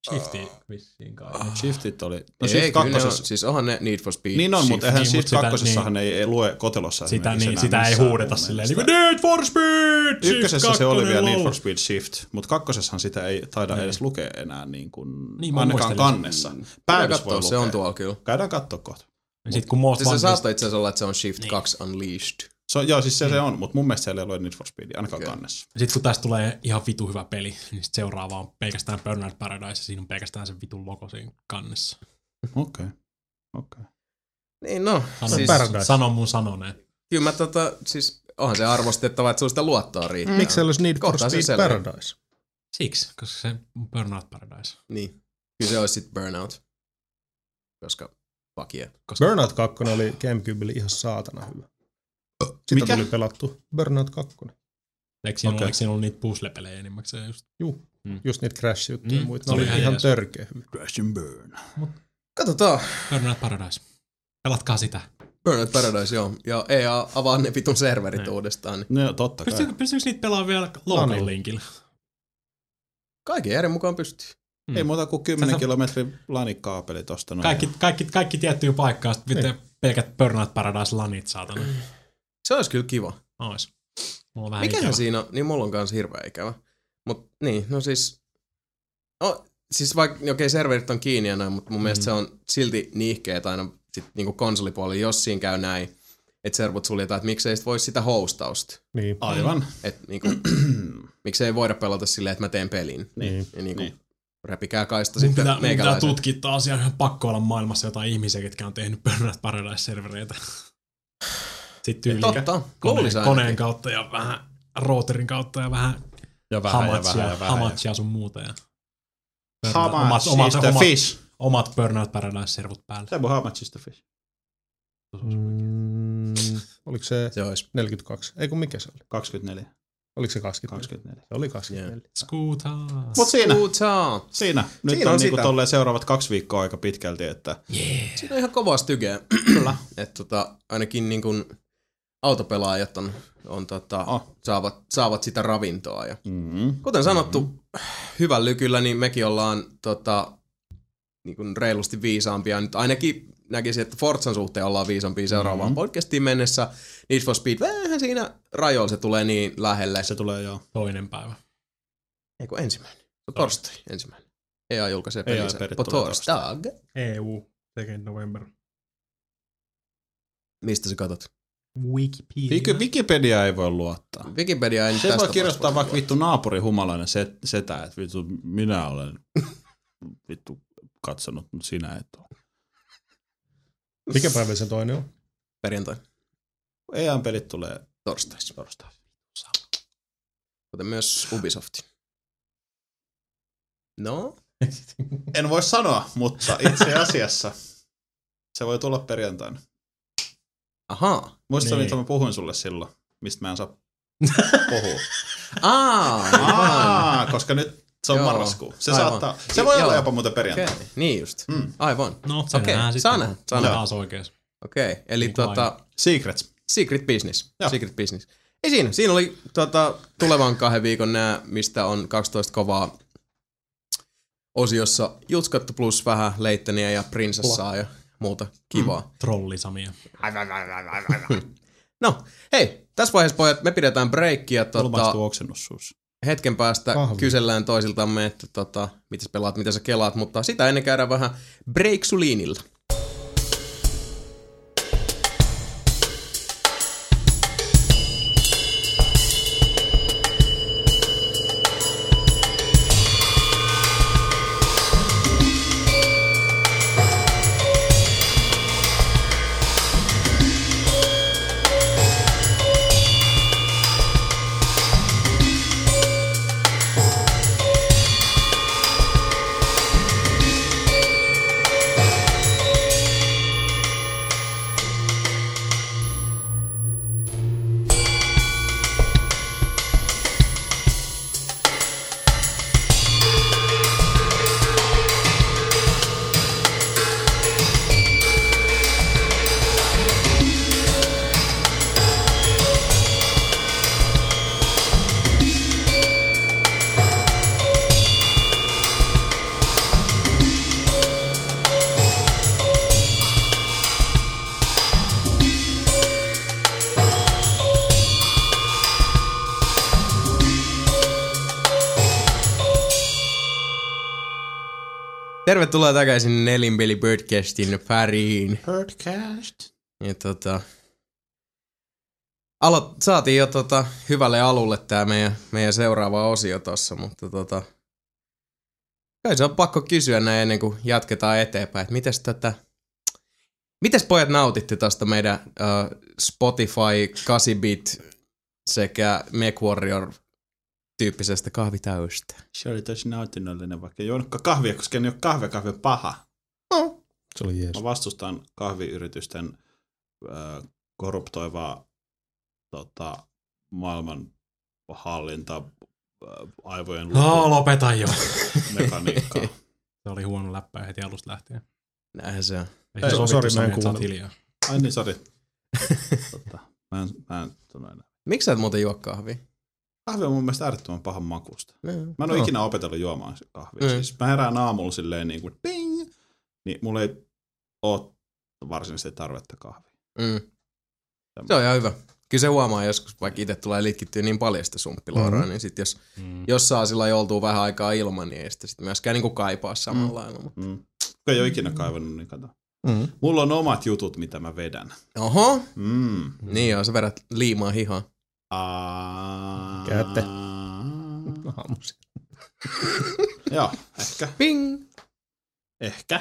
Speaker 3: Shifti vissiin kai.
Speaker 1: Shiftit oli...
Speaker 4: No Shift 2. Siis onhan ne Need for Speed.
Speaker 1: Niin on, mutta eihän Shift 2:ssahan
Speaker 3: niin,
Speaker 1: ei lue kotelossa.
Speaker 3: Sitä ei huudeta silleen niin kuin Need for Speed!
Speaker 1: Ykkösessä se oli vielä Need for Speed Shift, mutta kakkosessahan sitä ei taida edes lukea enää niin kuin ainakaan kannessa. Päädys voi lukea.
Speaker 4: Se on tuolla kyllä.
Speaker 1: Käydään katsoa kohta.
Speaker 3: Sit, kun
Speaker 4: se saattaa itse asiassa olla, että se on Shift 2 Unleashed.
Speaker 1: Joo, siis se on, mutta mun mielestä siellä ei ole Need for Speedia, ainakaan kannessa.
Speaker 3: Sitten kun tästä tulee ihan vitu hyvä peli, niin sit seuraava on pelkästään Burnout Paradise ja siinä on pelkästään se vitun logo siinä kannessa.
Speaker 1: Okei.
Speaker 4: Niin no,
Speaker 3: sano mun sanoneen.
Speaker 4: Kyllä mä siis onhan se arvostettava, että sulla sitä luottoa riittää.
Speaker 2: Miksi se olisi Need for Speed Paradise?
Speaker 3: Siksi, koska se on Burnout Paradise.
Speaker 4: Niin, kyllä se olisi sitten Burnout. Koska fuck yeah.
Speaker 2: Burnout 2 oli GameCubelle ihan saatana hyvä. Sitä tuli pelattu. Burnout 2.
Speaker 3: Eikö siinä ollut niitä puzzle-pelejä enimmäkseen just?
Speaker 2: Juu, just niitä Crash-juttuja ja muita. Ne oli ihan törkeä hyvä.
Speaker 1: Crash and Burn.
Speaker 4: Katsotaan.
Speaker 3: Burnout Paradise. Pelatkaa sitä.
Speaker 4: Burnout Paradise, joo. Ja EA avaa ne vitun serverit uudestaan. Niin.
Speaker 1: No totta kai.
Speaker 3: Pystyykö niitä pelaamaan vielä local linkillä?
Speaker 4: Kaiken järjen mukaan pystyy.
Speaker 1: Ei muuta kuin 10 kilometrin lanikaapeli tosta noin.
Speaker 3: Kaikki tiettyjä paikkaa, sitten pelkät Burnout Paradise lanit, saatana.
Speaker 4: Se olisi kyllä kiva.
Speaker 3: Ois. Mulla on vähän
Speaker 4: mikähän
Speaker 3: ikävä.
Speaker 4: siinä on? Niin mulla on kanssa hirveä ikävä. Mut niin, no siis... siis vaikka, okei, serverit on kiinni ja noin, mutta mun mielestä se on silti niihkeet aina sit niinku konsolipuolella, jos siinä käy näin, että servut suljetaan, että miksei sit vois sitä hostausta.
Speaker 2: Niin.
Speaker 1: Aivan.
Speaker 4: Että niinku, miksei voida pelata silleen, että mä teen pelin.
Speaker 2: Niin.
Speaker 4: Ja niinku, repikää kaista sitten
Speaker 3: Mun pitää
Speaker 4: meikäläisen.
Speaker 3: tutkia taas ja ihan pakko olla maailmassa jotain ihmisiä, ketkä on tehnyt Burnout Paradise-servereitä. Sitten koneen kautta ja vähän routerin kautta ja vähän hamatsia sun muuta. Ja omat Burnout Paradise-servut päälle.
Speaker 1: Se on how much is the fish?
Speaker 2: Oliko se 42? Ei kun mikä se oli?
Speaker 1: 24.
Speaker 2: Oliko se 24? Se oli 24.
Speaker 3: Yeah. Scootaa.
Speaker 1: Mut siinä. Nyt siinä on niinku tolleen seuraavat 2 viikkoa aika pitkälti, että...
Speaker 4: Siinä on ihan kovaa stygeä. Kyllä. Että ainakin niinku autopelaajat saavat sitä ravintoa. Ja kuten sanottu, hyvän lykyllä, niin mekin ollaan niinku reilusti viisaampia. Nyt ainakin näkisin, että Forzan suhteen ollaan viisampia seuraavaan podcastiin mennessä. Need for Speed, vähän siinä rajoilla se tulee niin lähelle.
Speaker 1: Se tulee joo.
Speaker 3: 2. päivä.
Speaker 4: Eikö ensimmäinen? Se on torstai ensimmäinen. EA julkaisee pelinsä på torsdag.
Speaker 3: EU, 2. November.
Speaker 4: Mistä sä katot?
Speaker 1: Wikipedia ei voi luottaa.
Speaker 4: Wikipedia ei
Speaker 1: se voi kirjoittaa vaikka vittu naapurin humalainen setä, että vittu minä olen vittu katsonut, mutta sinä et ole.
Speaker 2: Mikä päivä se toinen on?
Speaker 4: Perjantai.
Speaker 1: EA-pelit tulee
Speaker 4: torstaisin. Kuten myös Ubisoftin. No?
Speaker 1: En voi sanoa, mutta itse asiassa se voi tulla perjantaina.
Speaker 4: Ahaa.
Speaker 1: Muistatko, mitä mä puhuin sulle silloin, mistä mä en saa puhua? Koska nyt se on marraskuu. Se voi olla jopa muuten perjantaina.
Speaker 4: Okay. Niin just. Aivan.
Speaker 3: No, se nähdään sitten.
Speaker 4: Saa nähdä.
Speaker 3: Taas oikees.
Speaker 4: Okei, eli Secret Business. Joo. Secret Business. Ei siinä. Siinä oli tulevan 2 viikon nää, mistä on 12 kovaa osiossa jutskattu plus vähän Leitteniä ja Prinsessaa ja muuta kivaa.
Speaker 3: Trollisamia.
Speaker 4: No, hei, tässä vaiheessa pojat, me pidetään breikkiä. Hetken päästä kysellään toisiltamme, että mitä sä pelaat, mitä sä kelaat, mutta sitä ennen käydään vähän breaksuliinilla. Tervetuloa takaisin Nelinpeli Podcastin pariin.
Speaker 1: Podcast.
Speaker 4: Ja saatiin jo hyvälle alulle tää meidän seuraava osio tossa, mutta kai se on pakko kysyä näin ennen kuin jatketaan eteenpäin, että mites pojat nautitte tosta meidän Spotify 8-bit sekä MechWarrior tyyppisestä kahvitäystä?
Speaker 1: Se oli tosi nautinnollinen, vaikka ei juonutkaan kahvia, koska ei ole kahvi on paha.
Speaker 2: No, se oli jees.
Speaker 1: Mä vastustan kahviyritysten korruptoivaa maailmanhallinta aivojen
Speaker 3: lopeta jo.
Speaker 1: mekaniikkaa.
Speaker 3: Se oli huono läppä heti alusta lähtien.
Speaker 4: Näinhän se on.
Speaker 2: Sori, mä en kuunnella.
Speaker 1: Ai niin, sori. Mä en
Speaker 4: Miksi sä et muuten juo kahvia?
Speaker 1: Kahvi on mun mielestä äärettömän pahan makusta. Mä en ole ikinä opetellut juomaan kahvia. Siis mä herään aamulla silleen niin kuin ding, niin mulla ei ole varsinaisesti tarvetta kahvia.
Speaker 4: Se on ihan hyvä. Kyllä se huomaa joskus, vaikka itse tulee litkittyä niin paljon sitä sumppiloiraa, niin sit jos saa sillä joutuu vähän aikaa ilman, niin ei sitä sit myöskään niinku kaipaa samalla lailla.
Speaker 1: Ei ole ikinä kaivannut, niin kato. Mulla on omat jutut, mitä mä vedän.
Speaker 4: Oho! Niin joo, sä vedät liimaa hihaan.
Speaker 2: Käytte.
Speaker 1: Joo, ehkä.
Speaker 4: Ping!
Speaker 1: Ehkä.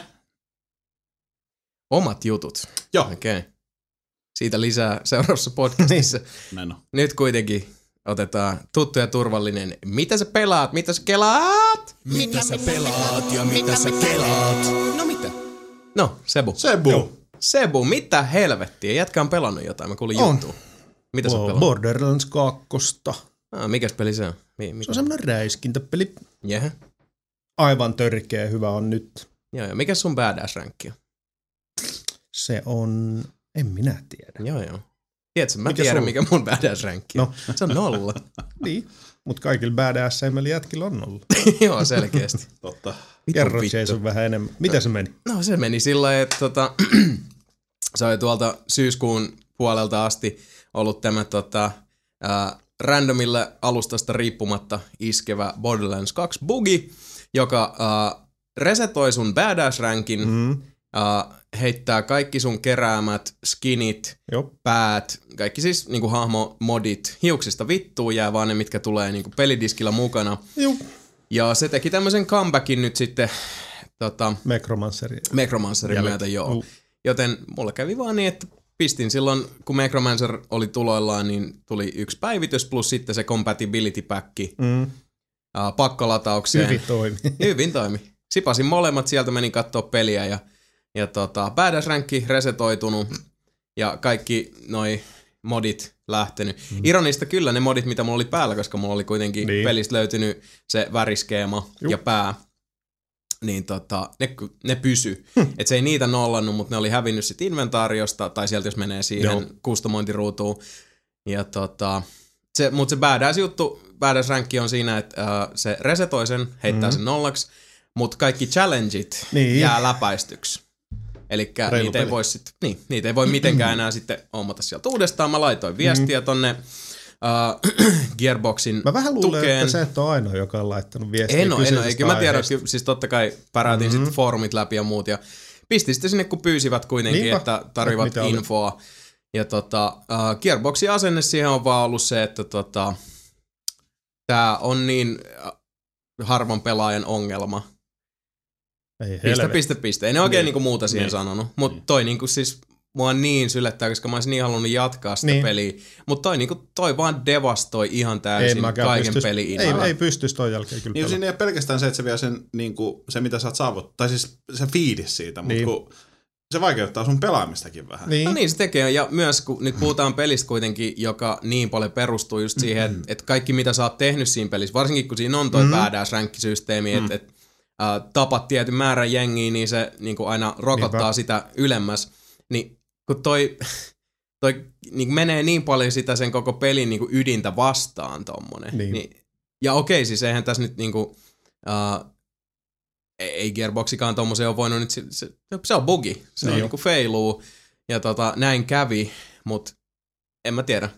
Speaker 4: Omat jutut.
Speaker 1: Joo.
Speaker 4: Okei. Okay. Siitä lisää seuraavassa podcastissa.
Speaker 1: Näin on.
Speaker 4: Nyt kuitenkin otetaan tuttu ja turvallinen. Mitä sä pelaat? Mitä sä kelaat?
Speaker 5: Mitä sä pelaat ja mitä sä kelaat?
Speaker 4: No mitä? No, Sebu.
Speaker 1: Sebu,
Speaker 4: mitä helvettiä? Jätkä on pelannut jotain, mä kuulin juttua. Mitä sä pelannut?
Speaker 2: Borderlands 2.
Speaker 4: Mikäs peli se on?
Speaker 2: Se on semmonen räiskintäpeli.
Speaker 4: Yeah.
Speaker 2: Aivan törkeä hyvä on nyt.
Speaker 4: Joo, mikäs sun badass-ränkki on?
Speaker 2: Se on... En minä tiedä.
Speaker 4: Joo. Tiedätkö, mä tiedän, mikä mun badass-ränkki on.
Speaker 2: No.
Speaker 4: Se on 0.
Speaker 2: Niin, mutta kaikilla badass-seimmillä jätkillä on 0.
Speaker 4: Joo, selkeästi.
Speaker 1: Totta.
Speaker 2: Kerro Jason vähän enemmän. Mitä se meni?
Speaker 4: No se meni sillä lailla, että se oli tuolta syyskuun puolelta asti ollut tämä randomille alustasta riippumatta iskevä Borderlands 2 bugi, joka resetoi sun badass-ränkin, heittää kaikki sun keräämät skinit, päät, kaikki siis niinku hahmomodit hiuksista vittuun, jää vaan ne, mitkä tulee niinku pelidiskillä mukana. Ja se teki tämmöisen comebackin nyt sitten Necromancerin myötä, joo. Joten mulla kävi vaan niin, että pistin silloin, kun Necromancer oli tuloillaan, niin tuli 1 päivitys plus sitten se compatibility packi pakkolataukseen. Hyvin toimi. Sipasin molemmat, sieltä menin kattoo peliä ja badass-ränkki resetoitunut ja kaikki noi modit lähtenyt. Ironista kyllä ne modit, mitä mulla oli päällä, koska mulla oli kuitenkin pelistä löytynyt se väriskeema ja pää. Niin ne pysy. Et se ei niitä nollannut, mutta ne oli hävinnyt sit inventaariosta tai sieltä jos menee siihen kustomointiruutuun. Ja mutta se badass-ränkki on siinä, että se resetoi sen, heittää sen nollaksi, mutta kaikki challengeit jää läpäistyksi. Elikkä niitä ei voi mitenkään enää sitten hommata sieltä uudestaan. Mä laitoin viestiä tonne Gearboxin
Speaker 2: Mä vähän luulen,
Speaker 4: tukeen.
Speaker 2: että sä et ole ainoa, joka on laittanut viestiä.
Speaker 4: En ole. Kyllä mä tiedän, siis totta kai päräytin sitten foorumit läpi ja muut. Ja pistin sitten sinne, kun pyysivät kuitenkin, että tarvivat infoa. Ja Gearboxin asenne siihen on vaan ollut se, että tää on niin harvan pelaajan ongelma. Piste. Ei ne oikein niinku muuta siihen sanonut. Mutta toi niinku siis mua niin sylettää, koska mä olisin niin halunnut jatkaa sitä peliä. Mutta toi vaan devastoi ihan täysin kaiken peli-innolla.
Speaker 2: Ei pystyisi toi jälkeen kyllä.
Speaker 1: Niin siinä ei ole pelkästään se, että se vie sen, niinku, se mitä sä oot saavuttanut, tai siis se fiilis siitä, mutta kun se vaikeuttaa sun pelaamistakin vähän.
Speaker 4: No niin se tekee, ja myös kun nyt puhutaan pelistä kuitenkin, joka niin paljon perustuu just siihen, että kaikki mitä sä oot tehnyt siinä pelissä, varsinkin kun siinä on toi badass-ränkkisysteemi, että tapat tietyn määrän jengiä, niin se niin kuin aina rokottaa sitä ylemmäs. Niin kun toi niin menee niin paljon sitä sen koko pelin niin kuin ydintä vastaan tommonen. Niin, ja okei, siis eihän tässä nyt niinku, ei Gearboxikaan tommosen ole voinut nyt, se on bugi. Se on niinku failuu. Ja näin kävi, mut en mä tiedä.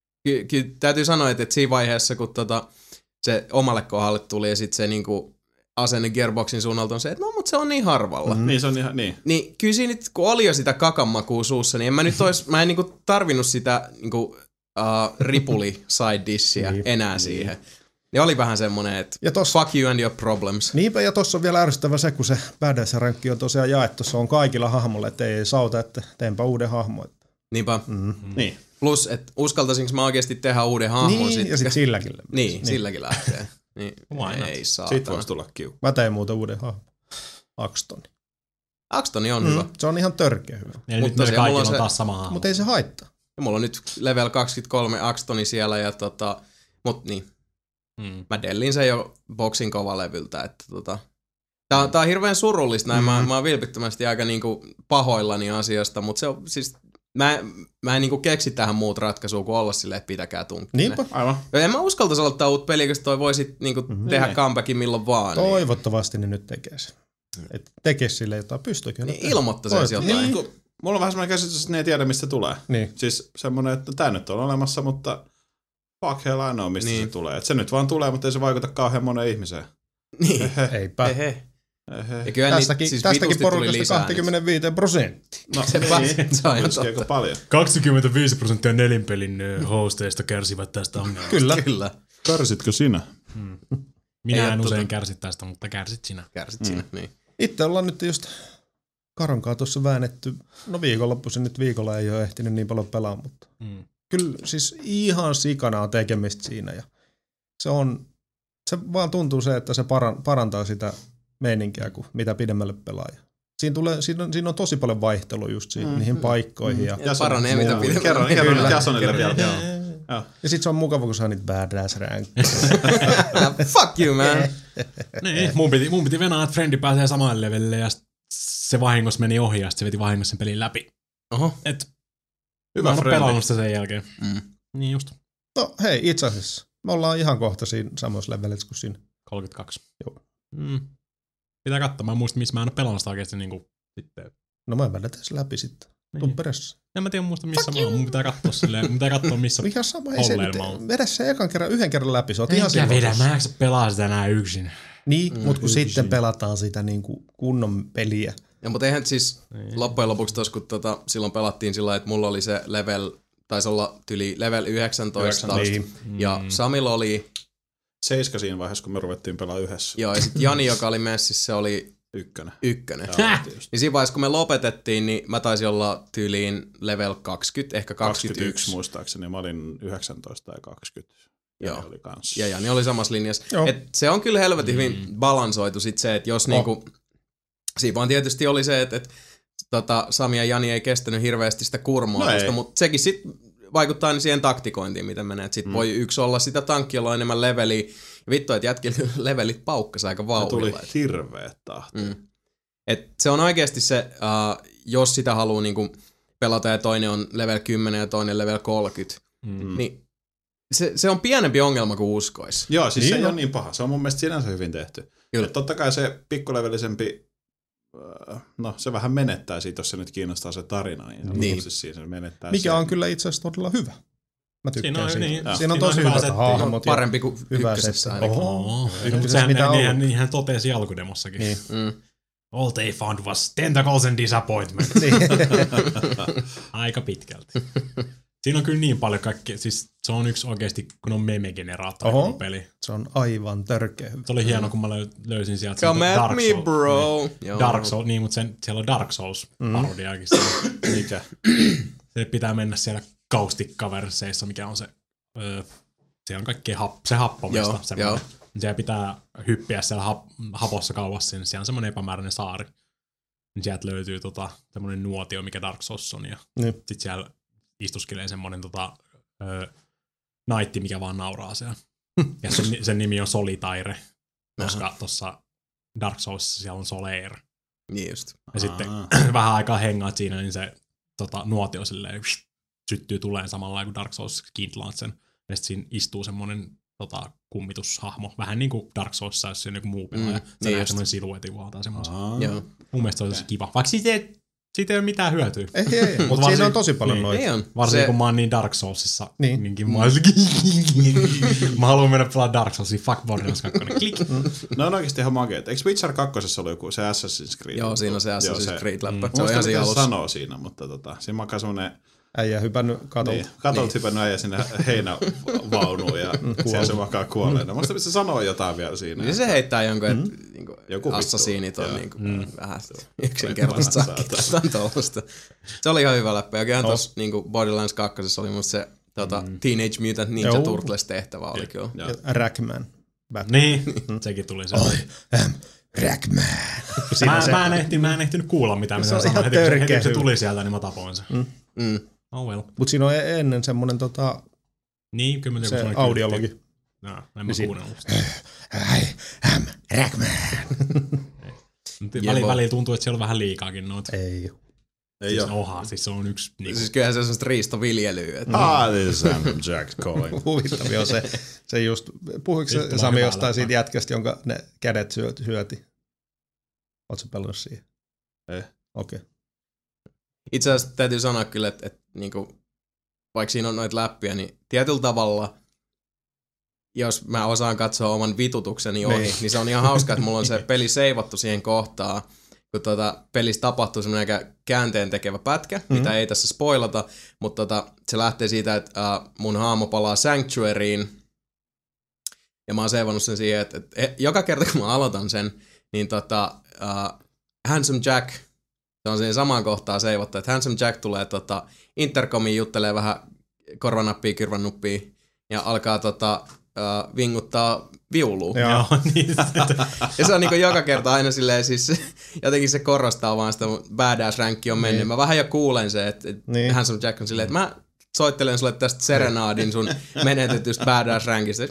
Speaker 4: Kyllä täytyy sanoa, että siinä vaiheessa, kun se omalle kohdalle tuli ja sit se niinku asenne Gearboxin suunnalta on se, että no, mutta se on niin harvalla.
Speaker 1: Niin, se on ihan, niin.
Speaker 4: Niin kyllä siinä nyt, kun oli jo sitä kakanmakua suussa, niin mä en niinku tarvinnut sitä niinku, ripuli side dishia enää siihen. Niin oli vähän semmonen, että fuck you and your problems.
Speaker 2: Niinpä, ja tossa on vielä ärsyttävä se, kun se badass-rankki on tosiaan jaettu. Se on kaikilla hahmolla, että ei sauta, että teenpä uuden hahmon.
Speaker 4: Niinpä.
Speaker 1: Niin.
Speaker 4: Plus, että uskaltaisinko mä oikeasti tehdä uuden hahmon
Speaker 2: niin,
Speaker 4: sitten.
Speaker 2: ja sit silläkin lähtee.
Speaker 4: Niin, silläkin lähtee. Niin, ei saatana.
Speaker 1: Siitä voisi tulla kiukku.
Speaker 2: Mä tein muuten uuden hahmon. Axtoni.
Speaker 4: Axtoni on hyvä.
Speaker 2: Se on ihan törkeä hyvä.
Speaker 3: Eli nyt meillä kaikilla on taas sama hahmo.
Speaker 2: Mutta ei se haittaa.
Speaker 4: Ja mulla on nyt level 23 Axtoni siellä, ja mut niin. Mä dellin sen jo boksin kovalevyltä, että Tää on hirveän surullista näin, mä oon vilpittömästi aika niinku pahoillani asiasta, mutta se on siis, mä en niinku keksi tähän muut ratkaisua kuin olla silleen, että pitäkää tunkkinen.
Speaker 2: Niinpä.
Speaker 1: Aivan.
Speaker 4: En mä uskaltaisi aloittaa uutta peliä, koska toi voisit niinku tehdä comebackin milloin vaan.
Speaker 2: Toivottavasti ne nyt tekee sen. Että tekee sille jotain, pystyykö?
Speaker 4: Niin ilmoittaisi jotain.
Speaker 1: Niin, mulla on vähän semmoinen käsitys, että ne ei tiedä, mistä se tulee. Niin. Siis semmoinen, että tää nyt on olemassa, mutta fuck hell I know, mistä se tulee. Että se nyt vaan tulee, mutta ei se vaikuta kauhean monen ihmiseen.
Speaker 4: Niin.
Speaker 2: Eipä. Tästäkin porukasta 25%.
Speaker 1: No
Speaker 4: se on
Speaker 1: aika paljon.
Speaker 3: 25% nelinpelin hosteista kärsivät tästä ongelmasta.
Speaker 4: Kyllä.
Speaker 1: Kärsitkö sinä?
Speaker 3: Minä en usein kärsi tästä, mutta kärsit sinä.
Speaker 4: Niin.
Speaker 2: Itse ollaan nyt just Karonkaan tuossa väännetty. No viikonloppuisin nyt viikolla ei ole ehtinyt niin paljon pelaa, mutta kyllä siis ihan sikana on tekemistä siinä. Ja se vaan tuntuu se, että se parantaa sitä meininkiä, kuin mitä pidemmälle pelaa. Siinä on tosi paljon vaihtelua just niihin paikkoihin. Ja
Speaker 4: paranee mitä pidemmälle.
Speaker 1: Kerron Jasonille vielä.
Speaker 2: Ja sit se on mukava, kun saa niitä badass rankkeja.
Speaker 4: Fuck you, man.
Speaker 3: Niin, mun piti venaa, että friendi pääsee samalle levelille ja se vahingossa meni ohi ja se veti vahingossa sen pelin läpi.
Speaker 4: Oho.
Speaker 3: Hyvä friendi. Mä oon pelannut sitä sen jälkeen. Niin just.
Speaker 2: No hei, itse asiassa. Me ollaan ihan kohta siinä samoissa levelissä kuin siinä.
Speaker 3: 32.
Speaker 2: Joo.
Speaker 3: Pitää katsoa. Mä en muista, missä mä en ole pelannut sitä oikeesti niinku sitten.
Speaker 2: No mä vedän tässä läpi sitten.
Speaker 3: Niin.
Speaker 2: Tuu perässä.
Speaker 3: En mä tiedä muista missä mä oon. Mun pitää katsoa silleen. Mun pitää katsoa missä
Speaker 2: ihan sama, ei se nyt. Vedä se yhden kerran läpi. Se on ihan
Speaker 3: silloin. Vedä, mä eikö pelaa sitä enää yksin.
Speaker 2: Niin, mutta kun sitten pelataan sitä niinku kunnon peliä.
Speaker 4: Ja mutta eihän siis loppujen lopuksi tos, kun silloin pelattiin sillä, että mulla oli se level, taisi olla tyli level 19. Ja Samilla oli
Speaker 1: 7 siinä vaiheessa, kun me ruvettiin pelaamaan yhdessä.
Speaker 4: Joo, ja sitten Jani, joka oli messissä, se oli ykkönen. Niin siinä vaiheessa, kun me lopetettiin, niin mä taisin olla tyyliin level 20, ehkä 21
Speaker 1: muistaakseni, mä olin 19 tai 20.
Speaker 4: Joo.
Speaker 1: Oli kans.
Speaker 4: Ja Jani oli samassa linjassa. Et se on kyllä helvetin hyvin balansoitu sit se, että jos niinku, siinä vaan tietysti oli se, että Sami ja Jani ei kestänyt hirveästi sitä kurmoitusta, mutta sekin sitten vaikuttaa niin siihen taktikointiin, miten menee. Sitten voi yksi olla sitä tankki, jolla on enemmän leveliä. Ja vittu, että jätkillä levelit paukkasi aika vauhdilla.
Speaker 1: Tuli hirveä tahti.
Speaker 4: Et se on oikeasti se, jos sitä haluaa niinku pelata ja toinen on level 10 ja toinen level 30, niin se on pienempi ongelma kuin uskois.
Speaker 1: Joo, siis se ei ole niin paha. Se on mun mielestä sinänsä hyvin tehty. Totta kai se pikkulevelisempi, no se vähän menettää siitä, jos se nyt kiinnostaa se tarina. Niin. Siis siinä se menettää.
Speaker 2: Mikä on kyllä itse asiassa todella hyvä. Mä tykkään siitä.
Speaker 3: Siinä
Speaker 2: on tosi hyvät hahmot.
Speaker 4: Parempi kuin ykkösessä.
Speaker 3: Niinhän totesi alkudemossakin. Niin. All they found was tentacles and disappointment. Aika pitkälti. Siinä on kyllä niin paljon kaikkea. Siis se on yksi oikeasti, kun on meme-generaattori peli.
Speaker 2: Se on aivan törkeä.
Speaker 3: Se oli hieno, kun mä löysin sieltä
Speaker 4: Come at me, bro.
Speaker 3: Dark Souls, niin, mutta siellä on Dark Souls-parodiakin. Mikä? Se pitää mennä siellä Caustic-kaverseissa, mikä on se, siellä on kaikkea se happomista. Siellä pitää hyppiä siellä hapossa kauas sinne. Siellä on semmoinen epämääräinen saari. Sieltä löytyy semmoinen nuotio, mikä Dark Souls on. Ja sit siellä istuskelee semmoinen naitti, mikä vaan nauraa siellä. Ja sen nimi on Solitaire, koska tuossa Dark Soulsissa siellä on Solaire.
Speaker 4: Niin just.
Speaker 3: Ja sitten vähän aikaa hengaat siinä, niin se nuotio silleen syttyy tuleen samalla lailla kuin Dark Souls kindlaat sen. Ja sitten siinä istuu semmoinen kummitushahmo. Vähän niin kuin Dark Soulsissa, jos se on joku muu pelaaja. Se näe semmoinen siluetin vaan tai semmoisen. Mun mielestä se olisi kiva. Vaikka siitä Siitä ei ole mitään hyötyä.
Speaker 2: Ei, mutta siinä on tosi paljon noita.
Speaker 3: Varsinkin kun mä oon niin Dark Soulsissa. Niin. Mä haluan mennä pelaa Dark Soulsia. Fuck Borderlands 2. Klik.
Speaker 1: No on oikeesti ihan makeet. Eikö Witcher 2 ollut joku se Assassin's Creed?
Speaker 4: Joo, siinä on se Assassin's Creed-läppä.
Speaker 1: Se on ihan siinä alussa. Sanoo siinä, mutta siinä makaa semmonen...
Speaker 2: Äijä hypännyt katolta.
Speaker 1: Niin, katolta hypännyt äijä sinne heinävaunuun ja siellä se makaa kuolleena. Musta se sanoo jotain vielä siinä.
Speaker 4: Niin se heittää jonkun, että niinku, assasiinit on niinku, vähän yksinkertaista sakkitaan tuollaista. Se oli ihan hyvä läppä. Ja kyllähän tuossa niinku Borderlands 2 oli musta se Teenage Mutant Ninja Turtles tehtävä oli kyllä.
Speaker 2: Rackman.
Speaker 3: Niin, sekin tuli se.
Speaker 2: Rackman.
Speaker 3: Mä en ehtinyt kuulla mitään, mitä sanoa. Heti kun se tuli sieltä, niin mä tapoin sen. Oh well.
Speaker 2: Mut siinä on ennen semmonen
Speaker 3: niin, kyllä
Speaker 2: se audiologi.
Speaker 3: No, en mä kuunnellut sitä.
Speaker 2: Rackman.
Speaker 3: Välillä tuntuu, että siellä on vähän liikaakin noita.
Speaker 2: Ei
Speaker 3: siis oo. Siis se on yksi... Niin
Speaker 4: siis kyllähän se on sellaista riistoviljelyä.
Speaker 1: This is Jack calling.
Speaker 2: Huvittavia on se just... Puhuiko se Sami jostain siitä jätkästä, jonka ne kädet syöti? Ootko pelannut siihen?
Speaker 1: Ei.
Speaker 2: Okei.
Speaker 4: Itse asiassa täytyy sanoa kyllä, että niinku, vaikka siinä on noita läppiä, niin tietyllä tavalla, jos mä osaan katsoa oman vitutukseni ohi, niin se on ihan hauska, että mulla on se peli seivattu siihen kohtaan, kun pelissä tapahtuu semmoinen aika käänteen tekevä pätkä, mitä ei tässä spoilata, mutta se lähtee siitä, että mun haamo palaa Sanctuaryin, ja mä oon seivannut sen siihen, että joka kerta kun mä aloitan sen, niin Handsome Jack, se on siinä samaan kohtaan seivattu, että Handsome Jack tulee intercomiin, juttelee vähän korvanappia, kyrvannuppia ja alkaa vinguttaa viulua.
Speaker 3: Joo, niin.
Speaker 4: Ja se on niinku joka kerta aina silleen, siis jotenkin se korostaa vaan sitä badass-ränkki on mennyt. Niin. Mä vähän jo kuulen se, että niin. Handsome Jack on silleen, että mä soittelen sulle tästä serenaadin sun menetetystä badass-ränkistä.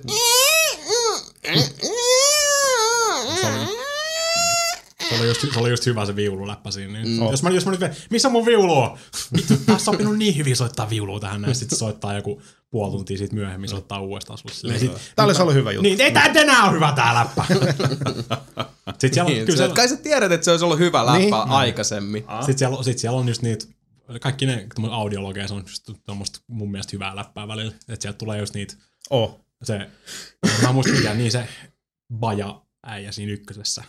Speaker 3: Se oli just hyvä se viululäppä siinä. Niin. Jos mä nyt missä on mun viulu on? Vittu, tässä on oppinut niin hyvin soittaa viulua tähän näin. Sitten soittaa joku puoli tuntia siitä myöhemmin, soittaa uudestaan sulle.
Speaker 2: Tää olisi ollut hyvä juttu.
Speaker 3: Niin, ei tää enää ole hyvä tää läppä. Sitten siellä on,
Speaker 4: kyllä kai sä tiedät, että se olisi ollut hyvä läppä aikaisemmin.
Speaker 3: Sitten siellä on just niitä, kaikki ne audiologeja, on just tommoista mun mielestä hyvää läppää välillä. Että sieltä tulee just niitä, mä muistin mikä, niin se Baja äijä siinä ykkösessä.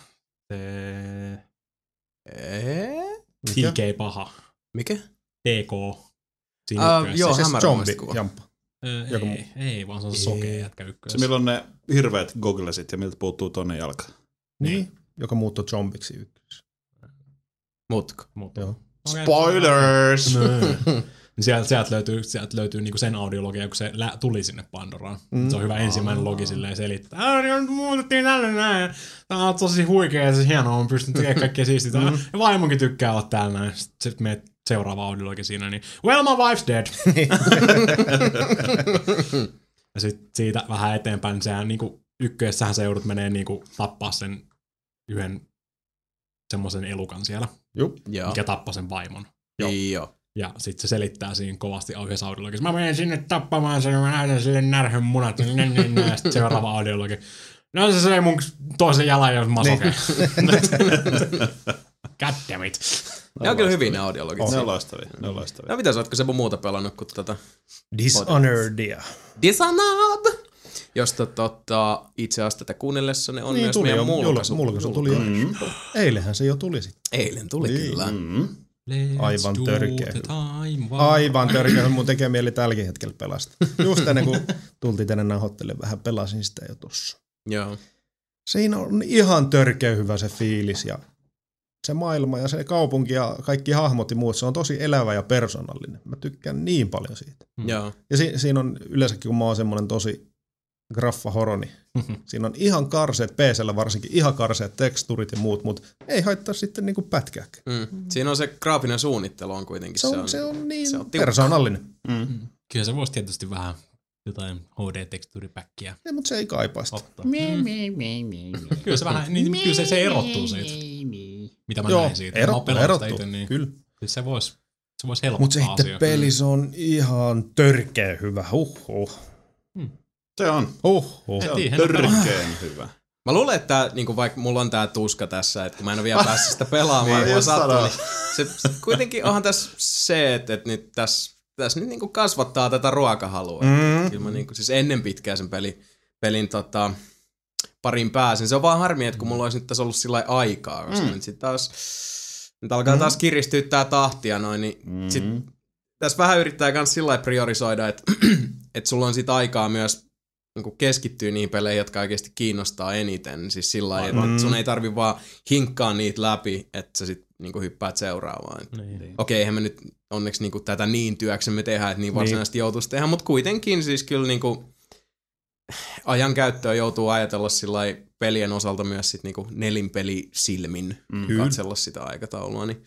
Speaker 3: TK paha.
Speaker 4: Mikä?
Speaker 3: TK.
Speaker 4: Joo,
Speaker 2: se zombi jamppa.
Speaker 3: Ei, vaan se on sokea jätkä ykkössä.
Speaker 1: Se milloin ne hirveät goglesit ja miltä puuttuu toinen jalka.
Speaker 2: Niin, joka muuttui zombiksi ykkössä.
Speaker 4: Muuttuko?
Speaker 2: Joo.
Speaker 1: Spoilers!
Speaker 3: Sieltä löytyy niinku sen audiologia, kun se tuli sinne Pandoraan. Se on hyvä ensimmäinen logi silleen selittää. Muutettiin tälle näin. Tää on tosi huikea ja se hienoa. On pystynyt tekemään kaikkea siistiä. Ja vaimonkin tykkää olla täällä näin. Sitten meet seuraava audiologi siinä. Niin, well, my wife's dead. Ja sitten siitä vähän eteenpäin. Sehän niinku ykkössähän se joudut menee niinku tappaa sen yhden semmoisen elukan siellä. Mikä tappaa sen vaimon.
Speaker 4: Joo.
Speaker 3: Ja sit se selittää siinä kovasti yhdessä audiologissa. Mä menen sinne tappamaan sen, mä näytän sille närhön munat. Ja sit seuraava audiologi. No se söi mun toisen jalan ja masoke. God damn it.
Speaker 4: Ne on kyllä hyvin ne audiologit.
Speaker 1: Ne on loistavia.
Speaker 4: No mitäs, ootko Sebu muuta pelannut kuin
Speaker 2: Dishonoredia.
Speaker 4: Dishonored! Jos itse asiassa tätä kuunnellessa ne on niin, myös meidän mulkaisu.
Speaker 2: Mulkaisu tuli jo. Eilenhän se jo tuli sitten.
Speaker 4: Eilen tuli kyllä.
Speaker 2: Aivan törkeä. Aivan törkeä. Mun tekee mieli tälläkin hetkellä pelasta. Just ennen kuin tultiin tänne nauhoittelemaan, vähän pelasin sitä jo tossa.
Speaker 4: Joo.
Speaker 2: Siinä on ihan törkeä hyvä se fiilis ja se maailma ja se kaupunki ja kaikki hahmot ja muut. Se on tosi elävä ja persoonallinen. Mä tykkään niin paljon siitä.
Speaker 4: Joo.
Speaker 2: Ja siinä on yleensäkin, kun mä oon semmonen tosi graffahoroni. Siinä on ihan karseet, PC:llä varsinkin ihan karseet teksturit ja muut, mutta ei haittaa sitten niinku pätkääkään.
Speaker 4: Siinä on se graafinen suunnittelu on kuitenkin.
Speaker 2: Se on niin persoonallinen.
Speaker 3: Kyllä se voisi tietysti vähän jotain HD-teksturipäkkiä.
Speaker 2: Ei, mutta se ei kaipaa sitä.
Speaker 3: Kyllä se vähän, niin kyllä se erottuu siitä, mitä mä näin siitä.
Speaker 2: Erottuu,
Speaker 3: niin
Speaker 2: kyllä.
Speaker 3: Siis se voisi helpottaa
Speaker 2: mutta se itse
Speaker 3: asiaa.
Speaker 2: peli, se on ihan törkeä hyvä.
Speaker 1: Se on.
Speaker 2: Se on
Speaker 1: törkeän hyvä.
Speaker 4: Mä luulen, että niinku, vaikka mulla on tää tuska tässä, että mä en ole vielä päässyt sitä pelaamaan, niin, se kuitenkin onhan tässä se, että nyt tässä nyt niinku kasvattaa tätä ruokahalua. Kyllä mä niinku, siis ennen pitkään sen pelin parin pääsin. Se on vaan harmi, että kun mulla olisi nyt tässä ollut sillä aikaa, koska nyt alkaa taas kiristyä tää tahtia noin, niin sit tässä vähän yrittää kans sillä priorisoida, että sulla on sit aikaa myös niin keskittyy niihin peleihin, jotka oikeasti kiinnostaa eniten. Siis sillä lailla, että sun ei tarvi vaan hinkkaa niitä läpi, että sä sit niin hyppäät seuraavaan. Niin. Okei, eihän me nyt onneksi niin tätä niin työksemme tehdä, että niin varsinaisesti joutuisi tehdä, mutta kuitenkin siis kyllä niin ajan käyttöä joutuu ajatella sillä pelien osalta myös sit niin nelinpelisilmin katsella sitä aikataulua. Niin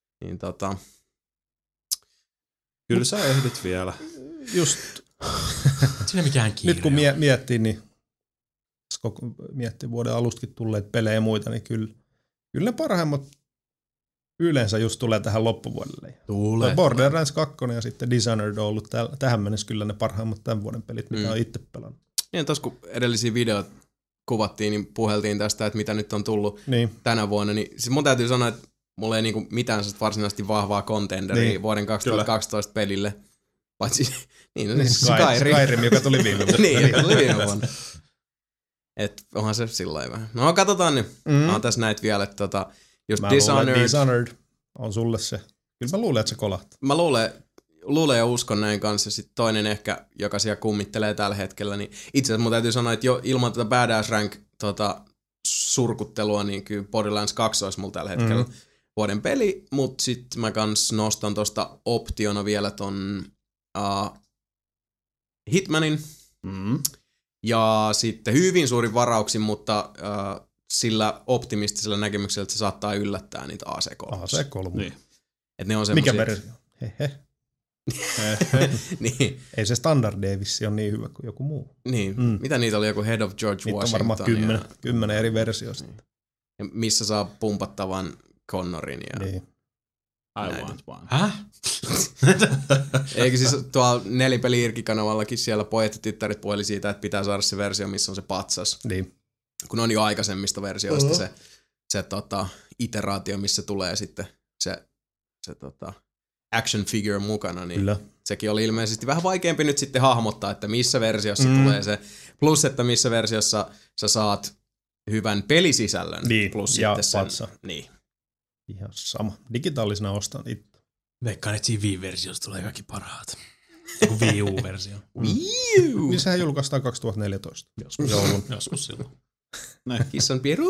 Speaker 1: Kyllä sä ehdit vielä.
Speaker 2: Just.
Speaker 3: Siinä mikään kiire.
Speaker 2: Nyt kun miettii, niin miettii vuoden alustakin tulleet pelejä ja muita, niin kyllä ne parhaimmat yleensä just tulee tähän loppuvuodelle.
Speaker 4: Tulee.
Speaker 2: Borderlands 2 ja sitten Dishonored on ollut tähän mennessä kyllä ne parhaimmat tämän vuoden pelit, mitä on itse pelannut.
Speaker 4: Niin tuossa kun edellisiä videoita kuvattiin, niin puheltiin tästä, että mitä nyt on tullut tänä vuonna. Niin siis mun täytyy sanoa, että mulla ei niinku mitään varsinaisesti vahvaa contenderia vuoden 2012 pelille. Paitsi
Speaker 2: Skyrim, joka tuli viime vuonna.
Speaker 4: Niin, joka tuli viime vuonna. Et onhan se sillä lailla vähän. No katsotaan nyt. On tässä näitä vielä, että just
Speaker 2: Dishonored on sulle se. Kyllä mä luulen, että se kolahtaa.
Speaker 4: Mä luulen ja uskon näin kanssa. Sitten toinen ehkä, joka siellä kummittelee tällä hetkellä, niin itse asiassa mun täytyy sanoa, että jo ilman tätä Badass Rank surkuttelua, niin kyllä Borderlands 2 olisi mulla tällä hetkellä vuoden peli, mutta sitten mä kans nostan tosta optiona vielä ton Hitmanin. Ja sitten hyvin suuri varauksin, mutta sillä optimistisella näkemyksellä, että se saattaa yllättää niitä AC3.
Speaker 2: AC3.
Speaker 4: Niin. Et ne on semmosia...
Speaker 2: Mikä versio? Hehe.
Speaker 4: Niin.
Speaker 2: Ei se standardevissi on niin hyvä kuin joku muu.
Speaker 4: Niin. Mitä niitä oli? Joku Head of George
Speaker 2: niitä
Speaker 4: Washington?
Speaker 2: On varmaan 10 eri versioista.
Speaker 4: Ja missä saa pumpattavan Connorin. Ja
Speaker 2: niin.
Speaker 1: I want one.
Speaker 3: Häh?
Speaker 4: Eikö siis tuolla Nelinpeli Irkki-kanavallakin siellä pojat ja tyttärit puheli siitä, että pitää saada se versio, missä on se patsas.
Speaker 2: Niin.
Speaker 4: Kun on jo aikaisemmista versioista se iteraatio, missä tulee sitten se action figure mukana, niin kyllä. Sekin oli ilmeisesti vähän vaikeampi nyt sitten hahmottaa, että missä versiossa tulee se. Plus, että missä versiossa sä saat hyvän pelisisällön.
Speaker 2: Niin,
Speaker 4: plus
Speaker 2: ja
Speaker 4: sitten
Speaker 2: patsa.
Speaker 4: Niin.
Speaker 2: Ihan sama. Digitaalisena ostan itse.
Speaker 3: Veikkaan, että siinä Wii-versiossa tulee kaikki parhaat. Joku Wii U-versio.
Speaker 2: Niin sehän julkaistaan 2014.
Speaker 3: Joskus silloin.
Speaker 4: Kissan Piru!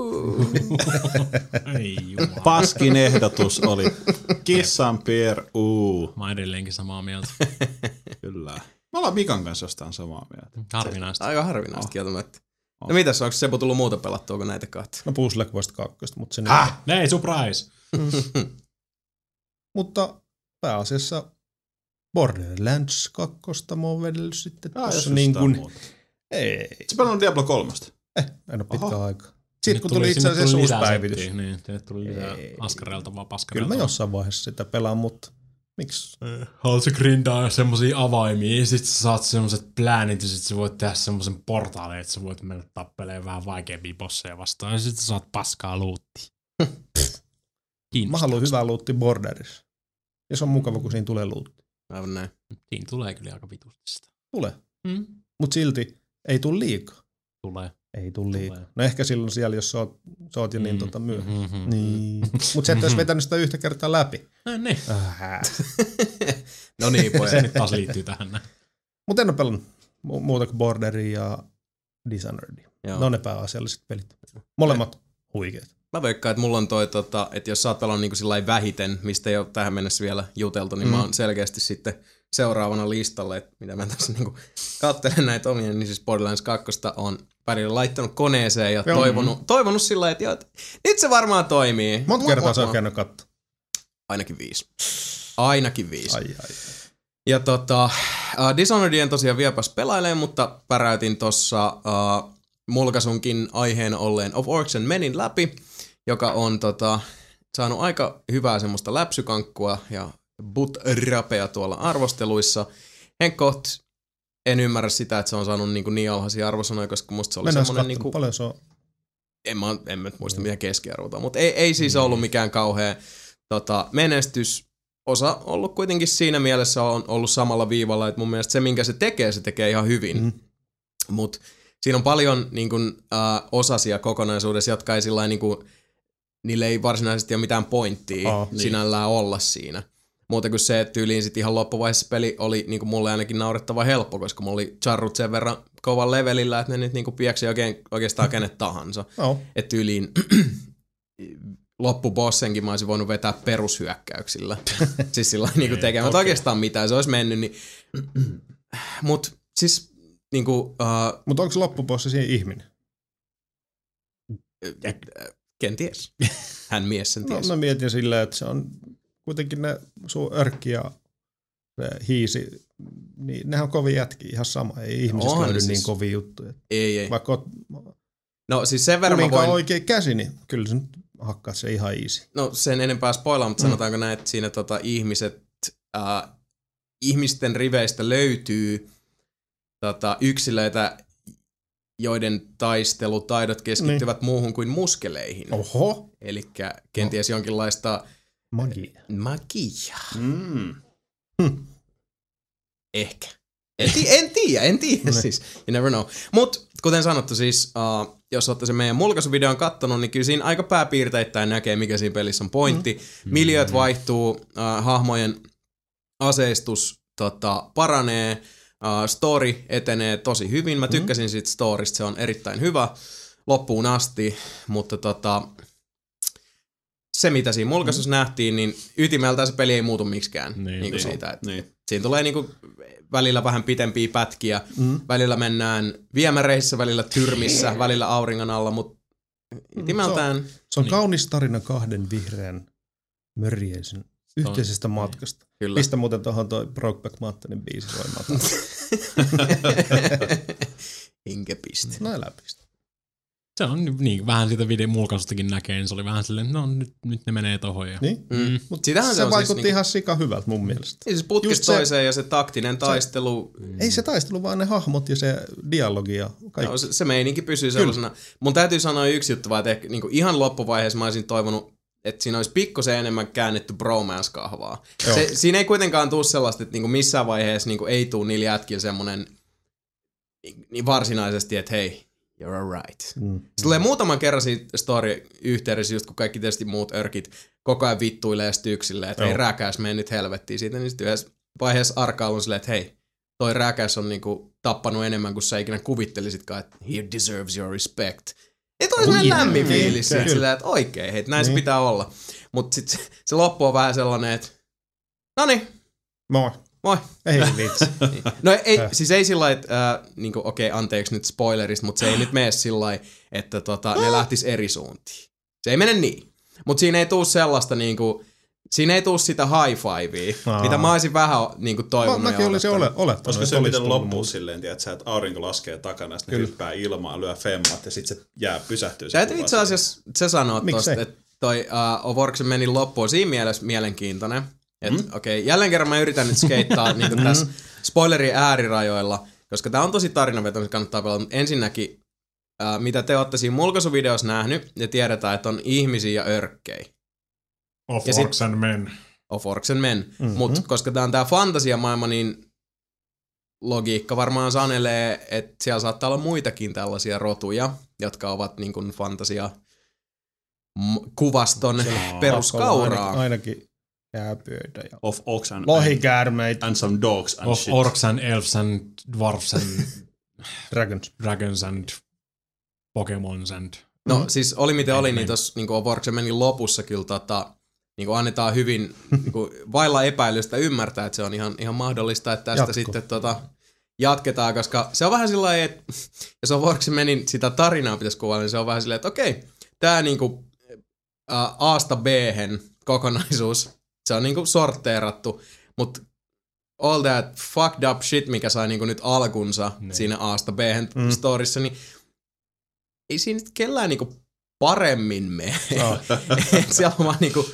Speaker 3: Ei jumala.
Speaker 1: Paskin ehdotus oli Kissan Piru.
Speaker 3: Mä oon edelleenkin samaa mieltä.
Speaker 1: Kyllä. Me ollaan Mikan kanssa jostain samaa mieltä.
Speaker 3: Harvinaista.
Speaker 4: Aika harvinaista kieltämättä. No mitäs, onko Sepo tullut muuta pelattua kuin näitä kahta?
Speaker 2: No Puzzle Quest 2, mutta se
Speaker 3: Ei, surprise!
Speaker 2: Mutta pääasiassa Borderlands 2 mä oon vedellyt sitten tossa niin kuin... Ei.
Speaker 1: Se pelannut Diablo 3.
Speaker 2: En oo pitkään aikaa. Sitten kun tuli itse asiassa uusi päivitys.
Speaker 3: Niin, teille tuli lisää askareltavaa paskareltavaa.
Speaker 2: Kyllä mä jossain vaiheessa sitä pelaan, mutta miksi?
Speaker 3: Haluatko grindaa semmosia avaimia, sit sä saat semmoset pläänit, ja sit sä voit tehdä semmosen portaalin, että sä voit mennä tappeleen vähän vaikeampia bosseja vastaan, ja sit sä saat paskaa luuttia.
Speaker 2: Mä haluan hyvää luuttia Borderissa. Ja se on mukava, kun siinä tulee luutti.
Speaker 4: Aivan näin.
Speaker 3: Siinä tulee kyllä aika vitusti sitä.
Speaker 2: Tulee. Mut silti ei tule liikaa.
Speaker 3: Tulee.
Speaker 2: Ei tule liikaa. No ehkä silloin siellä, jos sä oot jo niin myöhemmin. Niin. Mut sä et ois vetänyt sitä yhtä kertaa läpi.
Speaker 3: Niin.
Speaker 4: No niin, pojat.
Speaker 3: Se nyt taas liittyy tähän näin.
Speaker 2: Mut en oo pelannut muuta kuin Borderia ja Dishonoredia. Ne on ne pääasialliset pelit. Molemmat huikeet.
Speaker 4: Mä veikkaan, että mulla on toi, että jos sä oot pelannut niin kuin vähiten, mistä ei ole tähän mennessä vielä juteltu, niin mä oon selkeästi sitten seuraavana listalle, että mitä mä tässä niin katselen näitä omia, niin siis Borderlands 2 on välillä laittanut koneeseen ja toivonut sillä lailla, että nyt se varmaan toimii.
Speaker 2: Monta kertaa sä oot käynyt katsoa?
Speaker 4: Ainakin 5. Ainakin 5.
Speaker 2: Ai.
Speaker 4: Ja Dishonored en tosiaan vieläpäs pelailee, mutta päräytin tossa mulkaisunkin aiheena olleen Of Orcs and Menin läpi, joka on saanut aika hyvää semmoista läpsykankkua ja but-rapea tuolla arvosteluissa. En kohta en ymmärrä sitä, että se on saanut niin alhaisia arvosanoja, koska musta se oli semmoinen niinku...
Speaker 2: Paljon se on?
Speaker 4: En muista mitä keskiarvoa, mutta ei siis ollut mikään kauhea menestys. Osa ollut kuitenkin siinä mielessä on ollut samalla viivalla, että mun mielestä se, minkä se tekee ihan hyvin. Mutta siinä on paljon niin kun, osasia kokonaisuudessa, jotka ei sillain, niin kun, niille ei varsinaisesti ole mitään pointtia sinällään olla siinä. Muuta kuin se, että tyyliin sit ihan loppuvaiheessa peli oli niin kuin mulle ainakin naurettava helppo, koska mulla oli charrut sen verran kovan levelillä, että ne nyt niin kuin pieksi oikeastaan kenet tahansa. Että tyyliin loppubossenkin mä olisin voinut vetää perushyökkäyksillä. Siis sillä niin kuin tekemättä oikeastaan mitään, se olisi mennyt. Niin... Mut siis niinku...
Speaker 2: Mutta onko loppubossi siihen ihminen?
Speaker 4: Kenties. Hän mies sen ties.
Speaker 2: No mä mietin silleen, että se on kuitenkin ne sun örkki ja se hiisi, niin nehän on kovin jätkiä ihan sama. Ei ihmisistä löydy siis niin kovia juttuja.
Speaker 4: Ei.
Speaker 2: Vaikka oot
Speaker 4: no siis sen verran mä voin...
Speaker 2: oikein käsi, niin kyllä se nyt hakkaa se ihan easy.
Speaker 4: No sen enempää spoilaa, mutta sanotaanko näin, että siinä ihmisten riveistä löytyy yksilöitä, joiden taistelutaidot keskittyvät muuhun kuin muskeleihin.
Speaker 2: Oho.
Speaker 4: Elikkä kenties jonkinlaista magia. Ehkä. En tiedä siis. You never know. Mut kuten sanottu siis, jos olette sen meidän mulkaisuvideon kattonut, niin kyllä siinä aika pääpiirteittäin näkee, mikä siinä pelissä on pointti. Miljööt vaihtuu, hahmojen aseistus paranee, story etenee tosi hyvin. Mä tykkäsin siitä storista, se on erittäin hyvä loppuun asti, mutta se mitä siinä mulkaisussa nähtiin, niin ytimeltään se peli ei muutu miksikään niin siitä. Että siinä tulee niinku välillä vähän pitempiä pätkiä, välillä mennään viemäreissä, välillä tyrmissä, välillä auringon alla, mutta ytimeltään...
Speaker 2: Se on kaunis tarina kahden vihreän mörjäisen yhteisestä matkasta.
Speaker 4: Kyllä.
Speaker 2: Pistä muuten tuohon toi Brokeback Mountainin biisi voimaan.
Speaker 4: Hinke piste.
Speaker 2: No älä pistä.
Speaker 3: Se on niin, vähän siitä videon mulkaisustakin näkee, niin se oli vähän silleen, no nyt ne menee tohon. Ja...
Speaker 2: Niin? Mut se vaikutti siis ihan sika hyvältä mun mielestä.
Speaker 4: Siis putkista toiseen ja se taktinen taistelu.
Speaker 2: Ei se taistelu, vaan ne hahmot ja se dialogi ja kaikki.
Speaker 4: No, se meininki pysyy sellaisena. Mun täytyy sanoa yksi juttu vaan, että ehkä, niin ihan loppuvaiheessa mä olisin toivonut, että siinä olisi pikkusen enemmän käännetty bromance-kahvaa. Siinä ei kuitenkaan tule sellaista, että niin missään vaiheessa niin ei tule niillä jätkillä semmoinen niin varsinaisesti, että hei, you're alright. Se tulee muutaman kerran siitä story-yhteydessä, just kun kaikki tietysti muut örkit koko ajan vittuilee styksille, että hei, rääkäs, mene nyt helvettiin siitä, niin sitten yhdessä vaiheessa arkailun silleen, että hei, toi rääkäs on niinku tappanut enemmän kuin sä ikinä kuvittelisitkaan, että he deserves your respect. Ei toi sellainen lämmin fiilis siitä silleen, että oikein, hei, näin se pitää olla. Mutta sitten se loppu on vähän sellainen, että noniin.
Speaker 2: Moi. Ei vitsi.
Speaker 4: No siis ei sillä lailla, että niinku, okei, anteeksi nyt spoilerista, mutta se ei nyt mene sillä lailla, että ne lähtis eri suuntiin. Se ei mene niin. Mutta siinä ei tuu sellaista niinku, siinä ei tuu sitä high fivea, mitä mä olisin vähän niinku toivonut.
Speaker 2: Mäkin olisin olettanut.
Speaker 1: Koska se miten loppuu silleen, että aurinko laskee takana, ja sitten hyppää ilmaan, lyö femmat, ja sitten se jää pysähtyy.
Speaker 4: Täytyy itse asiassa se sanoa tosta, että toi Ovorksen meni loppuun siinä mielessä mielenkiintoinen. Että okei, jälleen kerran mä yritän nyt skeittaa niinku tässä spoilerin äärirajoilla, koska tää on tosi tarinavetoinen, se kannattaa pelata. Mutta ensinnäkin, mitä te ootte siinä mulkaisuvideossa nähnyt, ja tiedetään, että on ihmisiä ja örkkejä.
Speaker 3: Of Orcs and Men.
Speaker 4: Of Orcs and Men. Mutta koska tää on tää fantasiamaailma, niin logiikka varmaan sanelee, että siellä saattaa olla muitakin tällaisia rotuja, jotka ovat niin kuin fantasia-kuvaston peruskauraa.
Speaker 2: Ainakin kääpyöitä ja
Speaker 1: of orcs and
Speaker 2: lohikäärmeitä.
Speaker 1: And some dogs and
Speaker 3: of
Speaker 1: shit.
Speaker 3: Orcs and Elves and Dwarfs and
Speaker 2: Dragons
Speaker 3: and Pokemons and...
Speaker 4: No siis oli miten oli, niin tossa niin of Orcs and Menin lopussa kyllä niin annetaan hyvin niin vailla epäilystä ymmärtää, että se on ihan mahdollista, että tästä sitten jatketaan, koska se on vähän sillä lailla, että jos of Orcs and Menin sitä tarinaa pitäisi kuvailla, niin se on vähän silleen, että okei, tää niinku A:sta B:hen kokonaisuus, se on niinku sorteerattu, mutta all that fucked up shit, mikä sai niinku nyt alkunsa siinä A:sta B:hen storissa, niin ei siinä nyt kellään niinku paremmin mene. Siellä on vaan niinku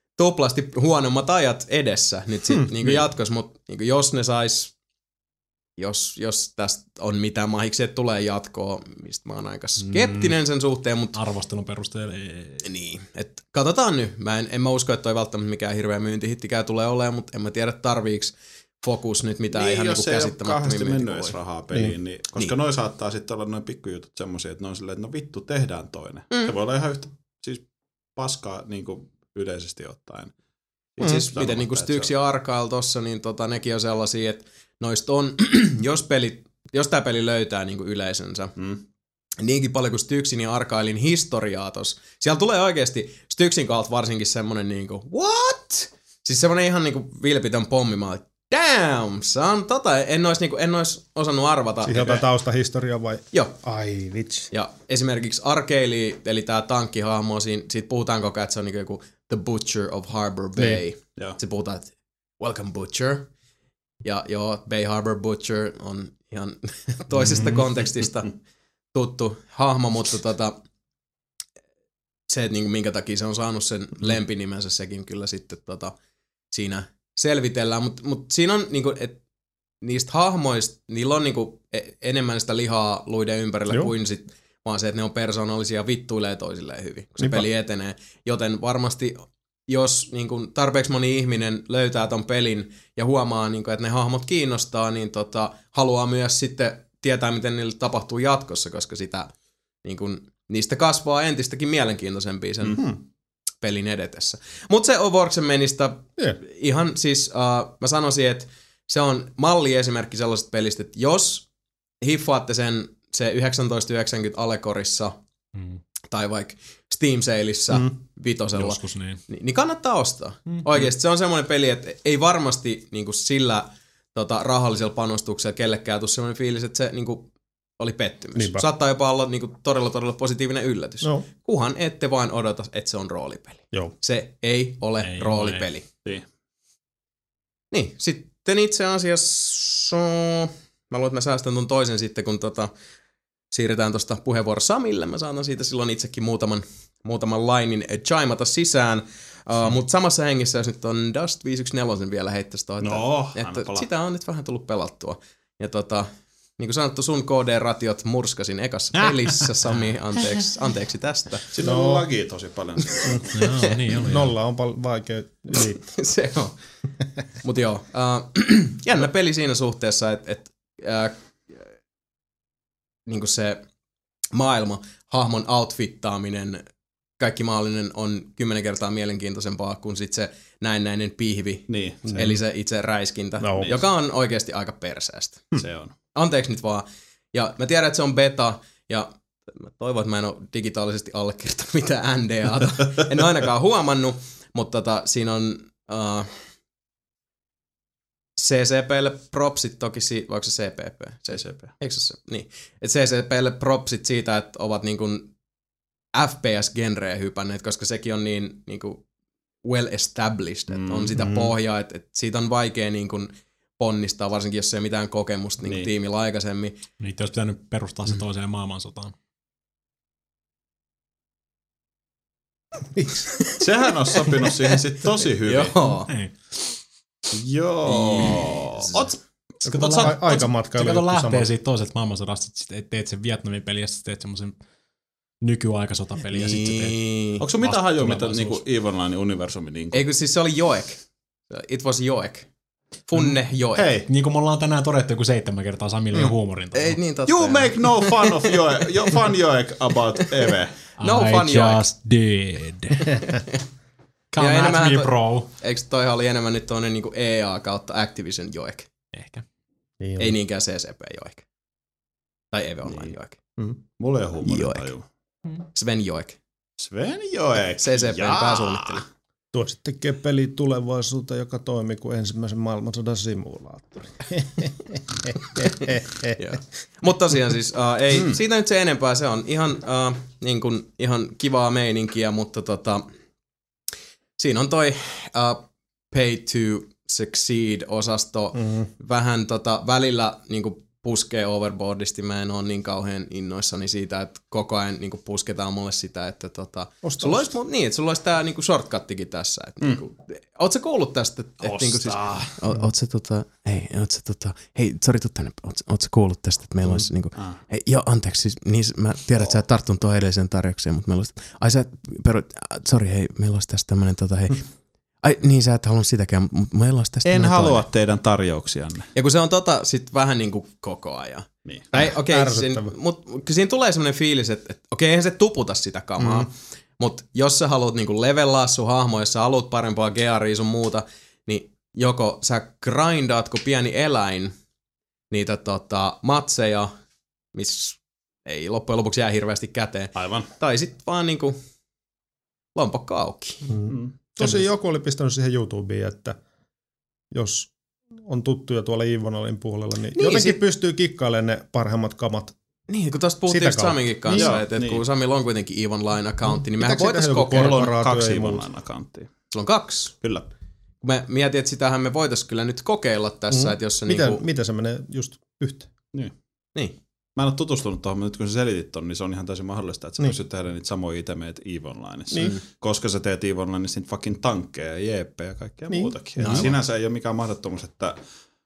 Speaker 4: tuplasti huonommat ajat edessä nyt sit niinku jatkossa, mutta niinku jos ne sais jos tästä on mitään mahiksi, että tulee jatkoa, mistä mä oon aika skeptinen sen suhteen, mutta
Speaker 3: arvostelun perusteella
Speaker 4: niin, että katsotaan nyt. En mä usko, että toi välttämättä mikään hirveä myyntihittikään tulee olemaan, mutta en mä tiedä, tarviiks Focus nyt mitään ihan niinku käsittämättömiä
Speaker 1: myyntikuva. Jos ei ole mennyt rahaa peliin, niin koska noi saattaa sitten olla noin pikkujutut semmosia, että ne on silleen, että no vittu, tehdään toinen. Se voi olla ihan yhtä siis paskaa niinku yleisesti ottaen.
Speaker 4: Siis miten niinku Styx ja Arkail tossa, niin nekin on sellaisia, että noista on, jos tää peli löytää niinku yleisönsä, niinkin paljon kuin Styxin ja Arkailin historiaa tossa. Siellä tulee oikeesti Styxin kautta varsinkin semmonen niinku, what? Siis semmonen ihan niinku vilpitön pommi, damn, son, en ois osannut arvata.
Speaker 2: Siihen jotain taustahistoriaa vai?
Speaker 4: Joo.
Speaker 2: Ai vitsi.
Speaker 4: Ja esimerkiksi Arkeili, eli tää tankkihahmo, siitä puhutaan koko ajan, että se on niinku joku The Butcher of Harbor Bay.
Speaker 1: Niin.
Speaker 4: Se puhutaan, että welcome Butcher. Ja joo, Bay Harbor Butcher on ihan toisesta kontekstista tuttu hahmo, mutta se, että niinku minkä takia se on saanut sen lempinimensä, sekin kyllä sitten siinä selvitellään, mutta siinä on niinku, että niistä hahmoista, niillä on niinku enemmän sitä lihaa luiden ympärillä kuin sit vaan se, että ne on persoonallisia ja vittuilee toisilleen hyvin, kun se peli etenee. Joten varmasti, jos niinku tarpeeksi moni ihminen löytää ton pelin ja huomaa, niinku, että ne hahmot kiinnostaa, niin haluaa myös sitten tietää, miten niille tapahtuu jatkossa, koska sitä, niinku, niistä kasvaa entistäkin mielenkiintoisempia sen pelin edetessä. Mutta se Ovorksen menistä ihan siis, mä sanoisin, että se on malliesimerkki sellaisesta pelistä, että jos hiffaatte se 1990 Alekorissa tai vaikka Steam Saleissa vitosella,
Speaker 3: joskus
Speaker 4: niin kannattaa ostaa. Oikeesti se on semmoinen peli, että ei varmasti niinku sillä rahallisella panostuksella kellekään tule semmoinen fiilis, että se niinku oli pettymys. Niinpä. Saattaa jopa olla niinku todella positiivinen yllätys. No. Kuhan ette vain odota, että se on roolipeli.
Speaker 2: Joo.
Speaker 4: Se ei ole roolipeli. Niin, sitten itse asiassa mä luulen, että mä säästän ton toisen sitten, kun siirretään tuosta puheenvuoro Samille. Mä saatan siitä silloin itsekin muutaman lainin chaimata sisään. Mutta samassa hengessä, jos nyt on Dust 514 vielä heittäisi että sitä on nyt vähän tullut pelattua. Ja niin kuin sanottu, sun KD-ratiot murskasin ekassa pelissä, Sami, anteeksi tästä.
Speaker 1: Siinä on lagia tosi paljon.
Speaker 2: Niin oli. Nolla on vaikea ylittää.
Speaker 4: Se on. Mut joo, jännä peli siinä suhteessa, että niinku se maailma, hahmon outfittaaminen, kaikki maallinen on 10 kertaa mielenkiintoisempaa kuin sit se näennäinen pihvi, eli se itse räiskintä, joka on oikeasti aika perseestä.
Speaker 1: Se on.
Speaker 4: Anteeksi nyt vaan. Ja mä tiedän, että se on beta, ja mä toivon, että mä en ole digitaalisesti allekirjoittanut mitään NDAta. En ainakaan huomannut, mutta siinä on CCPlle propsit toki, vaikka se CPP? CCP. Eikö se? Niin. Et CCPlle propsit siitä, että ovat niin kuin FPS-genreen hypänneet, koska sekin on niin kuin well established, että on sitä pohjaa, että siitä on vaikea niin kuin ponnistaa, varsinkin jos ei ole mitään kokemusta niin tiimillä aikaisemmin.
Speaker 3: Niitä olisi pitänyt perustaa se toiseen maailmansotaan.
Speaker 1: Sehän on sopinut siihen sit tosi hyvin.
Speaker 3: Joo.
Speaker 2: Aikamatkailu.
Speaker 3: Kato lähtee siitä toiselta maailmansodasta, sit teet sen Vietnamin peli ja sitten teet semmoisen nykyaikasotapeli ja sitten teet.
Speaker 1: Onko sun mitään hajua, mitä niinku EVE Online universumi niinku?
Speaker 4: Eikö siis se oli Joek. It was Joek. Funne Joek.
Speaker 3: Hei. Niin kuin me ollaan tänään todettu joku 7 kertaa Samille ja huumorin.
Speaker 4: Ei niin totta.
Speaker 1: You make no fun of Joek. Fun Joek about EVE.
Speaker 4: No fun Joek.
Speaker 3: I just did. Come at me, bro.
Speaker 4: Eikö toihan oli enemmän nyt tuonne niinku EA kautta Activision Joek?
Speaker 3: Ehkä.
Speaker 4: Ei niinkään CCP Joek. Tai EVE Online Joek.
Speaker 1: Mulla ei ole huumoritaju.
Speaker 4: Sven Joek.
Speaker 1: Sven Joek.
Speaker 4: CCPn pääsuunnittelija.
Speaker 2: Tuo tekee peli tulevaisuutta, joka toimii kuin ensimmäisen maailmansodan simulaattori.
Speaker 4: Mutta tosiaan siis ei siitä nyt se enempää. Se on ihan kivaa meininkiä, mutta siinä on toi pay to succeed-osasto vähän välillä niinku puskee overboardisti. Mä en oo niin kauhean innoissani siitä, että koko ajan niinku pusketaan mulle sitä, että sulla olisi tää niinku shortcuttikin tässä. Oot sä kuullut tästä? Niinku siis, hei, sori, tuu tänne. Oot sä kuullut tästä, että meillä olisi niinku, hei, joo, anteeksi, siis, niin, mä tiedän, että sä et tarttun tuohon edelliseen tarjoukseen, mutta meillä olisi, sori, hei, meillä olisi tässä tämmönen, hei, ai niin, sä et halunnut sitäkään, mutta meillä olisi tästä
Speaker 1: en halua
Speaker 4: toinen.
Speaker 1: teidän tarjouksianne.
Speaker 4: Ja kun se on sit vähän niinku koko ajan.
Speaker 1: Niin.
Speaker 4: Mutta siinä tulee semmoinen fiilis, että okei, eihän se tuputa sitä kamaa, mutta jos sä haluat niinku levellaa sun hahmo, jos sä haluat parempaa gearia sun muuta, niin joko sä grindaat kuin pieni eläin niitä matseja, missä ei loppujen lopuksi jää hirveästi käteen.
Speaker 1: Aivan.
Speaker 4: Tai sit vaan niinku lompakko auki.
Speaker 2: Tosi joku oli pistänyt siihen YouTubeen, että jos on tuttuja tuolla Evonalin puolella, niin jotenkin pystyy kikkailemaan ne parhaimmat kamat.
Speaker 4: Niin, kun tosta puhuttiin Saminkin kanssa, että kun Samilla on kuitenkin Evonline-accountti, niin mehän voitaisiin kokeilla.
Speaker 1: Meillä on 2 Evonline-accounttia.
Speaker 4: Sulla on 2?
Speaker 1: Kyllä.
Speaker 4: Mä mietin, että sitähän me voitaisiin kyllä nyt kokeilla tässä, että jos se
Speaker 2: Miten se menee just yhteen?
Speaker 4: Niin.
Speaker 1: Mä en ole tutustunut tuohon, mutta nyt kun sä selitit ton, niin se on ihan täysin mahdollista, että sä pystyt tehdä niitä samoja itemeitä EVE-onlineissa. Koska sä teet EVE-onlineissa niitä fucking tankkeja ja jeeppejä ja kaikkea muutakin. No, sinänsä ei ole mikään mahdottomuus, että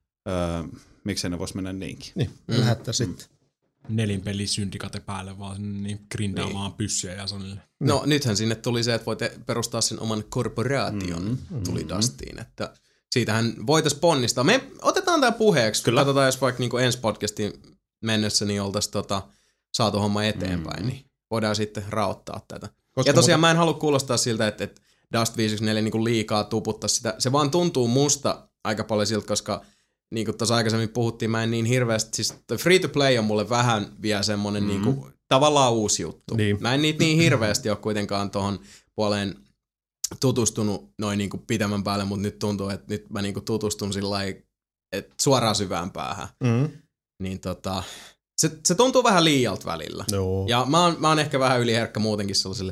Speaker 1: miksei ne vois mennä niinkin.
Speaker 2: Niin, lähettää sitten.
Speaker 3: 4 peli syndikate päälle vaan niin grindaamaan pyssyjä ja sonille.
Speaker 4: No nythän sinne tuli se, että voit perustaa sen oman korporaation, tuli Dustiin, että siitähän voitaisiin ponnistaa. Me otetaan tää puheeksi, katsotaan jos vaikka niinku ensi podcastin mennessä niin oltaisiin saatu homma eteenpäin, niin voidaan sitten raottaa tätä. Ja tosiaan mä en halua kuulostaa siltä, että Dust 514 niin kuin liikaa tuputtaa sitä. Se vaan tuntuu musta aika paljon siltä, koska niin kuin tuossa aikaisemmin puhuttiin, mä en niin hirveästi, siis free to play on mulle vähän vielä semmonen niin kuin, tavallaan uusi juttu. Niin. Mä en niitä niin hirveästi ole kuitenkaan tohon puoleen tutustunut noin niin kuin pitemmän päälle, mutta nyt tuntuu, että nyt mä niin kuin tutustun sillai, että suoraan syvään päähän. Niin se tuntuu vähän liialta välillä. Joo. Ja mä oon ehkä vähän yliherkkä muutenkin sellaiselle,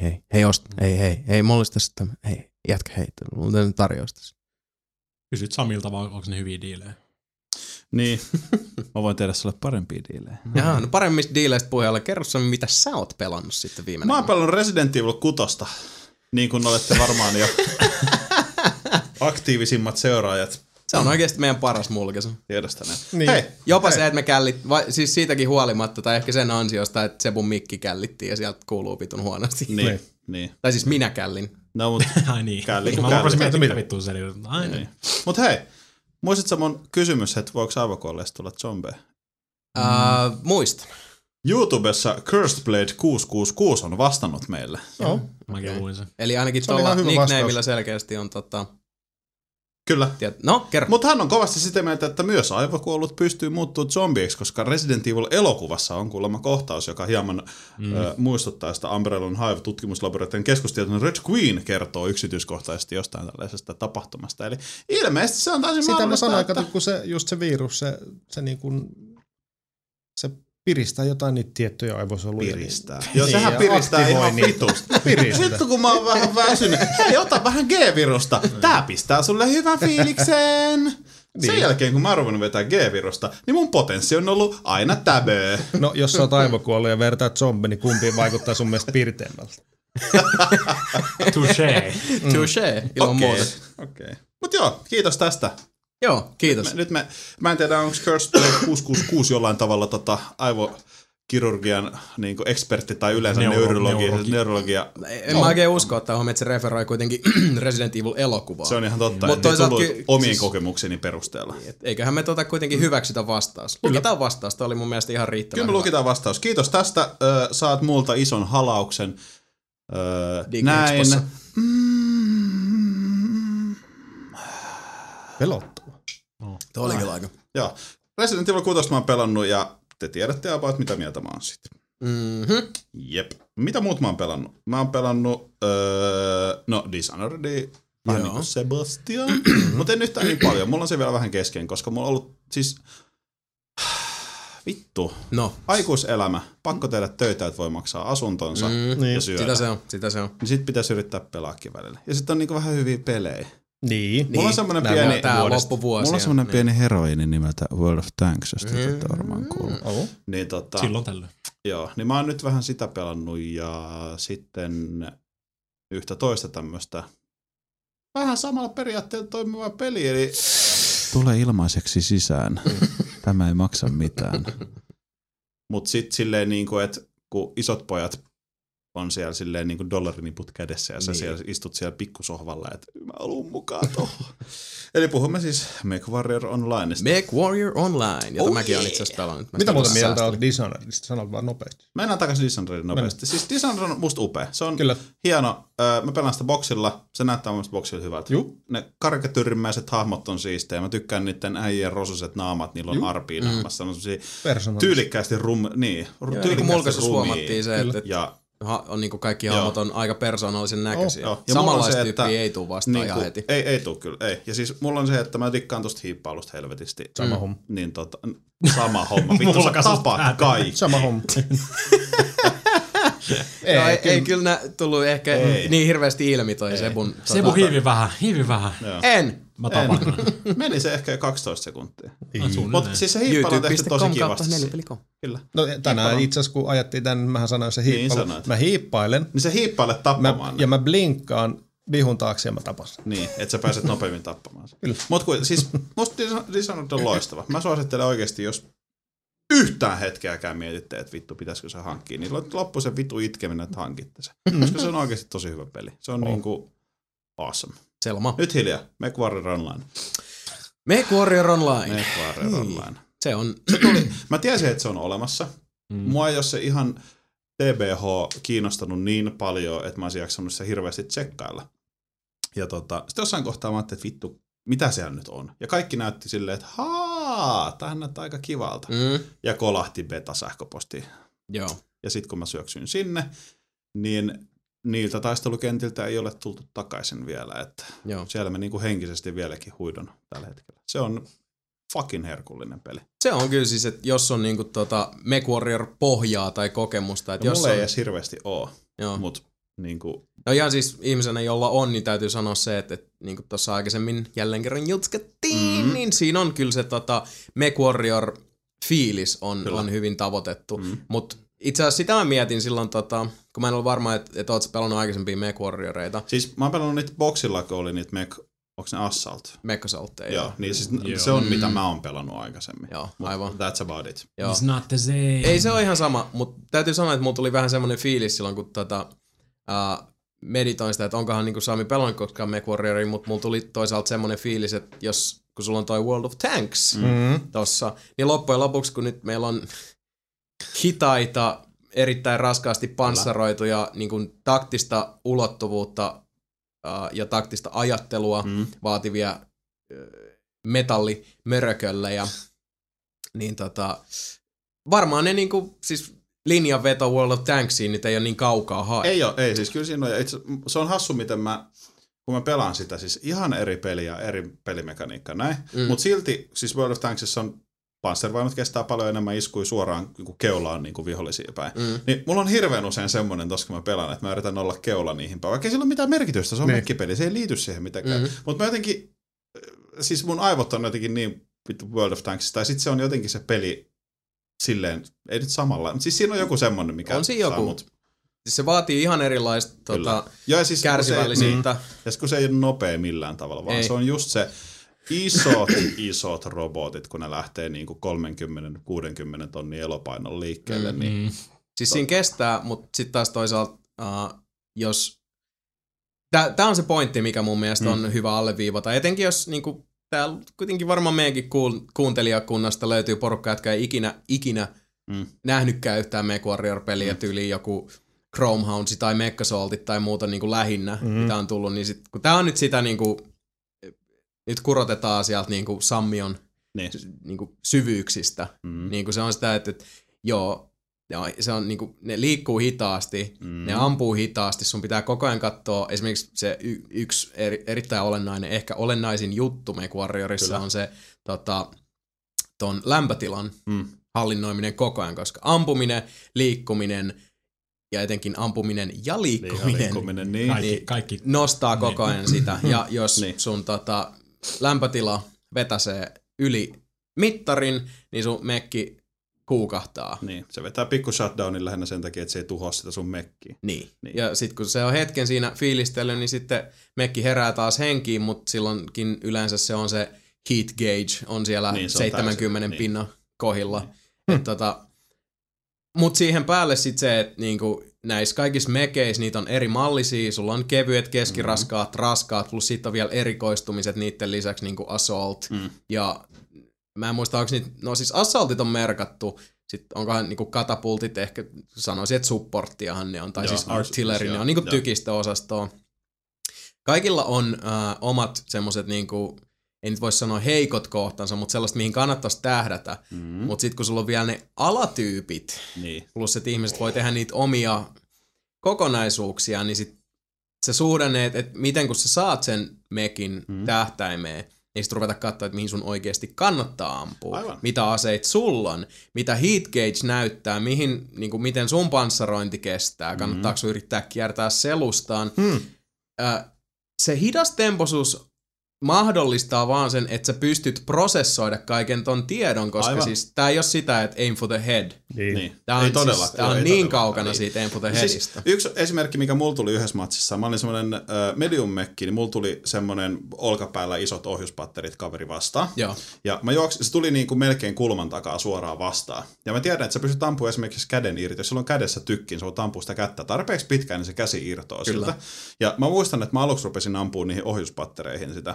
Speaker 4: hei, mulla olisi tässä hei, jätkä, mulla on tarjous tässä.
Speaker 3: Kysyt Samilta vaan, onko ne hyviä diilejä?
Speaker 1: Niin, mä voin tehdä sulle parempia diilejä.
Speaker 4: Jaa, no paremmista diileistä puheella. Kerro Sami, mitä sä oot pelannut sitten viimeinen?
Speaker 1: Mä oon pelannut Resident Evil 6, niin kuin olette varmaan jo aktiivisimmat seuraajat.
Speaker 4: Se on oikeasti meidän paras mulkaisu.
Speaker 1: Tiedostan.
Speaker 4: Niin. Hei, jopa se, että me siis siitäkin huolimatta, tai ehkä sen ansiosta, että Sebun mikki källittiin ja sieltä kuuluu vitun huonosti.
Speaker 1: Niin.
Speaker 4: Tai siis minä källin.
Speaker 1: No, mut
Speaker 3: ai niin.
Speaker 1: Källin.
Speaker 3: Mä lupasin miettiä, mitä vittua se oli. Ai niin.
Speaker 1: Mut hei, muistatko mun kysymys, että voiko aivokuolleesta tulla zombeja?
Speaker 4: Muistan.
Speaker 1: YouTubessa Cursed Blade 666 on vastannut meille.
Speaker 2: Joo.
Speaker 3: Mäkin luin sen.
Speaker 4: Eli ainakin tuolla nicknameillä selkeästi on
Speaker 1: Kyllä.
Speaker 4: No, kerro.
Speaker 1: Mutta hän on kovasti sitä mieltä, että myös aivokuollut pystyy muuttumaan zombieiksi, koska Resident Evil-elokuvassa on kuulemma kohtaus, joka hieman muistuttaa sitä Umbrellan Hive-tutkimuslaboratorion keskustelun. Red Queen kertoo yksityiskohtaisesti jostain tällaisesta tapahtumasta. Eli ilmeisesti se on täysin mahdollista.
Speaker 2: Sitä mä sanoin, kun se virus, se niin kuin, se piristää jotain niitä tiettyjä aivosoluja.
Speaker 1: Piristää. Joo, niin, sehän piristää ihan vitusta. Vittu, kun mä oon vähän väsynyt. Hei, ota vähän G-virusta. Tää pistää sulle hyvän fiilikseen. Sen jälkeen, kun mä oon ruvennut vetää G-virusta, niin mun potenssi on ollut aina täböö.
Speaker 2: No, jos sä oot aivokuollut ja vertaat zombi, niin kumpi vaikuttaa sun mielestä pirteemmältä?
Speaker 3: Touché.
Speaker 4: Touché, ilman muuta.
Speaker 1: Okei. Mut joo, kiitos tästä.
Speaker 4: Joo, kiitos.
Speaker 1: Mä en tiedä, onko Cursed Blade 666 jollain tavalla aivokirurgian niin ekspertti tai yleensä neurologia.
Speaker 4: En mä oikein usko, että se referoi kuitenkin Resident Evil-elokuvaa.
Speaker 1: Se on ihan totta, että ei tullut omien kokemukseni perusteella.
Speaker 4: Eiköhän me kuitenkin hyväksytä vastaus. Lukitaan vastaus, tämä oli mun mielestä ihan riittävän
Speaker 1: Kyllä me lukitaan vastaus. Kiitos tästä, saat multa ison halauksen. Näin.
Speaker 2: Pelottava.
Speaker 4: Tuo oli kyllä aika.
Speaker 1: Joo. Resident Evil 6 mä oon pelannut ja te tiedätte about mitä mieltä mä oon siitä. Jep. Mitä muut mä oon pelannut? Mä oon pelannut Dishonored, vähän niin kuin Sebastian, mutta en yhtään niin paljon. Mulla on se vielä vähän kesken, koska mulla on ollut siis vittu.
Speaker 4: No.
Speaker 1: Aikuiselämä. Pakko tehdä töitä, että voi maksaa asuntonsa ja syödä.
Speaker 4: Sitä se on.
Speaker 1: Niin sit pitäisi yrittää pelaakin välillä. Ja sitten on niinku vähän hyviä pelejä.
Speaker 2: Niin.
Speaker 1: Mulla on semmoinen pieni heroini nimeltä World of Tanks, josta te varmaan kuullut. Niin,
Speaker 3: silloin tällöin.
Speaker 1: Joo, niin mä oon nyt vähän sitä pelannut ja sitten yhtä toista tämmöistä vähän samalla periaatteella toimivaa peli, eli tule ilmaiseksi sisään. Tämä ei maksa mitään. Mut sit silleen niinku, että kun isot pojat on siellä silleen niinku dollariniput kädessä ja sä siellä istut siellä pikkusohvalla, että mä haluun mukaan tohon. Eli puhumme siis MechWarrior Onlineista.
Speaker 4: MechWarrior Online, jota mäkin olen itse asiassa pelannut.
Speaker 2: Mitä muuta mieltä on Dishonoredista? Sanot vaan nopeasti.
Speaker 1: Mennään takaisin Dishonoredin nopeasti. Siis Dishonored on musta upea. Se on hieno. Mä pelaan sitä boksilla. Se näyttää mun boksilla hyvältä. Ne karikatyyrimäiset hahmot on siistejä. Mä tykkään niiden äijien rososet naamat. Niillä on arpia naamassa. Ne on semmosia tyylikkäästi
Speaker 4: mulkaisuus huomattiin se, että on niinku kaikki hahmot on aika persoonallisen näköisiä. Samanlaista tyyppiä ei tule vastaan ihan heti.
Speaker 1: Ei tule kyllä, ei. Ja siis mulla on se, että mä dikkaan tosta hiippailusta helvetisti.
Speaker 2: Sama homma.
Speaker 1: Niin sama homma. Vittu sä tapaat kaikki.
Speaker 2: Sama homma.
Speaker 4: Ei kyllä tullut ehkä niin hirveästi ilmi toi Sebun.
Speaker 3: Sebu hiivi vähän.
Speaker 4: En.
Speaker 3: Mä tapan.
Speaker 1: Meni se ehkä 12 sekuntia. Mutta siis se hiippailu on tehty tosi kivasti.
Speaker 2: Kyllä. No tänään itse asiassa kun ajettiin tän, mähän sanoin se hiippailu. Niin mä hiippailen.
Speaker 1: Niin se hiippailet tappamaan.
Speaker 2: Ja mä blinkkaan vihun taakse ja mä tapan sen.
Speaker 1: Niin, että sä pääset nopeammin tappamaan sen. Kyllä. Mut siis musta Dishonored on loistava. Mä suosittelen oikeesti, jos yhtään hetkeäkään mietitte, että vittu pitäisikö se hankkia, niin loppu se vittu itkeminen, että hankitte se. Koska se on oikeesti tosi hyvä peli. Se on niinku awesome.
Speaker 4: Selma.
Speaker 1: Nyt hiljaa. MechWarrior Online.
Speaker 4: MechWarrior Online.
Speaker 1: MechWarrior Online.
Speaker 4: Se on.
Speaker 1: Mä tiesin, että se on olemassa. Mua ei ole se ihan TBH kiinnostanut niin paljon, että mä olisin jaksanut se hirveästi tsekkailla. Ja sitten jossain kohtaa mä ajattelin, että vittu, mitä siellä nyt on? Ja kaikki näytti silleen, että tämähän näyttää aika kivalta. Ja kolahti beta-sähköpostiin.
Speaker 4: Joo.
Speaker 1: Ja sitten kun mä syöksyin sinne, niin niiltä taistelukentiltä ei ole tultu takaisin vielä. Että siellä mä niinku henkisesti vieläkin huidon tällä hetkellä. Se on fucking herkullinen peli.
Speaker 4: Se on kyllä siis, että jos on niinku MechWarrior-pohjaa tai kokemusta. Että
Speaker 1: mulla ei edes hirveästi oo, mut niinku.
Speaker 4: No ihan siis ihmisenä, jolla on, niin täytyy sanoa se, että niin kuin tuossa aikaisemmin jälleen kerran jutskattiin, niin siinä on kyllä se MechWarrior-fiilis on hyvin tavoitettu. Mutta itse asiassa sitä mä mietin silloin, kun mä en ollut varma, että oot sä pelannut aikaisempia MechWarrioreita.
Speaker 1: Siis mä oon pelannut niitä boksilla, kun oli niitä onko ne Assault?
Speaker 4: Mech-assaultteja.
Speaker 1: Joo, niin siis se on mitä mä oon pelannut aikaisemmin.
Speaker 4: Joo, aivan.
Speaker 1: That's about it.
Speaker 3: It's not the same.
Speaker 4: Ei se ole ihan sama, mutta täytyy sanoa, että mulla tuli vähän semmoinen fiilis silloin, kun meditoin sitä, että onkohan niinku Sami pelannut koskaan MechWarrioria, mutta mulla tuli toisaalta semmoinen fiilis, että kun sulla on toi World of Tanks tossa, niin loppujen lopuksi, kun nyt meillä on hitaita, erittäin raskaasti panssaroituja, niin kuin taktista ulottuvuutta ja taktista ajattelua vaativia metallimörököllejä, niin varmaan ne niinku, siis linjanveto World of Tanksiin nyt ei ole niin kaukaa hae.
Speaker 1: Ei siis kyllä siinä on, se on hassu miten kun mä pelaan sitä, siis ihan eri peliä, eri pelimekaniikka näin, mutta silti siis World of Tanksissa on panssarvaunut kestää paljon enemmän iskui suoraan niin keulaan niin vihollisia päin. Niin mulla on hirveän usein semmoinen tossa kun mä pelaan, että mä yritän olla keula niihin päin, vaikka ei sillä ole mitään merkitystä, se on mekkipeli, se ei liity siihen mitenkään. Mutta mä jotenkin, siis mun aivot on jotenkin niin World of Tanksissa, tai sit se on jotenkin se peli silleen, ei nyt samalla, siis siinä on joku semmoinen, mikä
Speaker 4: on siinä joku. Siis se vaatii ihan erilaista
Speaker 1: siis
Speaker 4: kärsivällisyyttä.
Speaker 1: Ja kun se ei ole nopea millään tavalla, vaan se on just se isot robotit, kun ne lähtee niinku 30-60 tonnin elopainolla liikkeelle. Niin
Speaker 4: siis siinä kestää, mutta sitten taas toisaalta, jos tää on se pointti, mikä mun mielestä on hyvä alleviivata. Etenkin jos niinku, täällä kuitenkin varmaan meidänkin kuuntelijakunnasta löytyy porukka, jotka ei ikinä nähnytkään yhtään MechWarrior-peliä, tyyliin joku Chromehounds tai Mech-assaultit tai muuta niinku lähinnä, mitä on tullut. Niin sit, kun tää on nyt sitä niinku, nyt kurotetaan sieltä niinku Sammion niinku syvyyksistä. Niinku se on sitä, että se on niinku, ne liikkuu hitaasti, ne ampuu hitaasti, sun pitää koko ajan katsoa, esimerkiksi se yksi erittäin olennainen, ehkä olennaisin juttu MechWarriorissa on se ton lämpötilan hallinnoiminen koko ajan, koska ampuminen, liikkuminen, ja etenkin ampuminen ja liikkuminen
Speaker 1: niin.
Speaker 3: Kaikki
Speaker 4: nostaa koko ajan sitä. Ja jos sun lämpötila vetäsee yli mittarin, niin sun mekki kuukahtaa.
Speaker 1: Niin, se vetää pikku shutdownin lähinnä sen takia, että se ei tuhoa sitä sun mekkiä.
Speaker 4: Niin. Ja sitten kun se on hetken siinä fiilistellyt, niin sitten mekki herää taas henkiin, mutta silloinkin yleensä se on se heat gauge, on siellä niin, 70 täysin, pinnan kohdilla. Niin. Mutta siihen päälle sitten se, että niinku näissä kaikissa mekeissä niitä on eri mallisia, sulla on kevyet, keskiraskaat, raskaat, plus sitten on vielä erikoistumiset niiden lisäksi niinku assault. Ja mä en muista, onko niitä, no siis assaultit on merkattu, sitten onkohan niinku katapultit ehkä, sanoisin, että supporttiahan ne on, tai siis artillery, ne on niinku tykistöosastoa. Kaikilla on omat semmoset niinku, ei nyt voi sanoa heikot kohtansa, mutta sellaista, mihin kannattaisi tähdätä. Mutta sitten kun sulla on vielä ne alatyypit, plus että ihmiset voi tehdä niitä omia kokonaisuuksia, niin sit se suhdanne, että miten kun sä saat sen mekin tähtäimeen, niin sit ruveta katsoa, että mihin sun oikeasti kannattaa ampua. Aivan. Mitä aseita sulla on, mitä heat gauge näyttää, niin kuin, miten sun panssarointi kestää, kannattaako sun yrittää kiertää selustaan. Se hidastempoisuus mahdollistaa vaan sen, että sä pystyt prosessoida kaiken ton tiedon, koska siis tää ei ole sitä, että aim for the head.
Speaker 1: Niin.
Speaker 4: Tää on, siis, tää on niin kaukana siitä aim for the headista.
Speaker 1: Siis yksi esimerkki, mikä mulla tuli yhdessä matsissa, mä olin semmonen medium-mekki, niin mulla tuli semmonen olkapäällä isot ohjuspatterit kaveri vastaan.
Speaker 4: Joo.
Speaker 1: Ja mä se tuli niinku melkein kulman takaa suoraan vastaan. Ja mä tiedän, että sä pystyt ampumaan esimerkiksi käden irti. Jos sulla on kädessä tykkin, sä voit ampua sitä kättä tarpeeksi pitkään, niin se käsi irtoaa siltä. Ja mä muistan, että mä aluksi rupesin ampumaan niihin ohjuspattereihin sitä.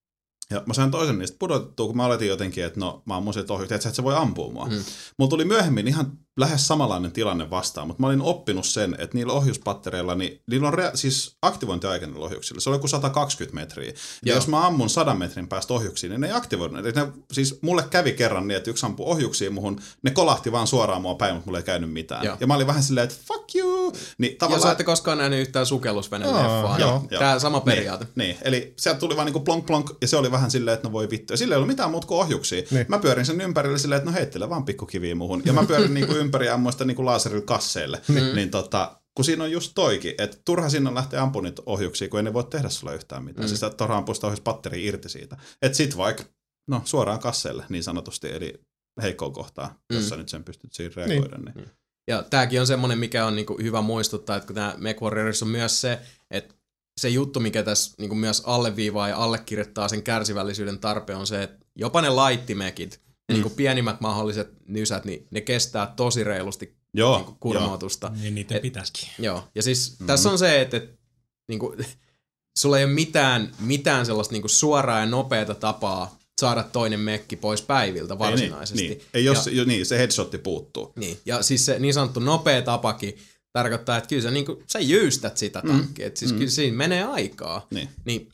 Speaker 1: Ja mä sain toisen niistä pudotettua, kun mä oletin jotenkin, että no mä ammun sieltä ohjuksia, että se voi ampua mua. Mulla tuli myöhemmin ihan lähes samanlainen tilanne vastaan, mutta mä olin oppinut sen, että niillä ohjuspattereilla, niin niillä on siis aktivointiaika niillä ohjuksilla. Se on joku 120 metriä. Ja jos mä ammun 100 metrin päästä ohjuksiin, niin ne ei aktivoinut. Siis mulle kävi kerran niin, että yksi ampui ohjuksiin muhun, ne kolahti vaan suoraan mua päin, mutta mulle ei käynyt mitään. Ja mä olin vähän silleen, että fuck you! Niin,
Speaker 4: ja sä ette koskaan nähnyt yhtään sukellusvene-leffaa. Tää sama periaate.
Speaker 1: Niin, eli sieltä tuli vaan niinku plonk plonk, ja se oli vähän silleen, että no voi vittu. Ja sillä ei ollut mitään muuta kuin ohjuksia. Niin. Mä pyörin sen ympärille silleen, että no heittele vaan pikkukiviä muhun. Ja mä pyörin niinku ympäri ja ammuin sitä niinku laserilla kasseille. Niin kun siinä on just toikin, että turha sinne lähtee ampumaan niitä ohjuksia, kun ei ne voi tehdä sulle yhtään mitään. Siis turha ampua sitä ohjuspatteria irti siitä. Että sit vaikka, no suoraan kasseille niin sanotusti, eli heikkoon kohtaan, jos sä nyt sen pystyt siinä reagoida. Niin.
Speaker 4: Ja tääkin on semmonen, mikä on niinku hyvä muistuttaa, että kun tää MechWarriors on myös se, että se juttu, mikä tässä niinku myös alleviivaa ja allekirjoittaa sen kärsivällisyyden tarpeen on se, että jopa ne laittimekit, niinku pienimmät mahdolliset nysät, niin ne kestää tosi reilusti niinku kurmautusta.
Speaker 3: Niin niiden pitäisikin.
Speaker 4: Joo, ja siis tässä on se, että niinku, sulla ei ole mitään sellaista niinku suoraa ja nopeata tapaa saada toinen mekki pois päiviltä varsinaisesti.
Speaker 1: Niin. Ei jos, niin, se headshotti puuttuu.
Speaker 4: Niin, ja siis se niin sanottu nopea tapakin tarkoittaa, että kyllä sä jyystät sitä tankkia, että siis kyllä siinä menee aikaa. Niin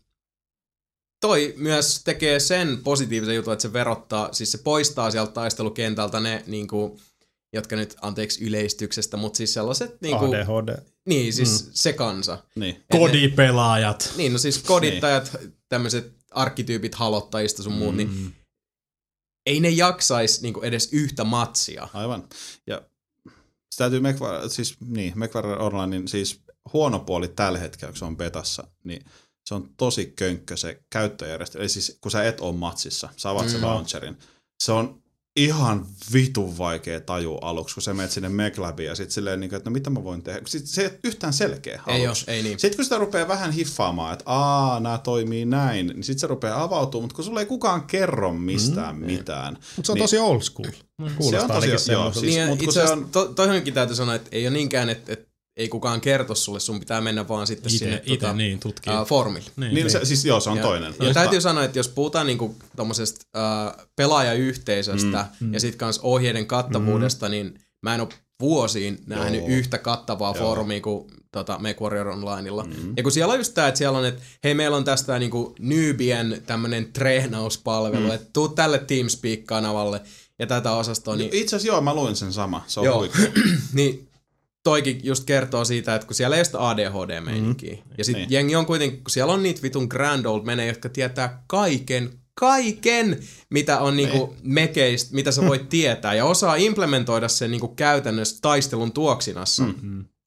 Speaker 4: toi myös tekee sen positiivisen jutun, että se verottaa, siis se poistaa sieltä taistelukentältä ne niinku, jotka nyt, anteeksi yleistyksestä, mutta siis sellaiset niinku
Speaker 2: ADHD.
Speaker 4: Niin, siis se kansa.
Speaker 1: Niin.
Speaker 3: Kodipelaajat.
Speaker 4: Niin, no siis kodittajat, tämmöiset arkkityypit halottajista sun muut, niin ei ne jaksaisi niinku edes yhtä matsia.
Speaker 1: Aivan. Ja se täytyy MechWarrior Onlinein siis huono puoli tällä hetkellä, kun se on betassa, niin se on tosi könkkö se käyttöjärjestelmä. Eli siis kun sä et ole matsissa, sä avaat sen launcherin, se on ihan vitun vaikea tajua aluksi, kun sä menet sinne MechLabiin ja sit silleen, että no mitä mä voin tehdä. Se ei yhtään selkeä aluksi.
Speaker 4: Ei niin.
Speaker 1: Sitten kun sitä rupeaa vähän hiffaamaan, että nää toimii näin, niin sit se rupeaa avautumaan, mutta kun sulle ei kukaan kerro mistään mitään.
Speaker 2: Mutta se on tosi old school.
Speaker 1: Kuulostaa ainakin semmoiselta.
Speaker 4: Niin, itse asiassa toihankin täytyy sanoa, että ei ole niinkään, että ei kukaan kerto sulle, sun pitää mennä vaan sitten sinne foorumille.
Speaker 1: Niin. Siis se on toinen.
Speaker 4: Ja täytyy sanoa, että jos puhutaan niinku tommosesta pelaajayhteisöstä ja sit kans ohjeiden kattavuudesta, niin mä en ole vuosiin nähnyt yhtä kattavaa foorumia kuin MechWarrior Onlineilla. Ja kun siellä on just tää, että siellä on, että hei, meillä on tästä niinku newbien tämmönen treenauspalvelu, että tuu tälle TeamSpeak-kanavalle ja tätä osastoa. Niin
Speaker 1: itse asiassa mä luin sen sama, se on huikea.
Speaker 4: Niin toikin just kertoo siitä, että kun siellä ei ole sitä ADHD-meininkiä. Ja sit jengi on kuitenkin, kun siellä on niitä vitun grand old menejä, jotka tietää kaiken, mitä on niinku mekeistä, mitä sä voit tietää, ja osaa implementoida sen niinku käytännössä taistelun tuoksinassa.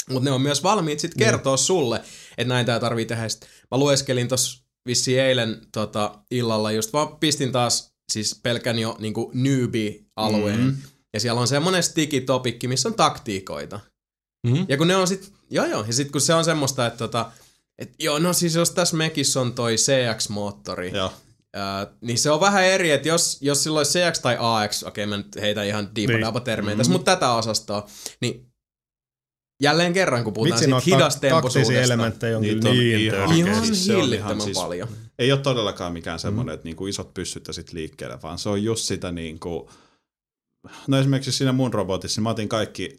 Speaker 4: Mutta ne on myös valmiit sit kertoa sulle, että näin tää tarvii tehdä. Sitten mä lueskelin tossa vissiin eilen illalla, just vaan pistin taas siis pelkän jo niinku newbie-alueen. Ja siellä on semmonen sticky topikki, missä on taktiikoita. Ja kun ne on sit, ja sit kun se on semmoista, että no siis jos tässä mekissä on toi CX-moottori, niin se on vähän eri, että jos sillä olisi CX tai AX, okei mä nyt heitän ihan diipa-daapa-termejä tässä, mutta tätä osastoa, niin jälleen kerran, kun puhutaan siitä hidastempoisuudesta.
Speaker 2: Taktisia elementtejä on
Speaker 1: niin
Speaker 4: ihan hillittömän paljon.
Speaker 1: Ei ole todellakaan mikään semmoinen, että niinku isot pyssyt ja sit liikkeelle, vaan se on just sitä niinku, no esimerkiksi siinä mun robotissa, niin mä otin kaikki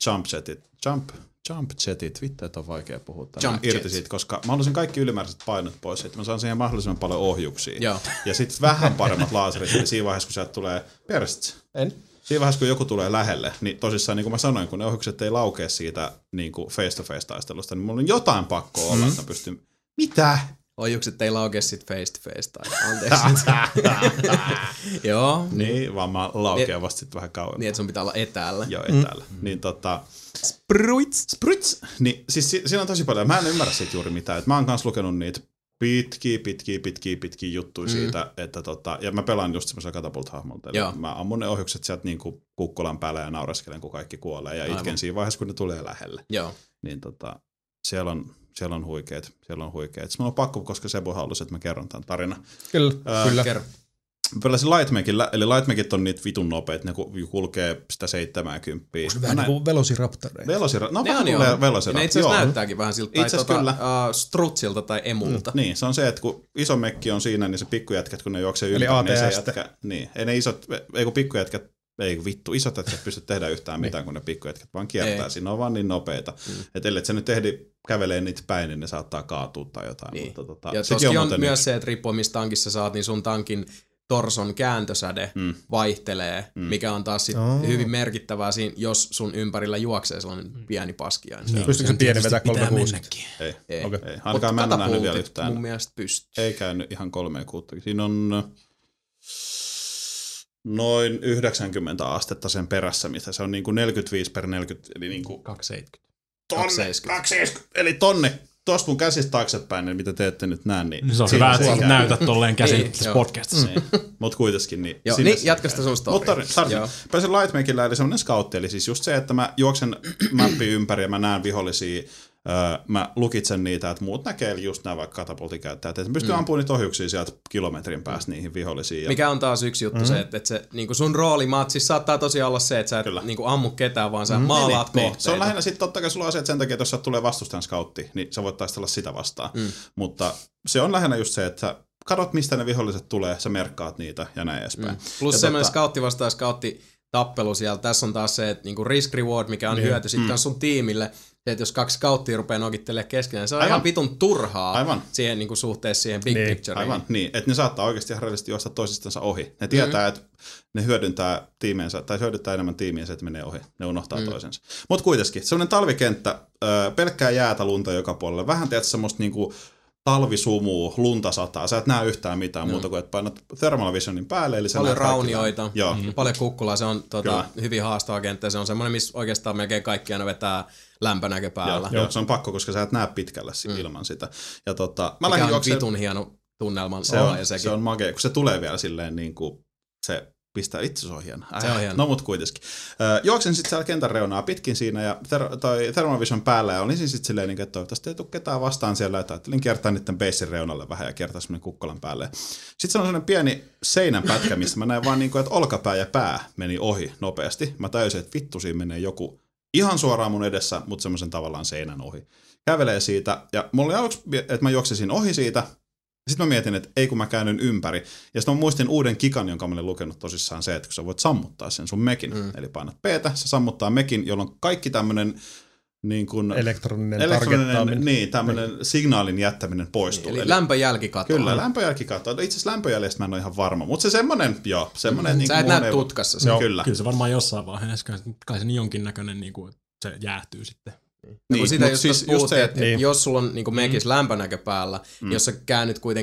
Speaker 1: jump jetit, vittu, että on vaikea puhua irti siitä, koska mä halusin kaikki ylimääräiset painot pois, että mä saan siihen mahdollisimman paljon ohjuksia. Ja sitten vähän paremmat laserit, niin siinä vaiheessa, kun sieltä tulee siinä vaiheessa, kun joku tulee lähelle, niin tosissaan, niin kuin mä sanoin, kun ne ohjukset ei laukea siitä niin kuin face-to-face-taistelusta, niin mulla on jotain pakko olla, että mä pystyn... Mitä?
Speaker 4: Ohjukset ei laukea sit face-to-face tai anteeksi. Joo.
Speaker 1: Niin, vaan mä laukean vasta sit vähän kauemmin.
Speaker 4: Niin, että sun pitää olla etäällä.
Speaker 1: Joo, etäällä. Niin Spruits. Niin, siis siinä on tosi paljon. Mä en ymmärrä siitä juuri mitään. Et mä oon kans lukenut niitä pitkiä juttuja siitä, että ja mä pelaan just semmoisella katapult-hahmolta. Eli mä ammun ne ohjukset sieltä niinku kukkulan päälle ja naureskelen, kun kaikki kuolee. Ja itken siinä vaiheessa, kun ne tulee lähelle.
Speaker 4: Joo.
Speaker 1: Niin siellä on huikeet. Mulla on pakko, koska Sebu halusi, että mä kerron tämän tarinan.
Speaker 2: Kyllä.
Speaker 1: Mä pelasin Lightmagilla, eli Lightmagit on niitä vitun nopeet, ne kulkee sitä 70.
Speaker 2: Onko vähän niin kuin Velociraptoreita?
Speaker 1: No vähän tulee Velociraptor.
Speaker 4: Ne itse asiassa näyttääkin vähän siltä, tai Strutsilta tai Emulta.
Speaker 1: Niin, se on se, että kun iso mekki on siinä, niin se pikkujätkät, kun ne juoksee ympäri, niin se jätkä, niin, ei ne isot, ei kun pikkujätkät, isot jätkät pysty tehdä yhtään mitään, kun ne pikkujätkät vaan kiertää. Siinä on vaan niin nopeita. Että ellei sä nyt ehdi kävelee niitä päin, niin ne saattaa kaatua tai jotain.
Speaker 4: Niin.
Speaker 1: Mutta
Speaker 4: ja tossakin on myös se, että riippuen missä tankissa saat, niin sun tankin torson kääntösäde vaihtelee, mikä on taas sit hyvin merkittävää siinä, jos sun ympärillä juoksee sellainen pieni paskiainen.
Speaker 2: Niin. Pystyykö se pieni vetää 360?
Speaker 1: Ei. Ainakaan mä en nähnyt vielä yhtään.
Speaker 4: Mun mielestä pystyy.
Speaker 1: Ei käynyt ihan 360. Siinä on noin 90 astetta sen perässä, mitä se on niin kuin 45/40, eli niin kuin
Speaker 3: 270.
Speaker 1: 270. Eli tonne. Tuossa mun käsistä taaksepäin, niin mitä te ette nyt näe, niin...
Speaker 3: Se on hyvä, että näytät tolleen käsin tässä podcastissa.
Speaker 1: Mutta kuitenkin, niin...
Speaker 4: Joo, niin jatka sitä sun storia.
Speaker 1: Mutta pääsin Lightmagilla, eli semmoinen scoutti, eli siis just se, että mä juoksen mappi ympäri ja mä näen vihollisia, mä lukitsen niitä, että muut näkee, eli just nämä vaikka katapultikäyttäjät, että mä pystyn ampumaan niitä ohjuksia sieltä kilometrin päästä niihin vihollisiin.
Speaker 4: Mikä on taas yksi juttu se, että se, niinku sun rooli matsissa saattaa tosiaan olla se, että sä et niinku ammu ketään, vaan sä maalaat kohteita.
Speaker 1: Se on lähinnä sitten totta kai sulla on asiat sen takia, että jos sä tulee vastustajan scoutti, niin sä voit taistella sitä vastaan. Mutta se on lähinnä just se, että sä katsot, mistä ne viholliset tulee, sä merkkaat niitä ja näin edespäin.
Speaker 4: Plus semmoinen scoutti vastaan scoutti tappelu siellä. Tässä on taas se, että niinku risk reward, mikä on hyöty sitten sun tiimille. Se, että jos 2 scouttia rupeaa nokittelemaan keskenään, se on ihan vitun turhaa siihen niinku suhteessa siihen big pictureen.
Speaker 1: Aivan, niin. Että ne saattaa oikeasti ihan reellisesti juosta toisistansa ohi. Ne tietää, että ne hyödyntää tiimiensä, tai hyödyntää enemmän tiimiensä, että menee ohi. Ne unohtaa toisensa. Mutta kuitenkin, semmoinen talvikenttä, pelkkää jäätä, lunta joka puolella. Vähän teet semmoista niinku talvisumuu, lunta sataa. Sä et näe yhtään mitään muuta kuin, että painat thermal visionin päälle. Eli
Speaker 4: paljon raunioita, paljon kukkulaa. Se on hyvin haastava kenttä. Se on semmoinen, missä oikeastaan melkein kaikki aina vetää lämpönäkö päällä.
Speaker 1: Joo, se on pakko, koska sä et näe pitkälle ilman sitä. Ja
Speaker 4: mä lähdin juokseen. Vitun hieno tunnelman
Speaker 1: se on makea, kun se tulee vielä silleen niin kuin se pistää itse, se on hieno.
Speaker 4: Se on hieno.
Speaker 1: No mut kuitenkin. Juoksen sitten siellä kentän reunaa pitkin siinä ja Thermal Vision päällä ja olisin sitten silleen, että toivottavasti ei tule ketään vastaan siellä, että ajattelin kiertää niiden basin reunalle vähän ja kiertää semmoinen kukkolan päälle. Sitten se on semmoinen pieni seinänpätkä, missä mä näin vaan niin kuin, että olkapää ja pää meni ohi nopeasti. Mä täysin, että vittu siinä menee joku ihan suoraan mun edessä, mutta semmoisen tavallaan seinän ohi. Kävelee siitä ja mulla oli aluksi, että mä juoksisin ohi siitä. Sitten mä mietin, että ei kun mä käännyn ympäri. Ja sitten mä muistin uuden kikan, jonka mä olin lukenut tosissaan se, että kun sä voit sammuttaa sen sun mekin. Eli painat P:tä, se sammuttaa mekin, jolloin kaikki tämmönen niin kuin
Speaker 2: elektroninen targettaaminen.
Speaker 1: Niin, tämmönen signaalin jättäminen poistuu.
Speaker 4: Eli lämpöjälkikatto.
Speaker 1: Kyllä, lämpöjälkikatto. Itse asiassa lämpöjäljestä mä en ole ihan varma, mutta se semmonen, semmonen niin
Speaker 4: sä et näe tutkassa
Speaker 3: se. Kyllä se varmaan jossain vaiheessa, kai se niin jonkinnäköinen, niin kuin, se jäähtyy sitten.
Speaker 4: Niin, sitä just puhuttiin, että jos sulla on niin mekis lämpönäkö päällä, jos sä käännyt kuitenkin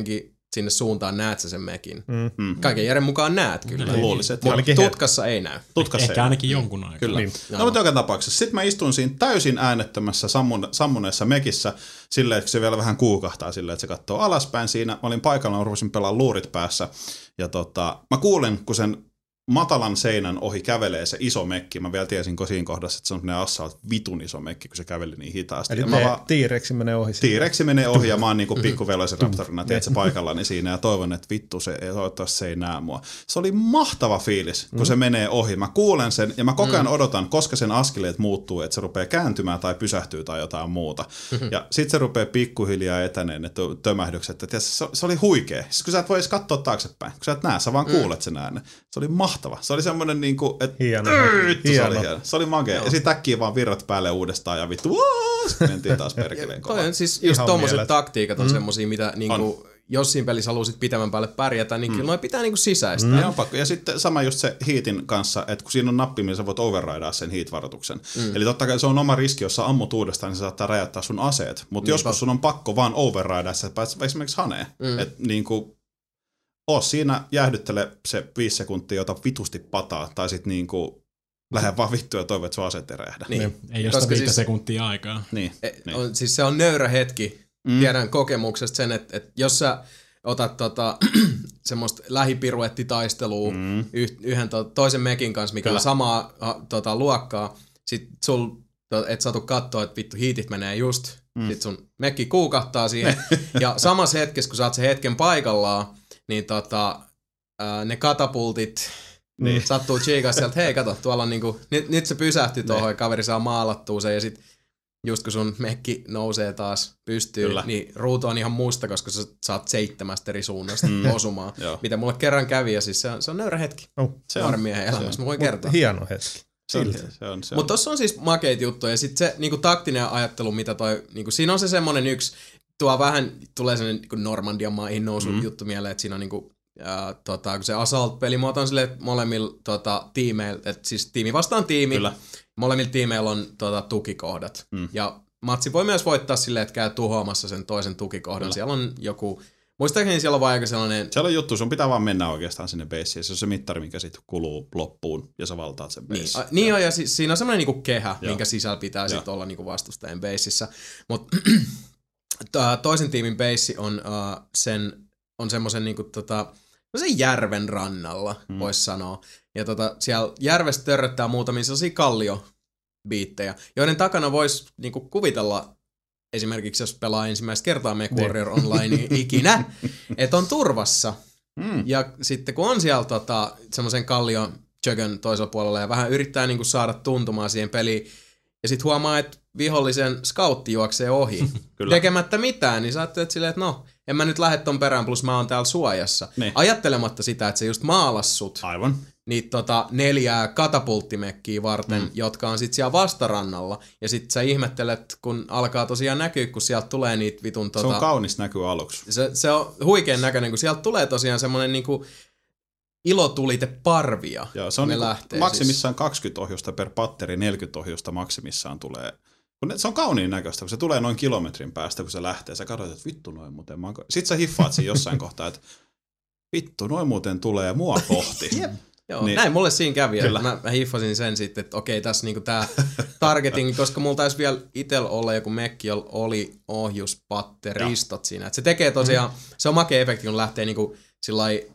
Speaker 4: sinne suuntaan, näet sä sen mekin. Kaiken järjen mukaan näet kyllä.
Speaker 1: Luulisin, että
Speaker 4: mutta tutkassa ei näy.
Speaker 3: Ehkä ainakin jonkun aikaa.
Speaker 1: Kyllä. Niin. No, mutta joka tapauksessa. Sitten mä istun siinä täysin äänettömässä sammuneessa mekissä silleen, että se vielä vähän kuukahtaa silleen, että se katsoo alaspäin siinä. Mä olin paikalla, mä rupesin pelaamaan luurit päässä. Ja mä kuulen, kun sen matalan seinän ohi kävelee se iso mekki. Mä vielä tiesin siinä kohdassa, että se on assault vitun iso mekki, kun se käveli niin hitaasti.
Speaker 2: Eli T-Rexi menee ohi.
Speaker 1: T-Rexi menee ohi ja mä oon niinku pikku velociraptorina, tiedätkö, paikallani siinä ja toivon, että vittu toivottavasti se ei näe mua. Se oli mahtava fiilis, kun se menee ohi. Mä kuulen sen ja mä koko ajan odotan, koska sen askeleet muuttuu, että se rupeaa kääntymään tai pysähtyy tai jotain muuta. Ja sit se rupeaa pikkuhiljaa etäneen ne tömähdykset. Se oli huikea. Siis kun sä et voi edes katsoa taaksepäin, kun sä et näe, sä vaan kuulet sen äänen. Se oli mahtava. Se oli semmoinen niinku, että se oli magea. Joo. Ja sit äkkiä vaan virrat päälle uudestaan ja vittu, mentiin taas perkeleen kovaa.
Speaker 4: Toi on siis just tommoset taktiikat on semmosia, mitä niinku, jos siinä pelissä haluaisit pitemmän päälle pärjätä, niin kyllä noi pitää niinku sisäistää.
Speaker 1: On pakko. Ja sitten sama just se Heatin kanssa, että kun siinä on nappi, millä sä voit overridaa sen Heat-varoituksen. Eli totta kai se on oma riski, jos sä ammut uudestaan, niin se saattaa räjäyttää sun aseet. Mutta joskus sun on pakko vaan overridaa, että sä pääset esimerkiksi haneen. Että niinku siinä jäähdyttele se 5 sekuntia, ota vitusti pataa, tai sit niinku lähde vaan vittua ja toivo, että sun aseet ei räjähdä.
Speaker 3: Niin. Ei josta 5 sekuntia aikaa.
Speaker 1: Niin.
Speaker 4: Siis se on nöyrä hetki. Tiedän kokemuksesta sen, että jos sä otat semmoista lähipiruettitaistelua yhden toisen mekin kanssa, mikä on samaa luokkaa, sit sul et satu katsoa, että vittu hiitit menee just, sit sun mekki kuukahtaa siihen, ja samassa hetkessä, kun sä oot sen hetken paikallaan, niin ne katapultit sattuu chiikaa sieltä, hei kato, tuolla on niinku, nyt se pysähtyy tuohon ja kaveri saa maalattua sen ja sit just kun sun mekki nousee taas pystyyn, niin ruutu on ihan musta, koska sä saat 7 eri suunnasta osumaan. Mitä mulle kerran kävi ja siis se on nöyrä hetki. Se on miehen elämässä, mä voin kertoa.
Speaker 2: Hieno hetki.
Speaker 4: Mutta tossa on siis makeita juttuja ja sit se niinku taktinen ajattelu, mitä toi, niinku, siinä on se semmonen yksi, tulee sellainen niin Normandian maihin nousu juttu mieleen, että siinä on niinku, kun se Assault-pelimuoto on silleen, että molemmilla tiimeillä, että siis tiimi vastaan tiimi, molemmilla tiimeillä on tukikohdat. Ja matsi voi myös voittaa silleen, että käy tuhoamassa sen toisen tukikohdan. Siellä on joku, muistaakseni siellä on vaan aika sellainen...
Speaker 1: Siellä on juttu, sun pitää vaan mennä oikeastaan sinne beissiin. Se on se mittari, mikä sitten kuluu loppuun ja sä valtaat sen beissin.
Speaker 4: Niin on, ja siinä on semmoinen niinku kehä, minkä sisällä pitää sitten olla niinku vastustajan beississä. Mutta toisen tiimin beissi on semmoisen niinku sen järven rannalla, voisi sanoa. Ja siellä järvestä törröttää muutamia sellaisia kalliobiittejä, joiden takana voisi niinku kuvitella, esimerkiksi jos pelaa ensimmäistä kertaa MechWarrior Online ikinä, että on turvassa. Ja sitten kun on siellä semmoisen kallion jögön toisella puolella ja vähän yrittää niinku saada tuntumaan siihen peliin, ja sitten huomaa, että vihollisen scoutti juoksee ohi tekemättä mitään, niin sä ajattelet silleen, että no, en mä nyt lähde ton perään, plus mä oon täällä suojassa. Ne. Ajattelematta sitä, että se just maalas sut.
Speaker 1: Aivan.
Speaker 4: Niitä 4 katapulttimekkiä varten, jotka on sit siellä vastarannalla. Ja sit sä ihmettelet, kun alkaa tosiaan näkyä, kun sieltä tulee niitä vitun...
Speaker 1: Se on kaunis näky aluksi.
Speaker 4: Se on huikean näköinen, kun sieltä tulee tosiaan semmonen niinku ilotuliteparvia.
Speaker 1: Joo, se on niinku maksimissaan 20 ohjusta per patteri, 40 ohjusta maksimissaan tulee. Se on kauniin näköistä, kun se tulee noin kilometrin päästä, kun se lähtee. Sä katsot, että vittu noin muuten. Sitten sä hiffaat siinä jossain kohtaa, että vittu noin muuten tulee mua kohti.
Speaker 4: Joo, niin, näin mulle siinä kävi. Mä hiffasin sen sitten, että okei, tässä niinku tää targeting, koska mulla taisi vielä itellä olla joku mekki, jolla oli ohjuspatteristot siinä. Et se tekee tosiaan, se on makea efekti, kun lähtee niinku sillai,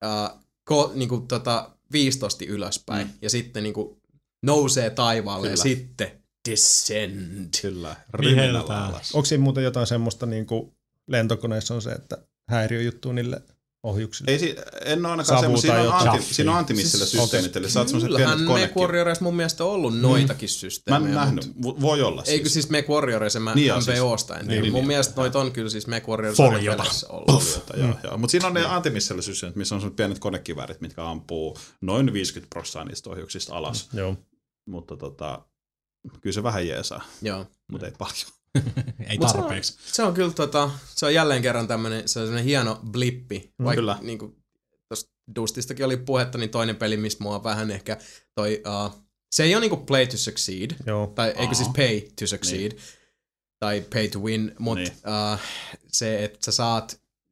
Speaker 4: niinku 15 ylöspäin ja sitten niinku nousee taivaalle ja sitten descend.
Speaker 1: Kyllä.
Speaker 2: Onko siinä muuten jotain semmoista niinku lentokoneessa on se, että häiriöjuttuu niille ohjuksille?
Speaker 1: En ole ainakaan semmoisia. Siinä on antimissillä systeemit, eli saat semmoiset pienet konekin.
Speaker 4: Kyllähän MechWarriorissa mun mielestä on ollut noitakin systeemejä.
Speaker 1: Mä en nähnyt. Voi olla siis.
Speaker 4: Eikö siis MechWarriorissa MVOsta en tiedä. Mun mielestä noita on kyllä siis MechWarriorissa ollut.
Speaker 1: Mutta siinä on ne antimissillä systeemit, missä on semmoiset pienet konekiväärit, mitkä ampuu noin 50% niistä ohjuksista alas. Mutta kyllä se vähän jeesaa, mutta ei paljon.
Speaker 3: Ei tarpeeksi.
Speaker 4: Se on kyllä se on jälleen kerran tämmönen hieno blippi. Vaikka niinku tosta Dustistakin oli puhetta, niin toinen peli, mistä mua vähän ehkä se ei ole niinku play to succeed, tai eikö siis pay to succeed, tai pay to win, mutta se, että sä saat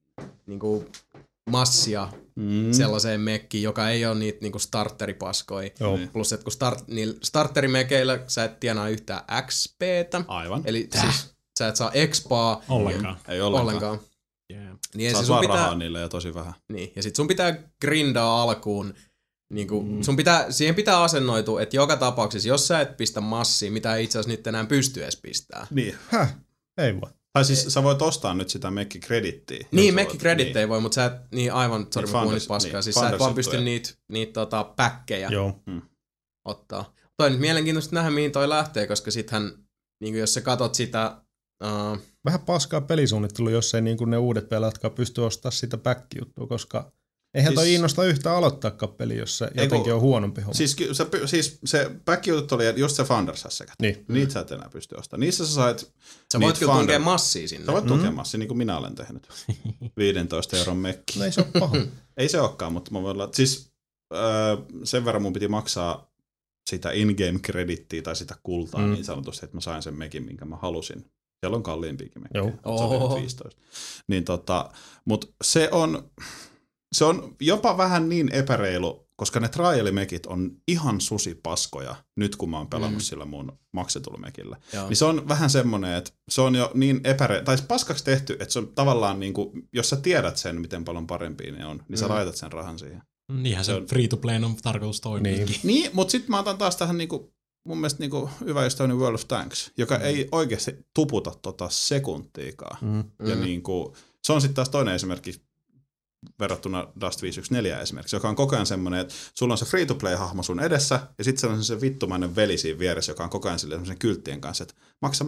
Speaker 4: niinku massia sellaiseen mekkiin, joka ei ole niitä niinku starteripaskoja. Plus, että kun starterimekeillä sä et tienaa yhtään XP:tä.
Speaker 1: Aivan.
Speaker 4: Eli siis sä et saa expaa.
Speaker 3: Ollenkaan.
Speaker 1: Ei ollenkaan.
Speaker 4: Yeah. Niin
Speaker 1: saat vaan rahaa niille ja tosi vähän.
Speaker 4: Niin, ja sit sun pitää grindaa alkuun. Niinku, siihen pitää asennoitua, että joka tapauksessa, jos sä et pistä massia, mitä ei itse asiassa nyt enää pysty edes pistää.
Speaker 1: Niin.
Speaker 2: Ei voi.
Speaker 1: Tai siis sä voit ostaa nyt sitä Mekki-kredittiä.
Speaker 4: Niin, Mekki-kredittiä ei voi, mutta sä et, aivan, sorry mä puhun nyt paskaa, siis sä et vaan pysty niitä päkkejä ottaa. Toi nyt mielenkiintoista nähdä, mihin toi lähtee, koska sittenhän, niin jos sä katot sitä...
Speaker 2: Vähän paskaa pelisuunnittelu, jos ei niin ne uudet pelaatkaan pysty ostamaan sitä back-juttua, koska eihän toi innosta yhtään aloittaakaan peli, jos se jotenkin on huonompi homma.
Speaker 1: Siis se back-jutut oli just se Founders-säkät.
Speaker 2: Niin.
Speaker 1: Niitä sä et enää pysty ostamaan. Niissä sä sait...
Speaker 4: Sä voit kyllä tunkea massia sinne.
Speaker 1: Sä voit tunkea massia, niin kuin minä olen tehnyt. 15 euron mekki.
Speaker 2: No ei se ole paha.
Speaker 1: Ei se olekaan, mutta mä voin olla... Siis sen verran mun piti maksaa sitä in-game-kredittiä tai sitä kultaa niin sanotusti, että mä sain sen mekin, minkä mä halusin. Siellä on kalliimpiakin mekkejä. Se on 15. Niin mutta se on jopa vähän niin epäreilu, koska ne trial-mekit on ihan susipaskoja nyt, kun mä oon pelannut sillä mun maksetulla mekillä. Niin se on vähän semmoinen, että se on jo niin tai paskaksi tehty, että se on tavallaan niin kuin, jos sä tiedät sen, miten paljon parempia ne on, niin sä laitat sen rahan siihen.
Speaker 3: Niinhän se free-to-play on tarkoitus toimia.
Speaker 1: Niin, mutta sitten mä otan taas tähän niinku, mun mielestä niinku hyvä ystäväni World of Tanks, joka ei oikeasti tuputa sekuntiikaan. Ja niinku, se on sitten taas toinen esimerkki verrattuna Dust 514 esimerkiksi, joka on koko ajan semmoinen, että sulla on se free-to-play-hahmo sun edessä, ja sitten se on se vittumainen veli siinä vieressä, joka on koko ajan semmoisen kylttien kanssa, että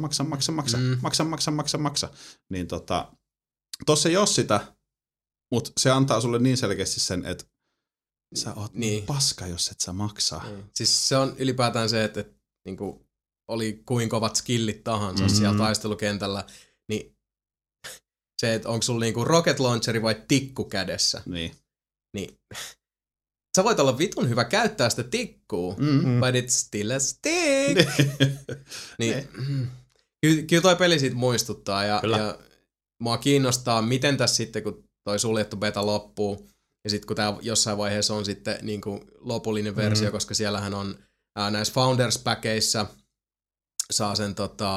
Speaker 1: maksa. Niin tossa ei ole sitä, mutta se antaa sulle niin selkeästi sen, että sä oot paska, jos et sä maksaa.
Speaker 4: Siis se on ylipäätään se, että niinku, oli kuin kovat skillit tahansa siellä taistelukentällä, niin se, että onko sulla niinku rocket launcheri vai tikku kädessä, niin sä voit olla vitun hyvä käyttää sitä tikkuu, but it's still a stick. Niin, kyllä toi peli siitä muistuttaa, ja mua kiinnostaa, miten tässä sitten, kun toi suljettu beta loppuu, ja sitten kun tää jossain vaiheessa on sitten niinku lopullinen versio, koska siellähän on näissä Founders-päkeissä saa sen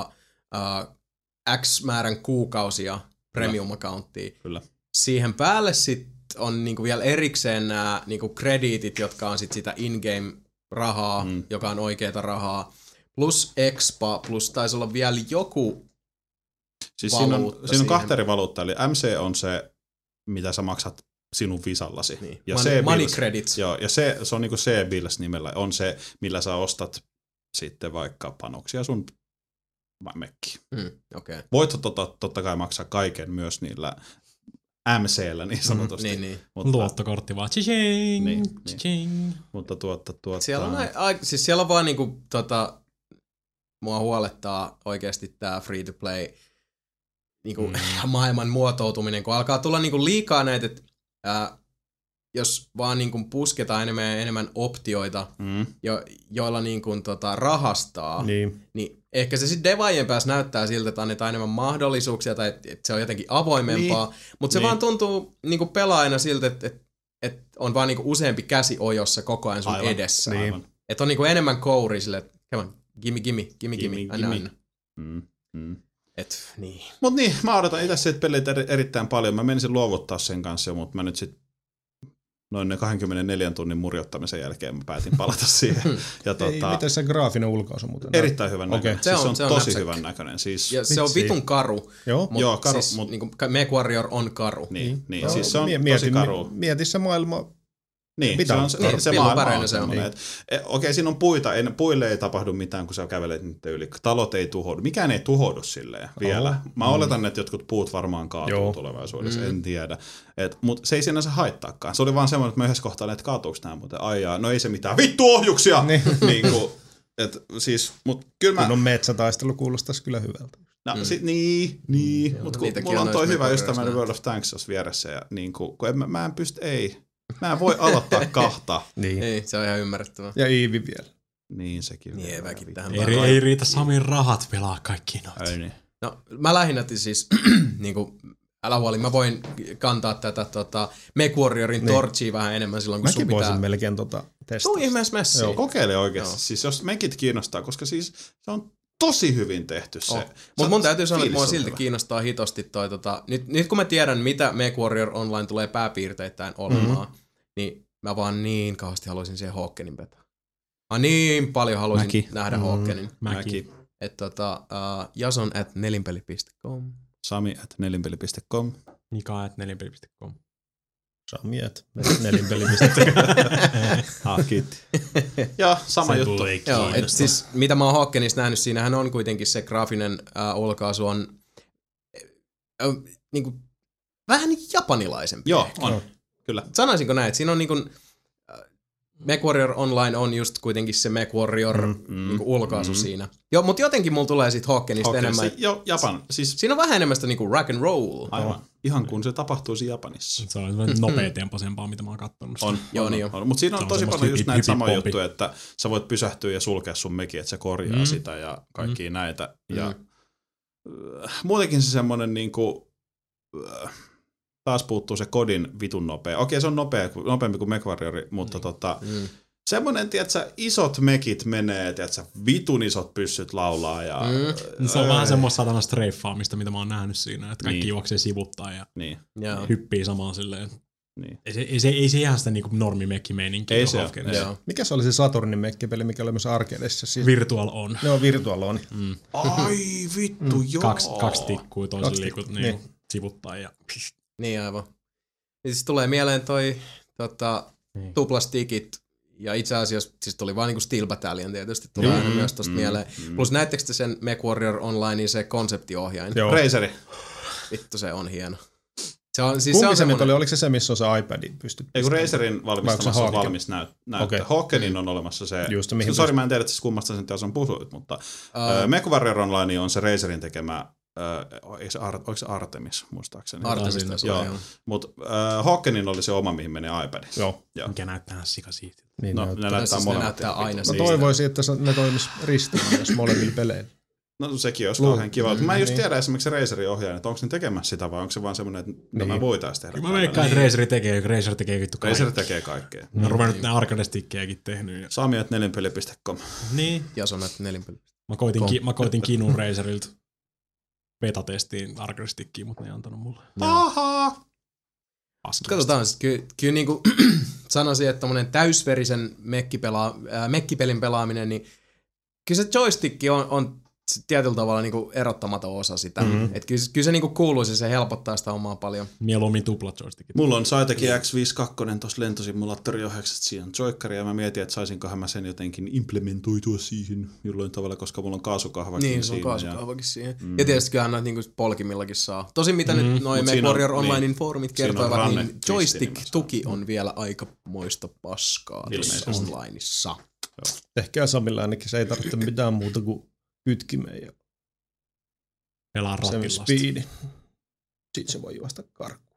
Speaker 4: X määrän kuukausia premium-accountia.
Speaker 1: Kyllä.
Speaker 4: Siihen päälle sitten on niinku vielä erikseen nämä niinku krediitit, jotka on sit sitä in-game-rahaa, joka on oikeata rahaa, plus expa, plus taisi olla vielä joku
Speaker 1: siis siinä on kahta eri valuuttaa, eli MC on se, mitä sä maksat sinun visallasi.
Speaker 4: Niin.
Speaker 1: Ja
Speaker 4: money credits.
Speaker 1: Joo, ja se on niinku C-bills nimellä, on se, millä sä ostat sitten vaikka panoksia sun mekkiin.
Speaker 4: Okay.
Speaker 1: Voit totta kai maksaa kaiken myös niillä MC:llä niin sanotusti.
Speaker 4: Niin.
Speaker 3: Mutta luottokortti vaan chiching,
Speaker 1: niin. Mutta
Speaker 4: Siellä on, siellä on vaan niinku mua huolettaa oikeasti tää free to play niinku maailman muotoutuminen, kun alkaa tulla niinku liikaa näitä, että jos vaan niinku pusketaan enemmän optioita, joilla niinku rahastaa, niin ehkä se sitten devaajien päässä näyttää siltä, että annetaan enemmän mahdollisuuksia tai että se on jotenkin avoimempaa, mutta se vaan tuntuu niinku pelaajana siltä, että on vaan niinku useampi käsi ojossa koko ajan sun edessä. Että on niinku enemmän kouri sille, että come on, gimme, aina. Niin.
Speaker 1: Mut niin, mä odotan itse siitä pelit erittäin paljon. Mä menisin luovuttaa sen kanssa jo, mutta mä nyt sit noin ne 24 tunnin murjottamisen jälkeen mä päätin palata siihen. Ja
Speaker 2: miten se graafinen ulkoasu muuten?
Speaker 1: Erittäin hyvän näköinen.
Speaker 2: Okay.
Speaker 1: Siis se on tosi hyvän näköinen. Siis,
Speaker 4: ja se on vitun karu.
Speaker 1: Joo, karu.
Speaker 4: Siis, niinku, MechWarrior on karu.
Speaker 1: Niin. Siis se on tosi karu.
Speaker 2: Mieti se maailma.
Speaker 1: Niin, se maailma on semmoinen. Okei, siinä on puita, puille ei tapahdu mitään, kun sä kävelet niiden yli. Talot ei tuhoudu. Mikään ei tuhoudu silleen vielä. Mä oletan, että jotkut puut varmaan kaatuu tulevaisuudessa, en tiedä. Mutta se ei sinänsä haittaakaan. Se oli vaan semmoinen, että mä yhdessä kohtaan, että kaatuuko nämä muuten. No ei se mitään. Vittu ohjuksia! Mut kyllä
Speaker 2: kun on metsätaistelu, kuulostaisi kyllä hyvältä.
Speaker 1: No mutta kun mulla on toi hyvä ystäväni World of Tanks vieressä, ja kun mä en pysty, mä en voi aloittaa kahta.
Speaker 4: Ei, se on ihan ymmärrettävää.
Speaker 2: Ja Iivi vielä.
Speaker 1: Niin sekin.
Speaker 4: Niin eväkin tähän.
Speaker 3: Ei riitä Samin rahat pelaa kaikki noita.
Speaker 1: Niin.
Speaker 4: No mä lähinnä siis niinku älä huoli, mä voin kantaa tätä MechWarriorin torchia vähän enemmän silloin, kun
Speaker 2: mäkin
Speaker 4: sun pitää.
Speaker 2: voisin melkein testata.
Speaker 4: Tuu ihmeessä messiin.
Speaker 1: Joo, kokeile oikeasti. Siis jos mekit kiinnostaa, koska siis se on tosi hyvin tehty se.
Speaker 4: Mutta mun täytyy sanoa, että mua silti kiinnostaa hitosti toi nyt kun mä tiedän, mitä MechWarrior Online tulee pääpiirteittäin olemaan, niin mä vaan niin kauheasti haluaisin siihen Hawkenin vetää. Mä niin paljon haluaisin nähdä Hawkenin.
Speaker 1: Mäkin.
Speaker 4: Että jason@nelinpeli.com.
Speaker 1: Sami@nelinpeli.com.
Speaker 3: Mika@nelinpeli.com.
Speaker 2: Sami@nelinpeli.com.
Speaker 1: Kiitti. Ja sama juttu.
Speaker 4: Joo, et siis mitä mä oon Hawkenista nähnyt, siinähän on kuitenkin se graafinen ulkoasu on niinku vähän japanilaisempi.
Speaker 1: Joo, on. Kyllä.
Speaker 4: Sanoisinko näin, että siinä on niinku MechWarrior Online on just kuitenkin se MechWarrior niinku ulkoasu siinä. Joo, mutta jotenkin mulla tulee sit Hawkenista enemmän.
Speaker 1: Joo, Japan. Siis
Speaker 4: siinä on vähän enemmän sitä niinku rock and roll.
Speaker 1: Aivan. Ihan kun se tapahtuisi Japanissa.
Speaker 3: Se on nopeatempoisempaa, mitä mä oon kattonut.
Speaker 1: On. Mutta siinä on tosi paljon just näitä samoja juttuja, että sä voit pysähtyä ja sulkea sun mekin, että se korjaa sitä ja kaikkia näitä. Ja muutenkin se semmonen niinku taas puuttuu se kodin vitun nopea. Okei, se on nopeampi kuin MechWarrior, mutta semmonen, tiedätkö, isot mekit menee, tiedätkö, vitun isot pyssyt laulaa ja...
Speaker 3: Se on vähän semmoista satana streiffaamista, mitä mä oon nähnyt siinä, että kaikki juoksee sivuttaa ja hyppii samaan silleen. Niin. Ei se ihan sitä niinku normimekki-meininkiä.
Speaker 1: Ei se
Speaker 2: Mikä se oli se Saturnin mekkipeli, mikä oli myös arcadeissa? Siis...
Speaker 3: Virtual On.
Speaker 2: Joo, Virtual On.
Speaker 1: Ai vittu, joo.
Speaker 3: Kaksi tikkuu toisen liikut niin sivuttaa ja...
Speaker 4: Niin aivan. Ja siis tulee mieleen toi tuplastikit, ja itse asiassa siis tuli vaan niinku Steel Battalion tietysti tulee aina myös tosta mieleen. Plus näettekö te sen MechWarrior Onlinein se konseptiohjain?
Speaker 2: Joo.
Speaker 1: Razeri.
Speaker 4: Vittu se on hieno. Se on, siis
Speaker 2: kumpi se nyt oli? Oliko se missä on se iPad pystyt?
Speaker 1: Ei kun Razerin valmistamassa on valmis näyttö. Okay. Hawkenin on olemassa se. Sori, mä en tiedä, että se kummasta sen teos on pusuit, mutta MechWarrior Online on se Razerin tekemä. Oliko se Artemis, muistaakseni?
Speaker 4: Artemis taisi olla, joo.
Speaker 1: Mutta Hawkenin oli se oma, mihin menee iPad.
Speaker 2: Joo.
Speaker 3: Mikä näyttää sikasiisti.
Speaker 2: Niin
Speaker 1: no, ne näyttää molemmat.
Speaker 2: No toivoisin, että ne toimis ristiin myös molemmilla peleillä.
Speaker 1: No sekin olisi kauhean kiva. Mä en just tiedä esimerkiksi se Razerin ohjaaja, että onko ne tekemässä sitä vai onko se vaan semmoinen, että me voitaisiin tehdä.
Speaker 3: Mä veikkaan, että Razer tekee vittu kaikkea.
Speaker 1: Razer tekee kaikkea.
Speaker 3: Mä oon ruvennut ne arcade-stikkejäkin tehnyt.
Speaker 1: Sami@nelinpeli.com.
Speaker 4: Niin. Jason@nelinpeli.
Speaker 3: Mä koitin kinun Razerilta beta-testiin arcade-stickiin, mutta ne ei antanut mulle.
Speaker 1: Ahaa!
Speaker 4: Katsotaan, kyllä niinku sanoisin, että tommonen täysverisen mekkipelin pelaaminen, niin kyllä se joystick on tietyllä tavalla niinku erottamaton osa sitä. Et kyllä se niinku kuuluisi, se helpottaa sitä omaa paljon.
Speaker 3: Mieluummin tuplat joystickit.
Speaker 1: Mulla on Saiteki X52 tossa lentosimulaattoriohjauksesta, siinä on joikkari, ja mä mietin, että saisinkohan mä sen jotenkin implementoitua siihen jollain tavalla, koska mulla on kaasukahvakin
Speaker 4: siinä. Niin, se on kaasukahvakin siihen. Ja tietysti kyllähän näitä niinku polkimillakin saa. Tosin mitä nyt noi MechWarrior Onlinein foorumit kertoivat, niin joystick-tuki on vielä aikamoista paskaa tuossa onlineissa.
Speaker 2: Ehkä Samilla ainakin se ei tarvitse mitään muuta kuin kytkimeen ja
Speaker 3: pelaa rapillasta.
Speaker 2: Speedi. Sitten se voi juosta karkuun.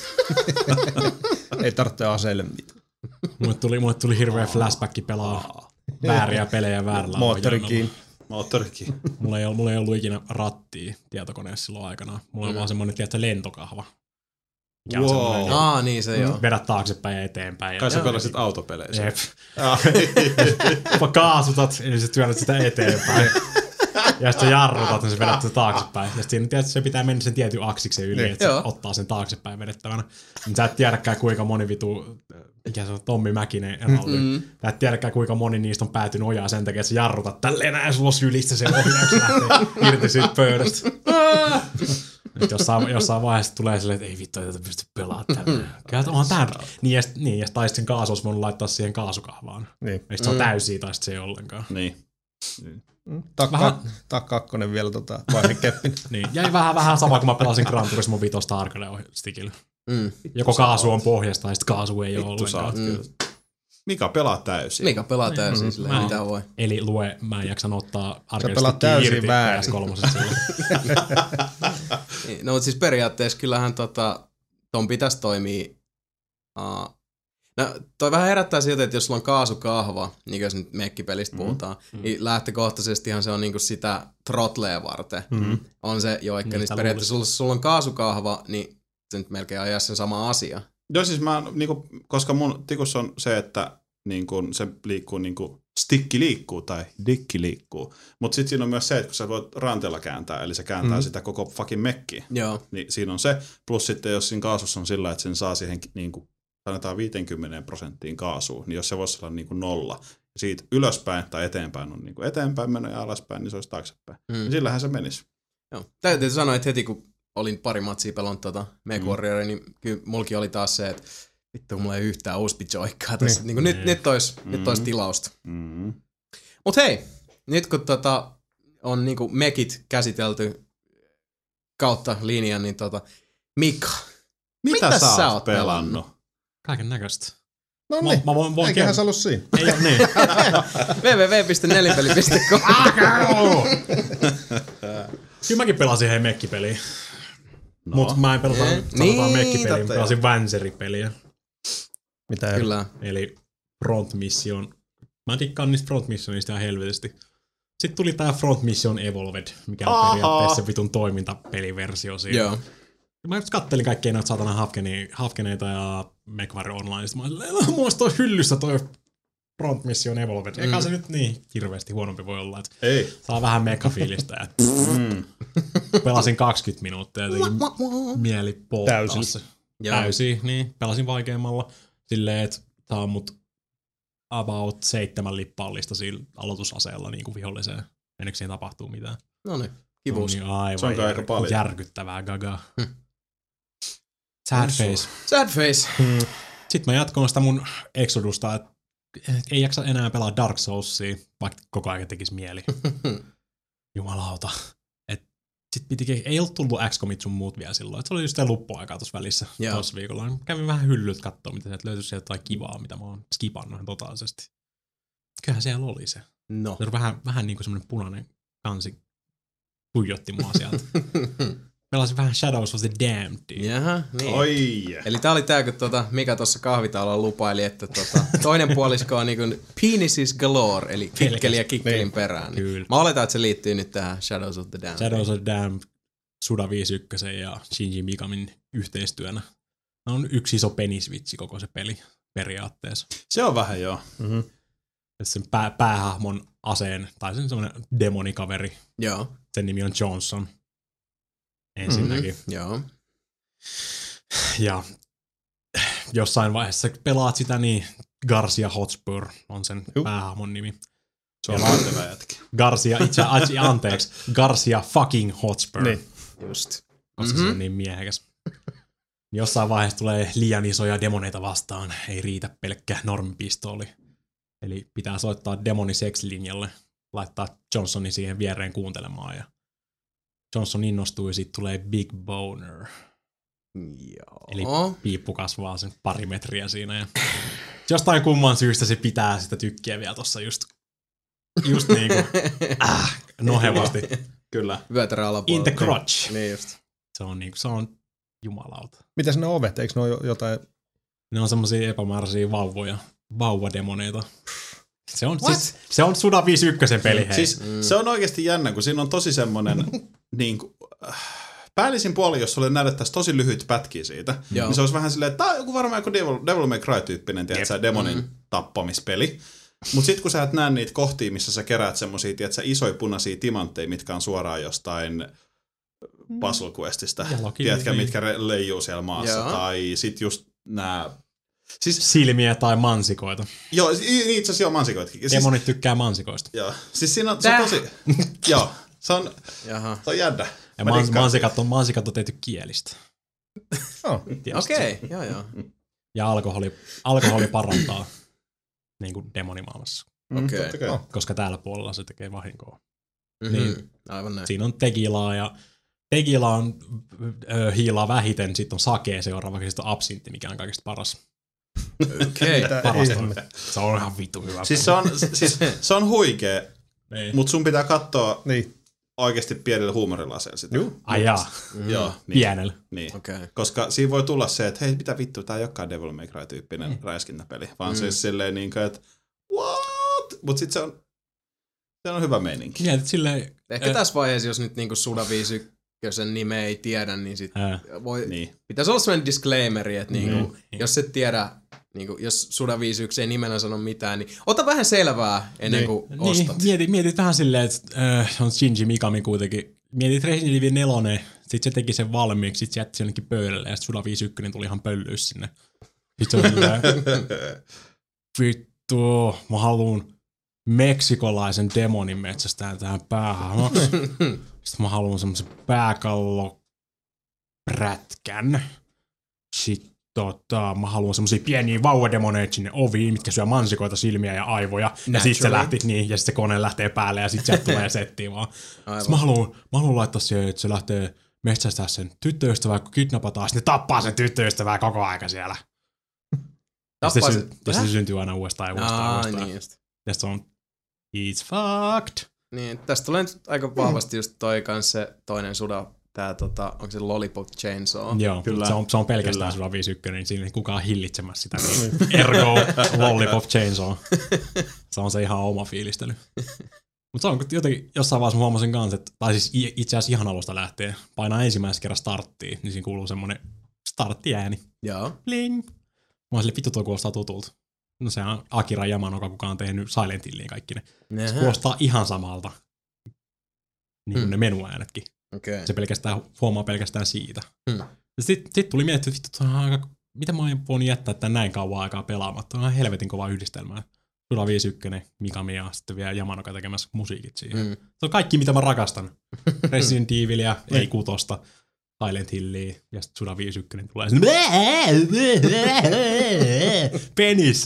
Speaker 2: Ei tarvitse aseelle mitään.
Speaker 3: Mulle tuli hirveä flashback pelaa vääriä pelejä väärällä
Speaker 2: Moottorikiin.
Speaker 3: Mulla ei ollut ikinä rattia tietokoneessa silloin aikana. Mulla on vaan semmonen lentokahva.
Speaker 4: Wow. Niin se joo.
Speaker 3: Vedät taaksepäin ja eteenpäin.
Speaker 1: Kai sä pelasit autopeleissä.
Speaker 3: Jep. Kaasutat, eli sä työnnät sitä eteenpäin. Ja sitten sä jarrutat, niin sä vedät sitä taaksepäin. Ja sitten tietysti se pitää mennä sen tietyn aksiksen yli, että se ottaa sen taaksepäin vedettävänä. Sä et tiedäkään kuinka moni mikä se on, Tommi Mäkinen Eraldi. Sä et tiedäkään kuinka moni niistä on päätynyt ojaa sen takia, että sä jarrutat tälleen ja sulla on sylistä se ohjaus lähtee irti siitä pöydästä. Jossain vaiheessa tulee silleen, että ei vittu, ei tätä pysty pelaamaan tällä. Kyllä onhan tää. Niin, ja tai sitten kaasu olisi voinut laittaa siihen kaasukahvaan. Niin. Ja sitten se on täysiä, tai sitten se ei ollenkaan.
Speaker 1: Niin.
Speaker 2: Tak kakkonen vielä vaihekeppin.
Speaker 3: Niin, jäi vähän sama, kun mä pelasin Gran Turismo 5 arcade-stickillä. Joko kaasu on pohjasta, tai sitten kaasu ei ole ollenkaan.
Speaker 1: Mika pelaa täysin.
Speaker 4: Mika pelaa täysin, silleen mitä voi.
Speaker 3: Eli lue, mä en jaksan ottaa arcade-stickia irti PS3.
Speaker 4: No mutta siis periaatteessa kyllähän ton pitäisi toimia. No, toi vähän herättää siltä, että jos sulla on kaasukahva, niin jos nyt mekkipelistä puhutaan, niin lähtökohtaisestihan se on niinku sitä throttlea varten. On se joikka, niin periaatteessa sulla on kaasukahva, niin se nyt melkein ajaa sen sama asia.
Speaker 1: Joo, siis mä, niinku, koska mun tikussa on se, että niinku, se liikkuu niinku, stikki liikkuu tai dikki liikkuu. Mutta sitten siinä on myös se, että kun sä voit ranteella kääntää, eli se kääntää sitä koko fucking mekkiä.
Speaker 4: Joo.
Speaker 1: Niin siinä on se. Plus sitten, jos siinä kaasussa on sillä, että sen saa siihen niinku, annetaan 50% kaasua, niin jos se voisi olla niinku 0, siitä ylöspäin tai eteenpäin on niinku eteenpäin meno ja alaspäin, niin se olisi taaksepäin. Ja sillähän se menisi.
Speaker 4: Joo. Täytyy sanoa, että heti kun olin pari matsia pelannut MechWarrioria, niin kyllä mulki oli taas se, että vittu, mulla ei yhtään USB-joikkaa tässä. Niin. Nyt ois tilausta. Mut hei, nyt kun on niinku mekit käsitelty kautta linjan, niin Mika, mitä sä oot pelannut?
Speaker 3: Kaiken näköistä.
Speaker 2: No niin, eiköhän se ollut siinä.
Speaker 3: Ei ole niin.
Speaker 4: www.nelinpeli.com
Speaker 3: Kyllä mäkin pelasin hei mekkipeliä. No. Mut mä en pelata mekkipeliä, mä pelasin Vanzeri-peliä.
Speaker 2: Mitä
Speaker 4: Kyllä.
Speaker 3: Eli Front Mission. Mä dikkaan niistä Front Missionista ihan helvetisti. Sitten tuli tää Front Mission Evolved, mikä on periaatteessa vitun toimintapeliversio siinä.
Speaker 4: Joo.
Speaker 3: Mä just kattelin kaikkia noita saatana hafkeneita ja MechWarrior Online. Sitten mä olin silleen, mulla toi hyllyssä toi Front Mission Evolved. Eikä se nyt niin hirveästi huonompi voi olla. Että
Speaker 1: ei.
Speaker 3: Saa vähän mekkafiilistä. Ja pelasin 20 minuuttia ja mieli polttaa se. Täysin, niin. Pelasin vaikeammalla. Silleen, että saa mut about 7 lippallista sillä aloitusaseella niin kuin viholliseen. Ennen kuin siihen tapahtuu mitään.
Speaker 4: No niin, kivuus.
Speaker 3: Niin, aivan
Speaker 1: se on aika paljon.
Speaker 3: Järkyttävää gagaa. Sad face.
Speaker 4: Sad face.
Speaker 3: Sitten mä jatkoin sitä mun Exodusta, että ei jaksa enää pelaa Dark Soulsia, vaikka koko ajan tekisi mieli. Jumalauta. Sitten ei ollut tullut XCOMit sun muut vielä silloin. Se oli just luppuaikaa tuossa välissä tuossa viikolla. Kävin vähän hyllyt katsoa, mitä sieltä löytyisi jotain kivaa, mitä mä oon skipannut totaalisesti. Kyllähän siellä oli se.
Speaker 4: No.
Speaker 3: Se oli vähän niin kuin semmoinen punainen kansi tuijotti mua sieltä. Pelasin vähän Shadows of the Damned.
Speaker 4: Jaha, niin.
Speaker 1: Oi.
Speaker 4: Eli tää oli tää, kun Mika tuossa kahvitalolla lupaili, että toinen puolisko on niinku penises galore, eli kikkeli ja kikkelin perään. Niin. Mä oletan, että se liittyy nyt tähän Shadows of the Damned.
Speaker 3: Shadows of the Damned, Suda 51 ja Shinji Mikamin yhteistyönä. On yksi iso penisvitsi koko se peli periaatteessa.
Speaker 1: Se on vähän joo.
Speaker 3: Mm-hmm. Sen päähahmon aseen, tai sen semmoinen demonikaveri.
Speaker 4: Joo.
Speaker 3: Sen nimi on Johnson. Ensinnäkin.
Speaker 4: Joo.
Speaker 3: Ja jossain vaiheessa pelaat sitä, niin Garcia Hotspur on sen päähahmon nimi.
Speaker 1: Se on laateva jätkä.
Speaker 3: Garcia fucking Hotspur.
Speaker 2: Niin.
Speaker 4: Just.
Speaker 3: Koska se on niin miehekäs. Jossain vaiheessa tulee liian isoja demoneita vastaan. Ei riitä pelkkä normipistooli. Eli pitää soittaa demoni sex-linjalle. Laittaa Johnsonin siihen viereen kuuntelemaan ja Johnson innostuu ja siitä tulee Big Boner.
Speaker 4: Joo.
Speaker 3: Eli piippu kasvaa sen 2 metriä siinä. Ja jostain kumman syystä se pitää sitä tykkiä vielä tossa just niinku nohevasti.
Speaker 1: Kyllä.
Speaker 4: Vyötärä alapuolella.
Speaker 3: In the crotch.
Speaker 4: Niin just.
Speaker 3: Se on jumalauta.
Speaker 2: Mitäs ne ovet? Eikö ne ole jotain?
Speaker 3: Ne on semmosia epämääräisiä vauvademoneita. Se on Suda 51 peli, hei.
Speaker 1: Siis se on oikeasti jännä, kun siinä on tosi semmonen niinku, päällisin puoli, jos sulle näytettäisiin tosi lyhyt pätkiä siitä, niin se olisi vähän silleen, että tää on joku varmaan joku Devil May Cry-tyyppinen, tiedätkö, demonin tappamispeli. Mutta sitten kun sä et näe niitä kohtia, missä sä keräät semmosia, tiedätkö, isoja punaisia timantteja, mitkä on suoraan jostain Puzzle Questista, tiedätkö, mitkä leijuu siellä maassa, tai sit just nää
Speaker 3: siis, silmiä tai mansikoita.
Speaker 1: Joo, itse asiassa joo, mansikoitakin.
Speaker 3: Demonit tykkää mansikoista.
Speaker 1: Joo, siis siinä on, se on tosi, joo, se on jännä.
Speaker 3: Ja mansikat on tehty kielistä.
Speaker 4: Okei, joo.
Speaker 3: Ja alkoholi parantaa niin kuin demonimaailmassa.
Speaker 4: Okei.
Speaker 3: Koska täällä puolella se tekee vahinkoa.
Speaker 4: Niin, aivan näin.
Speaker 3: Siinä on tequilaa ja tequila on hiilaa vähiten, sitten on sakee seuraavaksi, sitten on absintti, mikä on kaikista paras.
Speaker 4: Okei.
Speaker 3: Se on ihan vittu hyvä.
Speaker 1: Siis se on huikea, mutta sun pitää katsoa oikeasti pienellä huumorilaseella sitä.
Speaker 3: Ai jaa.
Speaker 1: Joo. Niin.
Speaker 3: Pienellä.
Speaker 1: Niin.
Speaker 4: Okay.
Speaker 1: Koska siinä voi tulla se, että hei, mitä vittu, tää ei olekaan Devil May Cry-tyyppinen räiskintäpeli, vaan se silleen niin kuin, että what? Mut sit se on hyvä meininki.
Speaker 3: Mietit silleen...
Speaker 4: Ehkä tässä vaiheessa, jos nyt niinku Suda 51 nimeä ei tiedä, niin sit voi... Niin. Pitäisi olla sellainen disclaimeri, että niinku, jos et tiedä, niinku, jos Suda 51 ei nimenä sano mitään, niin ota vähän selvää ennen kuin ostat.
Speaker 3: Mietit vähän silleen, että on Shinji Mikami kuitenkin. Mietit Resident Evil 4, sit se teki sen valmiiksi, sit se jätti sen jonnekin pöydälle, ja sit Suda 51 tuli ihan pöllyys sinne. Sit se on silleen, vittu, mä haluun meksikolaisen demonin metsästään tähän päähän. Sitten mä haluun semmosen pääkalloprätkän. Sitten mä haluan semmosia pieniä vauvademoneita sinne oviin, mitkä syö mansikoita, silmiä ja aivoja. Ja sit se lähti niin, ja sit se kone lähtee päälle, ja sit sieltä tulee settiin vaan. Sitten mä haluan laittaa siihen, että se lähtee metsästää sen tyttöystävää, kun kidnapataan, sitten tappaa sen tyttöystävää koko aika siellä. Ja se syntyy aina uudestaan.
Speaker 4: Niin just.
Speaker 3: Ja se on it's fucked.
Speaker 4: Niin, tästä tulee nyt aika vahvasti just toi kanssa se toinen Suda, tää onko se Lollipop Chainsaw?
Speaker 3: Joo, kyllä. Se on pelkästään Suda 51, niin siinä ei kukaan hillitsemässä sitä. Niin. Ergo Lollipop Chainsaw. Se on se ihan oma fiilistely. Mutta se on jotenkin jossain vaiheessa huomasin kanssa, että, tai siis itse asiassa ihan alusta lähtee, painaa ensimmäisen kerran starttiin, niin siinä kuuluu semmonen starttiääni.
Speaker 4: Joo.
Speaker 3: Bling. Mä oon silleen, vittu toi kuulostaa tutulta. No se on Akira Yamanoka, kuka on tehnyt Silent Hilliin kaikki ne. Se kuulostaa ihan samalta. Niin kuin ne menuäänetkin.
Speaker 4: Okay.
Speaker 3: Se huomaa pelkästään siitä. Sitten tuli miettiä, että mitä mä oon voinut jättää tän näin kauan aikaa pelaamatta. On ihan helvetin kova yhdistelmä. Suda 51, Mikami ja sitten vielä Yamanoka tekemässä musiikit siihen. Se on kaikki, mitä mä rakastan. Resident Evilia, ei kutosta. Silent Hillia, ja sitten Suda 51 tulee penis.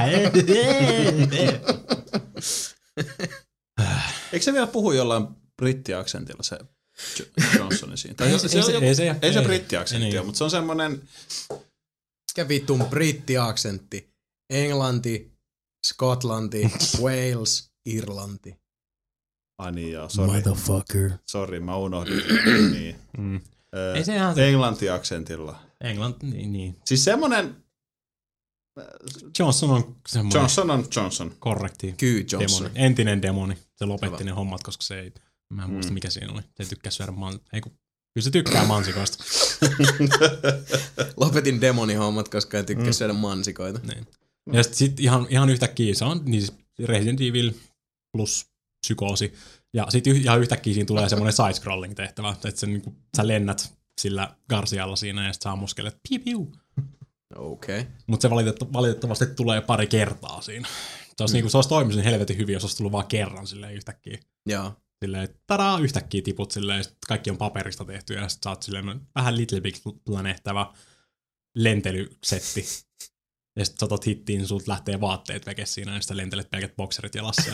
Speaker 1: Eikö se vielä puhu jollain brittiaksentilla se Johnsoni siinä? Ei se brittiaksentti ole, mutta se on semmoinen...
Speaker 4: Mikä vittun brittiaksentti? Englanti, Skotlanti, Wales, Irlanti.
Speaker 1: Ai niin joo, sorry.
Speaker 5: Motherfucker.
Speaker 1: Sori, mä unohdin. Niin.
Speaker 3: Ei se ihan
Speaker 1: Englanti-aksentilla.
Speaker 3: Niin.
Speaker 1: Siis semmonen...
Speaker 3: Johnson on semmoinen...
Speaker 1: Johnson.
Speaker 3: Korrekti.
Speaker 4: Kyy Johnson.
Speaker 3: Demoni. Entinen demoni. Se lopetti ne hommat, koska se ei... Mä en muista mikä siinä oli. Se ei tykkää syödä kyllä se tykkää mansikoista.
Speaker 4: Lopetin demonihommat, koska en tykkää syödä mansikoita.
Speaker 3: Niin. Ja sit ihan yhtäkkiä se on niin Resident Evil plus psykoosi. Ja sit ihan yhtäkkiä siinä tulee semmoinen side-scrolling tehtävä, että sä lennät sillä Garcialla siinä ja sit sä ammuskelet piu.
Speaker 4: Okei. Okay.
Speaker 3: Mut se valitettavasti tulee pari kertaa siinä. Se olisi toiminut niin helvetin hyvin, jos olisi tullut vaan kerran silleen yhtäkkiä.
Speaker 4: Joo.
Speaker 3: Silleen, tadaa, yhtäkkiä tiput silleen, ja kaikki on paperista tehty, ja sit sä oot silleen vähän Little Big Planet-tävä lentelysetti. Ja sit sä otat hittiin, niin sulta lähtee vaatteet veke siinä, ja sit sä lentelet pelkät bokserit jalassa.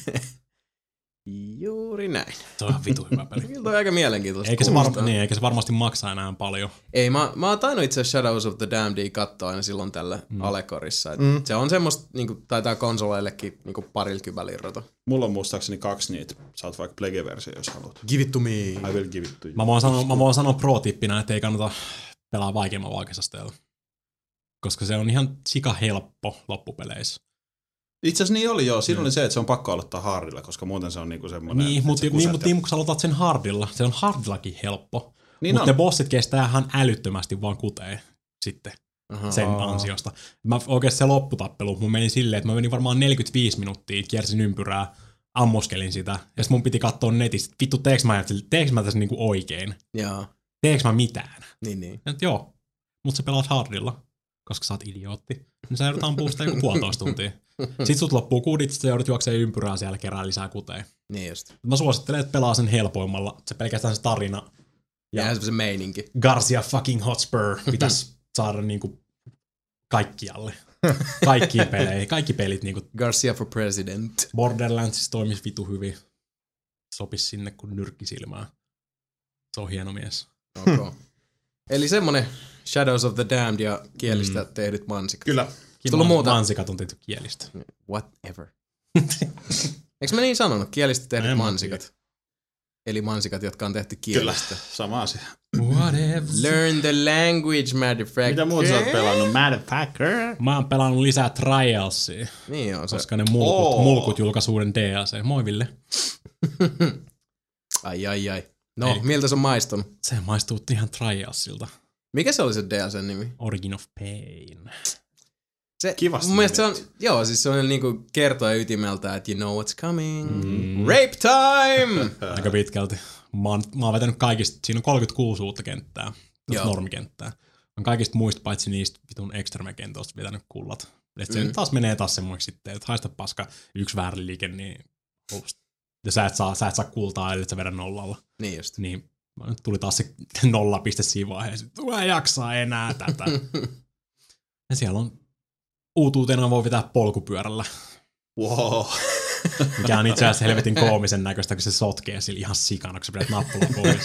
Speaker 4: Juuri näin.
Speaker 3: Se on ihan vitu hyvä peli.
Speaker 4: Kyllä toi aika mielenkiintoista.
Speaker 3: Eikä se varmasti maksa enää paljon.
Speaker 4: Ei, mä oon tainnut itse asiassa Shadows of the Damned katsoa aina silloin tällä Alekorissa. Se on semmoista, niinku, taitaa konsoleillekin niinku $20 lirrata.
Speaker 1: Mulla on muistaakseni 2 niitä. Saat vaikka Plege-versio, jos haluat.
Speaker 4: Give it to me.
Speaker 1: I will give it to you.
Speaker 3: Mä voin sanoa pro-tippinä, että ei kannata pelaa vaikeamman vaikeasasteella. Koska se on ihan sika helppo loppupeleissä.
Speaker 1: Itse asiassa niin oli joo. Siinä oli se, että se on pakko aloittaa hardilla, koska muuten se on niinku semmoinen...
Speaker 3: Niin, mutta kun sä aloitat sen hardilla, se on hardillakin helppo.
Speaker 1: Niin
Speaker 3: mutta ne bossit kestää ihan älyttömästi vaan kuteen sitten sen ansiosta. Mä oikeesti se lopputappelu, mun meni silleen, että mä menin varmaan 45 minuuttia, kiersin ympyrää, ammuskelin sitä, ja sit mun piti katsoa netistä, vittu teeks mä tässä niinku oikein?
Speaker 4: Joo.
Speaker 3: Teeks mä mitään?
Speaker 4: Niin.
Speaker 3: Et joo, mut sä pelaat hardilla, koska sä oot idiootti. Niin sä joudut ampumaan sitä joku 1,5 tuntia. Sit sut loppuu kudit, sit sä joudut juokseen ympyrää siellä kerää lisää kuteen.
Speaker 4: Niin just.
Speaker 3: Mä suosittelen, että pelaa sen helpoimmalla. Se pelkästään se tarina.
Speaker 4: Ja se meininki.
Speaker 3: Garcia fucking Hotspur pitäisi saada niinku kaikkialle. Kaikkiin peleihin. Kaikki pelit niinku.
Speaker 4: Garcia for president.
Speaker 3: Borderlands toimisi vitu hyvin. Sopis sinne kuin nyrkkisilmää. Se on hieno mies.
Speaker 4: Okay. Eli semmonen Shadows of the Damned ja kielistä tehdyt mansikat.
Speaker 1: Kyllä.
Speaker 3: Mansikat on tehty kielistä.
Speaker 4: Whatever. Eikö mä niin sanonut? Kielistä tehdyt mansikat. eli mansikat, jotka on tehty kielestä.
Speaker 1: Kyllä, sama asia.
Speaker 3: What if?
Speaker 4: Learn the language, motherfucker.
Speaker 1: Mitä muuta sä oot pelannut? Motherfucker.
Speaker 3: Mä oon pelannut lisää Trialsia,
Speaker 4: Niin on se.
Speaker 3: koska ne mulkut julkaisi uuden DLC. Moi Ville.
Speaker 4: Ai. No, miltä se on maistunut?
Speaker 3: Se maistuu ihan Trialsilta.
Speaker 4: Mikä se oli se DLCn nimi?
Speaker 3: Origin of Pain.
Speaker 4: Se,
Speaker 1: Kivasti
Speaker 4: mun mielestä se on, joo, siis se on niinku kertoa ytimeltä, että you know what's coming. Rape time!
Speaker 3: Aika pitkälti. Mä oon vetänyt kaikista, siinä on 36 uutta kenttää, normikenttää. On kaikista muista paitsi niistä vitun Extreme-kentoista vetänyt kullat. Et se taas menee taas semmoiksi sitten, että haista paska, yksi väärä liike, niin ja sä et saa kultaa, ellei sä vedä nollalla.
Speaker 4: Niin just.
Speaker 3: Niin tuli taas se nollapiste siinä vaiheessa, että mä en jaksaa enää tätä. Ja siellä on uutuutena voi vetää polkupyörällä.
Speaker 1: Wow.
Speaker 3: Mikä on itse asiassa helvetin koomisen näköistä, kun se sotkee sillä ihan sikana, kun sä pidät nappula pois.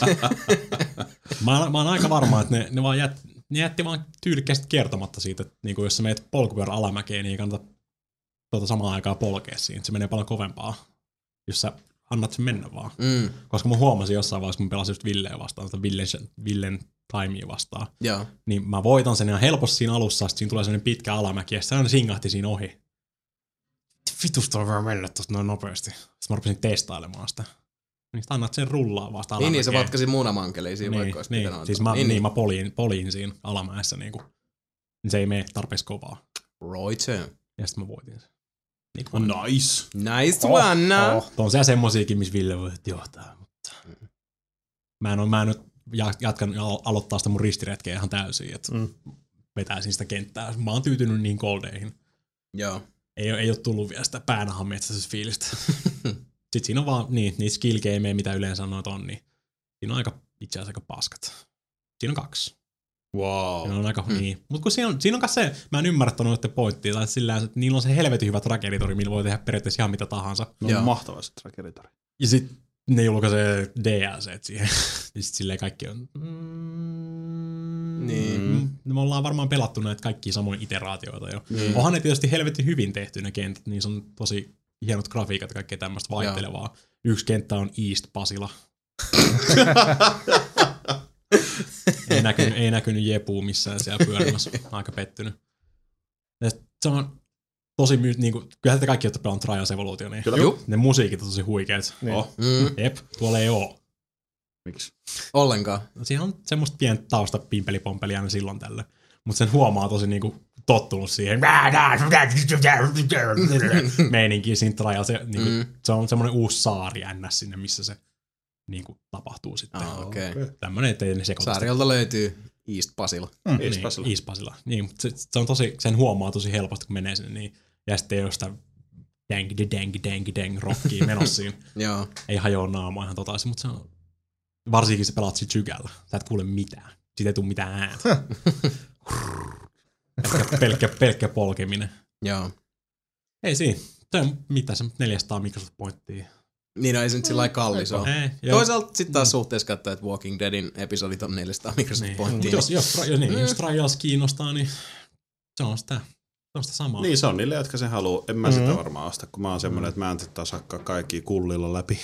Speaker 3: Mä oon aika varma, että ne vaan jätti vaan tyylikkästi kertomatta siitä, että niin jos sä meet polkupyörän alamäkeen, niin ei kannata samaan aikaan polkea siinä. Se menee paljon kovempaa, jos sä annat sen mennä vaan. Koska mä huomasin jossain vaiheessa, kun mä pelasin just Villeä vastaan, Villen Timea vastaan, niin mä voitan sen ihan helposti siinä alussa, sitten siinä tulee sellainen pitkä alamäki, ja sitten singahti siinä ohi. Vitusta on vähän mennä tosta noin nopeasti. Sitten mä rupesin testailemaan sitä. Niin sit annat sen rullaa vasta alamäkeen.
Speaker 4: Niin, se vatkasi munamankeliin siinä vaikka olisi pitänyt
Speaker 3: siis mä poliin siinä alamäessä niinku. Niin se ei mene tarpeeksi kovaa.
Speaker 4: Right.
Speaker 3: Ja sit mä voitin sen.
Speaker 1: Nice.
Speaker 4: Nice one.
Speaker 3: On siellä semmosiakin, missä Ville voi johtaa, mutta mä en nyt aloittaa sitä mun ristiretkeä ihan täysin, että vetäisin sitä kenttää. Mä oon tyytynyt niin goldeihin.
Speaker 4: Joo.
Speaker 3: Ei ole tullut vielä sitä päänahan metsästysfiilistä. Sitten siinä on vaan niitä skill gameja, mitä yleensä noita on, niin siinä on itse asiassa aika paskat. Siinä on 2.
Speaker 1: Wow.
Speaker 3: Siinä on aika, niin. Mutta kun siinä on myös se, mä en ymmärrä noiden pointtia, tai sillä että niillä on se helvetin hyvä track-editori, millä voi tehdä periaatteessa ihan mitä tahansa.
Speaker 1: No on mahtava se track-editori.
Speaker 3: Ja sit ne julkaisee DLC siihen. Ja sit silleen kaikki on...
Speaker 4: Niin.
Speaker 3: Me ollaan varmaan pelattu näitä kaikkia samoja iteraatioita jo. Onhan ne tietysti helvetin hyvin tehty ne kentät, niin se on tosi hienot grafiikat ja kaikkea tämmöistä vaihtelevaa. Yksi kenttä on East Pasila. ei näkynyt Jepuu missään siellä pyörimässä. Aika pettynyt. Ja se on tosi niinku, kyllähän te kaikki olette pelannut Trials Evolution, niin ne musiikit on tosi huikeet.
Speaker 1: Niin.
Speaker 3: Jep, tuolla ei oo.
Speaker 1: Miksi?
Speaker 4: Ollenkaan.
Speaker 3: No, siinä on semmoista pientä tausta pimpelipompeli aina silloin tällä. Mutta sen huomaa tosi niinku tottunut siihen meininkiin siinä Trials. Niinku, se on semmoinen uusi saari NS sinne, missä se niinku tapahtuu sitten.
Speaker 4: Okay.
Speaker 3: Tämmönen, ettei ne sekoita.
Speaker 4: Saariolta löytyy East Pasila.
Speaker 3: East Pasila. Niin, mutta se on tosi, sen huomaa tosi helposti, kun menee sinne. Niin, ja sitten ei ole sitä dang rockia menossa siinä.
Speaker 4: Joo.
Speaker 3: Ei hajoa naamaa ihan totaisi, mutta se on, varsinkin se pelaat siitä sykällä. Sä et kuule mitään. Siitä ei tule mitään ääntä. pelkkä polkeminen.
Speaker 4: Joo.
Speaker 3: Ei siinä. Se on mitä se 400 Microsoft Pointtia.
Speaker 4: Niin, ei se nyt sillä kallis ole. Toisaalta sitten taas suhteessa katsoa, että Walking Deadin episodit on 400 Microsoft Pointtia.
Speaker 3: Jos Trials kiinnostaa, niin se on sitä samaa.
Speaker 1: Niin, se on niille, jotka sen haluaa. En mä sitä varmaan osta, kun mä oon semmonen, että mä en taas hakkaa kaikkia kullilla läpi.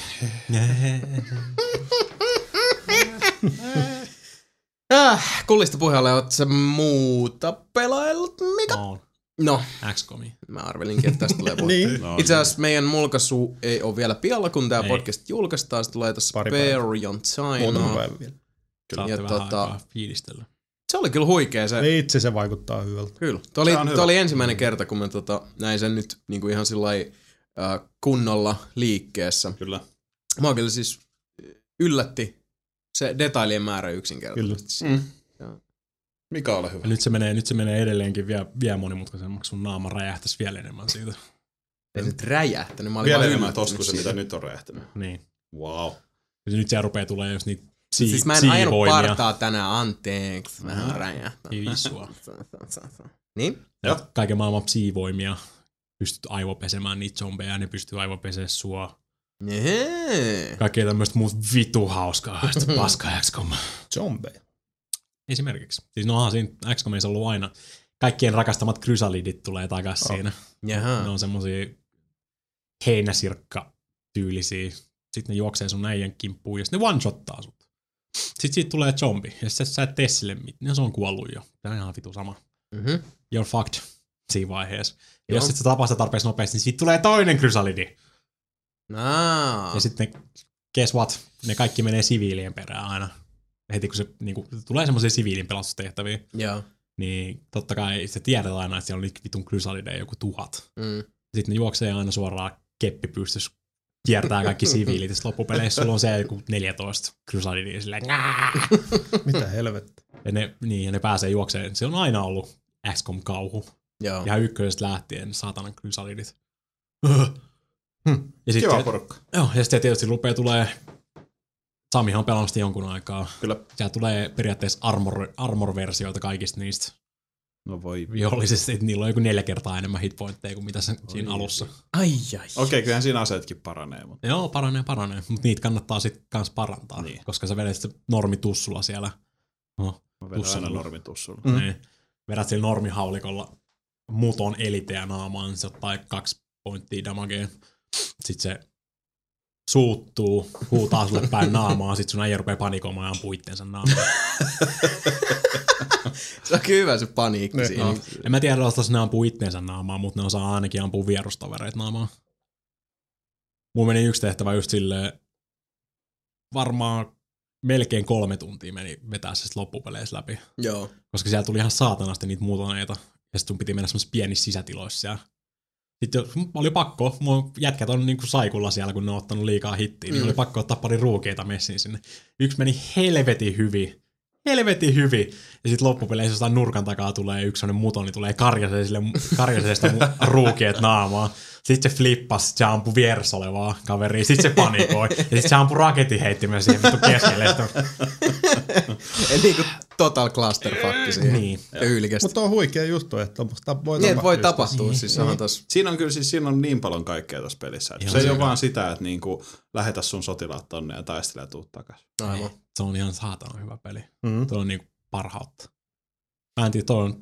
Speaker 4: Kullista puheelle, oot sä muuta pelaillut, Mika? No.
Speaker 3: XCOMia.
Speaker 4: Mä arvelinkin, että tästä tulee niin. Itse asiassa meidän mulkaisu ei ole vielä pialla, kun tää podcast julkaistaan. Se tulee tässä perjantaina.
Speaker 2: Muutama päivä vielä.
Speaker 3: Saatte vähän aikaa fiilistellä.
Speaker 4: Se oli kyllä huikea.
Speaker 2: Itse se vaikuttaa hyvältä.
Speaker 4: Kyllä. Tuo oli ensimmäinen kerta, kun mä näin sen nyt niinku ihan sillai kunnolla liikkeessä.
Speaker 1: Kyllä.
Speaker 4: Mä kyllä siis yllätti se detailien määrä yksinkertaisesti.
Speaker 2: Kyllä.
Speaker 1: Mikä ole hyvä.
Speaker 3: Nyt se menee edelleenkin vielä monimutkaisemmaksi. Sun naama räjähtäisi vielä enemmän siitä.
Speaker 4: Ei se nyt räjähtänyt. Mä olin
Speaker 1: vielä
Speaker 4: vaan
Speaker 1: enemmän tossa kuin se, mitä nyt on räjähtänyt.
Speaker 3: Niin.
Speaker 1: Wow.
Speaker 3: Ja nyt siellä rupeaa tulemaan just niitä
Speaker 4: siis mä en ajanut partaa tänään, anteeksi. Mä oon räjähtänyt.
Speaker 3: Visua.
Speaker 4: Niin?
Speaker 3: Kaiken maailman psi-voimia. Pystyt aivopesemään niitä zombeja, ne pystyy aivopesemään sua. Kaikkea tämmöistä muut vitu hauskaa. Paskaa XCOM.
Speaker 2: Zombeja.
Speaker 3: Esimerkiksi. Siis onhan siinä XCOMissa ollut aina. Kaikkien rakastamat krysalidit tulee takas siinä.
Speaker 4: Jaha.
Speaker 3: Ne on semmosia heinäsirkka-tyylisiä. Sitten ne juoksee sun äijän kimppuun ja sitten ne one-shottaa sut. Sitten siitä tulee zombi, ja sä et tee sille mitään, ja se on kuollut jo. Tämä on ihan vitu sama. You're fucked siinä vaiheessa. Ja jos sit sä tapaa sitä tarpeeksi nopeasti, niin siitä tulee toinen krysalidi. Ja sitten guess what? Ne kaikki menee siviilien perään aina. Heti kun se niinku, tulee semmoisia siviilin pelastustehtäviä.
Speaker 4: Joo.
Speaker 3: Niin totta kai se tiedät aina, että siellä on vitun krysalideja joku 1000. Sitten ne juoksee aina suoraan keppi pystyssä, kiertää kaikki siviilit, ja loppupeleissä sulla on se joku 14 krysalidia silleen
Speaker 2: Mitä helvettä.
Speaker 3: Ja ne pääsee juokseen. Se on aina ollut XCOM-kauhu.
Speaker 4: Joo.
Speaker 3: Ihan ykkösestä lähtien saatanan krysalidit.
Speaker 1: Kiva porukka.
Speaker 3: Joo, ja sitten tietysti rupeaa tulee... Samihan on pelannut jonkun aikaa.
Speaker 1: Kyllä.
Speaker 3: Siellä tulee periaatteessa armor-versioita kaikista niistä.
Speaker 1: No voi.
Speaker 3: Vihollisesti, että niillä on joku 4 kertaa enemmän hitpointteja kuin mitä siinä alussa.
Speaker 4: Ai.
Speaker 1: Okei, kyllähän siinä aseetkin paranee. Mutta...
Speaker 3: Joo, paranee. Mutta niitä kannattaa sitten kans parantaa, koska sä vedät sitä normitussulla siellä.
Speaker 1: Mä vedän aina normitussulla.
Speaker 3: Niin. Vedät sillä normihaulikolla muton eliteä naamaan, se ottaa 2 pointtia damagea. Sitten se suuttuu, huutaa sulle päin naamaa, sit sun äijä rupeaa panikoimaan ja ampuu itteensä naamaan.
Speaker 4: Se on hyvä se paniikki siinä.
Speaker 3: No. En mä tiedä, jos ne ampuu itteensä naamaan, mutta ne osaa ainakin ampua vierustavereita naamaan. Mulla meni yksi tehtävä just silleen, varmaan melkein 3 tuntia meni vetää se loppupeleissä läpi.
Speaker 4: Joo.
Speaker 3: Koska siellä tuli ihan saatanasti niitä muutoneita, ja sit sun piti mennä semmoisessa pienissä sisätiloissa siellä. Sitten oli pakko, mun jätkät on niinku saikulla siellä, kun ne on ottanut liikaa hittiä, niin oli pakko ottaa pari ruukeita messiin sinne. Yksi meni helvetin hyvin. Ja sitten loppupeleissä jostain nurkan takaa tulee yksi sellainen muto, niin tulee karjasee sitä ruukiet naamaa. Sitten se flippasi, se ampui vieressä olevaa kaveria, sitten se panikoi. Ja sitten se ampui raketinheittimen siihen vittu keskelle.
Speaker 4: Eli niinku total clusterfuck siihen.
Speaker 3: Niin.
Speaker 4: Tyylikästi.
Speaker 2: Mutta on huikea juttu, että
Speaker 4: voi tapahtua. Siis
Speaker 1: Siinä on kyllä siinä on niin paljon kaikkea tuossa pelissä. Että se ei ole vaan sitä, että niinku lähetä sun sotilaat tonne ja taistele ja tuu takas.
Speaker 4: Aivan.
Speaker 3: Se on ihan saatana hyvä peli. Tuo on niinku parhautta. Mä en tiedä, toi on...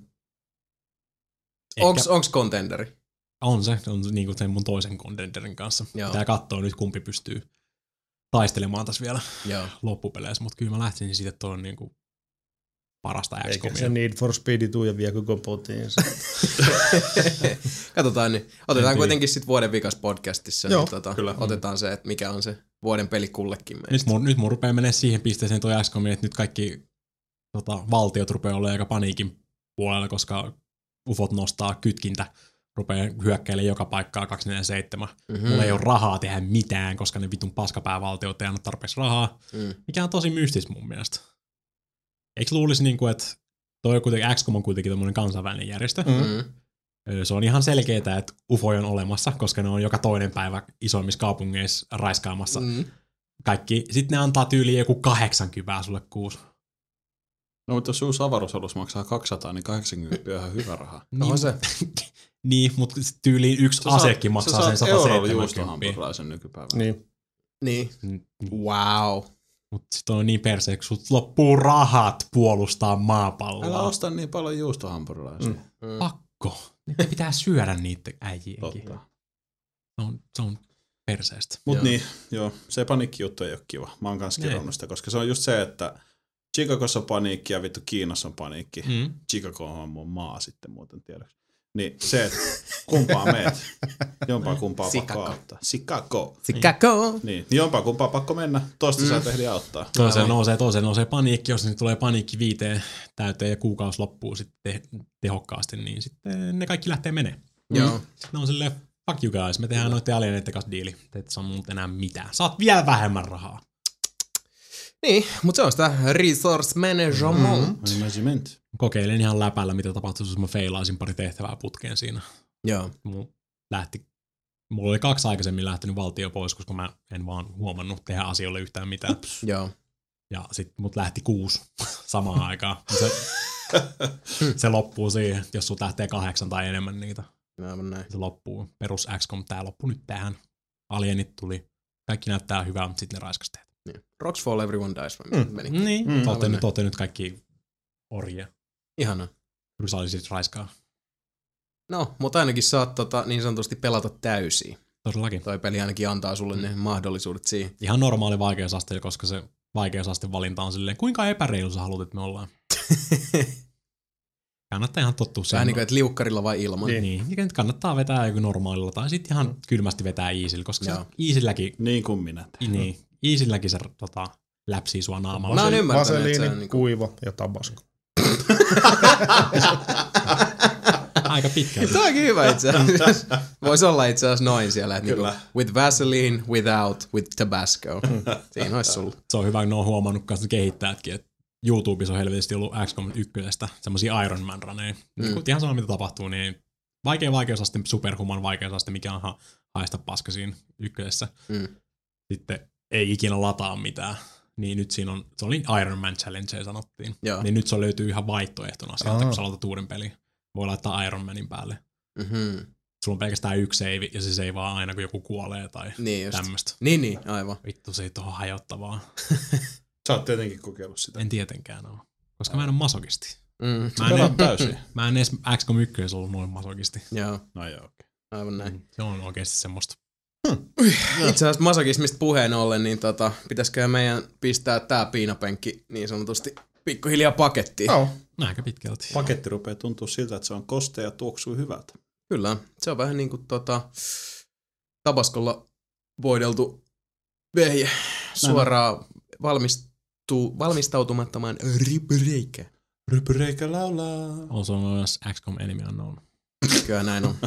Speaker 4: Onks contenderi?
Speaker 3: On niinku sen mun toisen contenderin kanssa.
Speaker 4: Joo.
Speaker 3: Pitää katsoa nyt, kumpi pystyy taistelemaan tässä vielä
Speaker 4: Joo.
Speaker 3: loppupeleissä, mutta kyllä mä lähtisin siitä, että toi on niinku parasta XCOMia.
Speaker 2: Eikä se Need for Speed tuu ja vie koko potiin.
Speaker 4: Katsotaan niin. Otetaan kuitenkin sitten vuoden vikas podcastissa.
Speaker 2: Joo,
Speaker 4: niin otetaan se, että mikä on se vuoden peli kullekin meistä.
Speaker 3: Nyt mun rupeaa menee siihen pisteeseen toi XCOM, että nyt kaikki valtiot rupeaa olemaan aika paniikin puolella, koska ufot nostaa kytkintä, rupeaa hyökkäilemään joka paikkaa 247. Mulla ei ole rahaa tehdä mitään, koska ne vitun paskapäävaltiot ei anna tarpeeksi rahaa. Mikä on tosi mystistä mun mielestä. Eikö luulisi, että toi XCOM on kuitenkin tommoinen kansainvälinen järjestö? Se on ihan selkeää, että ufoja on olemassa, koska ne on joka toinen päivä isoimmissa kaupungeissa raiskaamassa kaikki. Sitten ne antaa tyyliin joku 80 sulle kuusi.
Speaker 1: No, mutta jos uusi avaruusalus maksaa 200, niin 80 on ihan hyvä raha.
Speaker 4: On se.
Speaker 3: Niin, mutta tyyliin yksi asekin maksaa sen 170.
Speaker 1: juustohampurilaisen nykypäivänä.
Speaker 4: Niin. Wow.
Speaker 3: Mutta sitten on niin perse, kun sut loppuu rahat puolustaa maapalloa.
Speaker 1: Älä osta niin paljon juustohampurilaisia.
Speaker 3: Pakko. Niitä pitää syödä niitä äijienkin.
Speaker 1: Totta.
Speaker 3: Se on perseestä.
Speaker 1: Mut niin, joo, se paniikkijuttu ei ole kiva. Mä oon kans kirjannut sitä, koska se on just se, että Chicagossa on paniikki ja vittu Kiinassa on paniikki. Chicago on mun maa sitten muuten tiedoksi. Niin se, että kumpaa meet. Jompaa kumpaa pakko auttaa. Chicago. Niin, jompaa kumpaa pakko mennä. Toista sä et ehdi auttaa.
Speaker 3: Toiseen nousee paniikki, jos niin tulee paniikki 5 täyteen ja kuukausi loppuu sitten tehokkaasti, niin sitten ne kaikki lähtee menee.
Speaker 4: Joo.
Speaker 3: Sitten ne on silleen, fuck you guys, me tehdään noiden alieneiden kanssa diili. Te et saa muuta enää mitään. Saat vielä vähemmän rahaa.
Speaker 4: Niin, mutta se on sitä resource management.
Speaker 3: Kokeilin ihan läpällä, mitä tapahtuisi, jos mä feilaisin pari tehtävää putkeen siinä.
Speaker 4: Joo.
Speaker 3: Mulla oli 2 aikaisemmin lähtenyt valtio pois, koska mä en vaan huomannut tehdä asioille yhtään mitään.
Speaker 4: Joo.
Speaker 3: Ja sit mut lähti 6 samaan aikaan. Se loppuu siihen, jos sut lähtee 8 tai enemmän niitä. Se loppuu. Perus XCOM, tää loppui nyt tähän. Alienit tuli. Kaikki näyttää hyvää, mutta sitten ne raiskas tehdä.
Speaker 4: Niin. Rocks fall, everyone dies.
Speaker 3: Niin, ootte nyt kaikki orjia.
Speaker 4: Ihana.
Speaker 3: Rysaalisit raiskaa.
Speaker 4: No, mutta ainakin saat niin sanotusti pelata täysiä.
Speaker 3: Todellakin.
Speaker 4: Toi peli ainakin antaa sulle ne mahdollisuudet siihen.
Speaker 3: Ihan normaali vaikeusaste, koska se vaikeusaste valinta on silleen, kuinka epäreilu sä haluat, että me ollaan. Kannattaa ihan tottua siihen.
Speaker 4: Vähän niin kuin, että liukkarilla vai ilman.
Speaker 3: Niin, kannattaa vetää joku normaalilla tai sitten ihan kylmästi vetää easillä, koska se easilläkin...
Speaker 1: Niin kuin minä.
Speaker 3: Niin, easilläkin se läpsii sua naamalla.
Speaker 4: Mä oon ymmärtänyt,
Speaker 2: vaseliini, niin kuiva ja tabasko.
Speaker 3: Aika pitkälti.
Speaker 4: Toi onkin hyvä itse asiassa. Voisi olla itse asiassa noin siellä. Että kyllä. Niinku, with Vaseline, without, with Tabasco. Siinä olisi sulla. Se
Speaker 3: on hyvä, kun ne on huomannut kanssa kehittäjätkin, että YouTubessa on helvetisti ollut XCOM 1 semmosia Iron Man raneja. Ihan sama mitä tapahtuu, niin vaikea vaikeusaste, superhuman vaikeusaste, mikä on haista paska siinä ykkösessä. Sitten ei ikinä lataa mitään. Niin nyt siinä on, se oli Iron Man Challenge sanottiin. Joo. Niin nyt se löytyy ihan vaihtoehtona sieltä, kun sä aloitat uuden pelin. Voi laittaa Iron Manin päälle. Sulla on pelkästään yksi save, ja se seivaa aina, kun joku kuolee tai niin tämmöstä.
Speaker 4: Niin, aivan.
Speaker 3: Vittu, se ei tohon hajottavaa.
Speaker 1: Sä oot tietenkin kokeillut sitä.
Speaker 3: En tietenkään ole, koska mä en ole masokisti. Mä en edes XCOM 1 ollut noin masokisti.
Speaker 4: Joo.
Speaker 1: No joo, okei.
Speaker 4: Aivan näin.
Speaker 3: Se on oikeesti semmoista.
Speaker 4: Itse asiassa masokismista puheen ollen, niin pitäisikö meidän pistää tää piinapenkki niin sanotusti pikkuhiljaa pakettiin.
Speaker 3: Aika pitkälti.
Speaker 1: Paketti rupeaa tuntua siltä, että se on kostea ja tuoksuu hyvältä.
Speaker 4: Kyllä. Se on vähän niin kuin tabaskolla voideltu vehje suoraan valmistautumattomaan rypyreikään.
Speaker 1: Rypyreikä laulaa.
Speaker 3: On se myös XCOM Enemy Unknown.
Speaker 4: Kyllä näin on.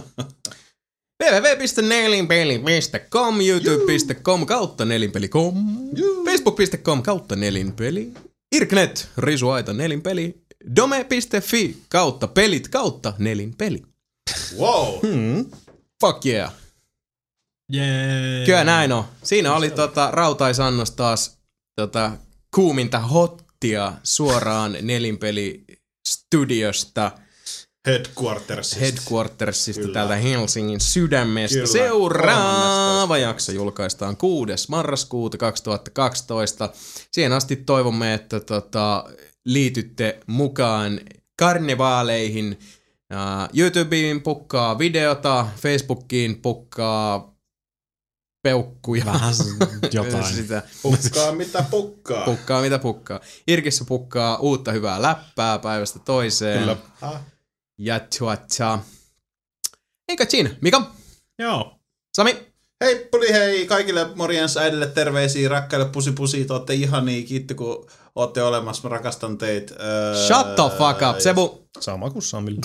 Speaker 4: www.nelinpeli.com, youtube.com kautta nelinpeli.com, facebook.com kautta nelinpeli, Irknet, Risuaita nelinpeli, dome.fi kautta pelit kautta nelinpeli.
Speaker 1: Wow!
Speaker 4: Fuck yeah.
Speaker 3: Yeah.
Speaker 4: Kyllä näin on. Siinä oli Rautaisannos taas kuuminta hottia suoraan nelinpeli studiosta. Headquartersista täältä Helsingin sydämestä. Kyllä. Seuraava jakso julkaistaan 6. marraskuuta 2012. Siihen asti toivomme, että liitytte mukaan karnevaaleihin. YouTubeen pukkaa videota, Facebookiin pukkaa peukkuja.
Speaker 3: Vähän jotain.
Speaker 4: Sitä.
Speaker 1: Pukkaa mitä pukkaa.
Speaker 4: Pukkaa mitä pukkaa. Irkissä pukkaa uutta hyvää läppää päivästä toiseen.
Speaker 1: Kyllä.
Speaker 4: Ja eikä siinä. Mika?
Speaker 3: Joo.
Speaker 4: Sami?
Speaker 1: Heippuli hei kaikille morjens äidille terveisiä, rakkaille pusi, te ootte ihania, kiitti kun ootte olemassa, mä rakastan teitä.
Speaker 4: Shut the fuck up, Sebu.
Speaker 2: Sama kuin Samille.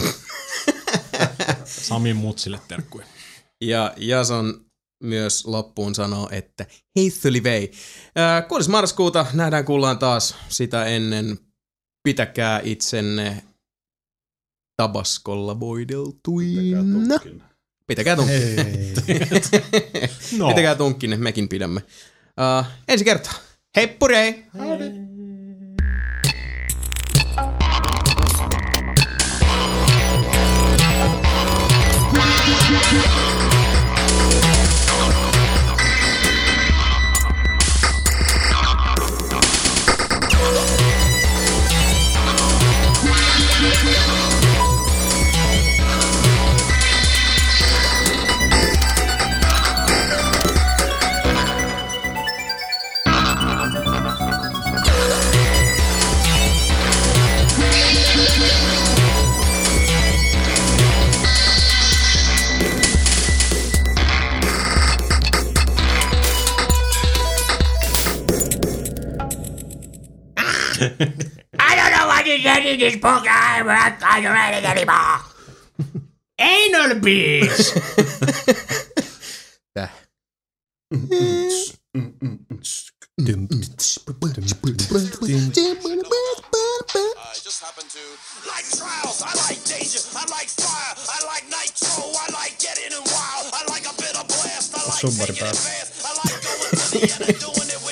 Speaker 3: Samin mutsille terkkuja.
Speaker 4: Ja Jason myös loppuun sanoo, että heisseli vei. 6. marraskuuta nähdään kuullaan taas sitä ennen. Pitäkää itsenne tabaskolla voideltuina. Pitäkää tunkkinne. No. Pitäkää tunkkinne, mekin pidämme. Ensi kertaa. Heippurei!
Speaker 5: I don't know what you said in this book. I'm not ready anymore. Anal beach.
Speaker 4: Täh.
Speaker 5: I just happen to like trials. I like danger. I like fire. I like nitro. I like getting in wild. I like a bit of blast. I like taking it fast. I like going to the end and doing it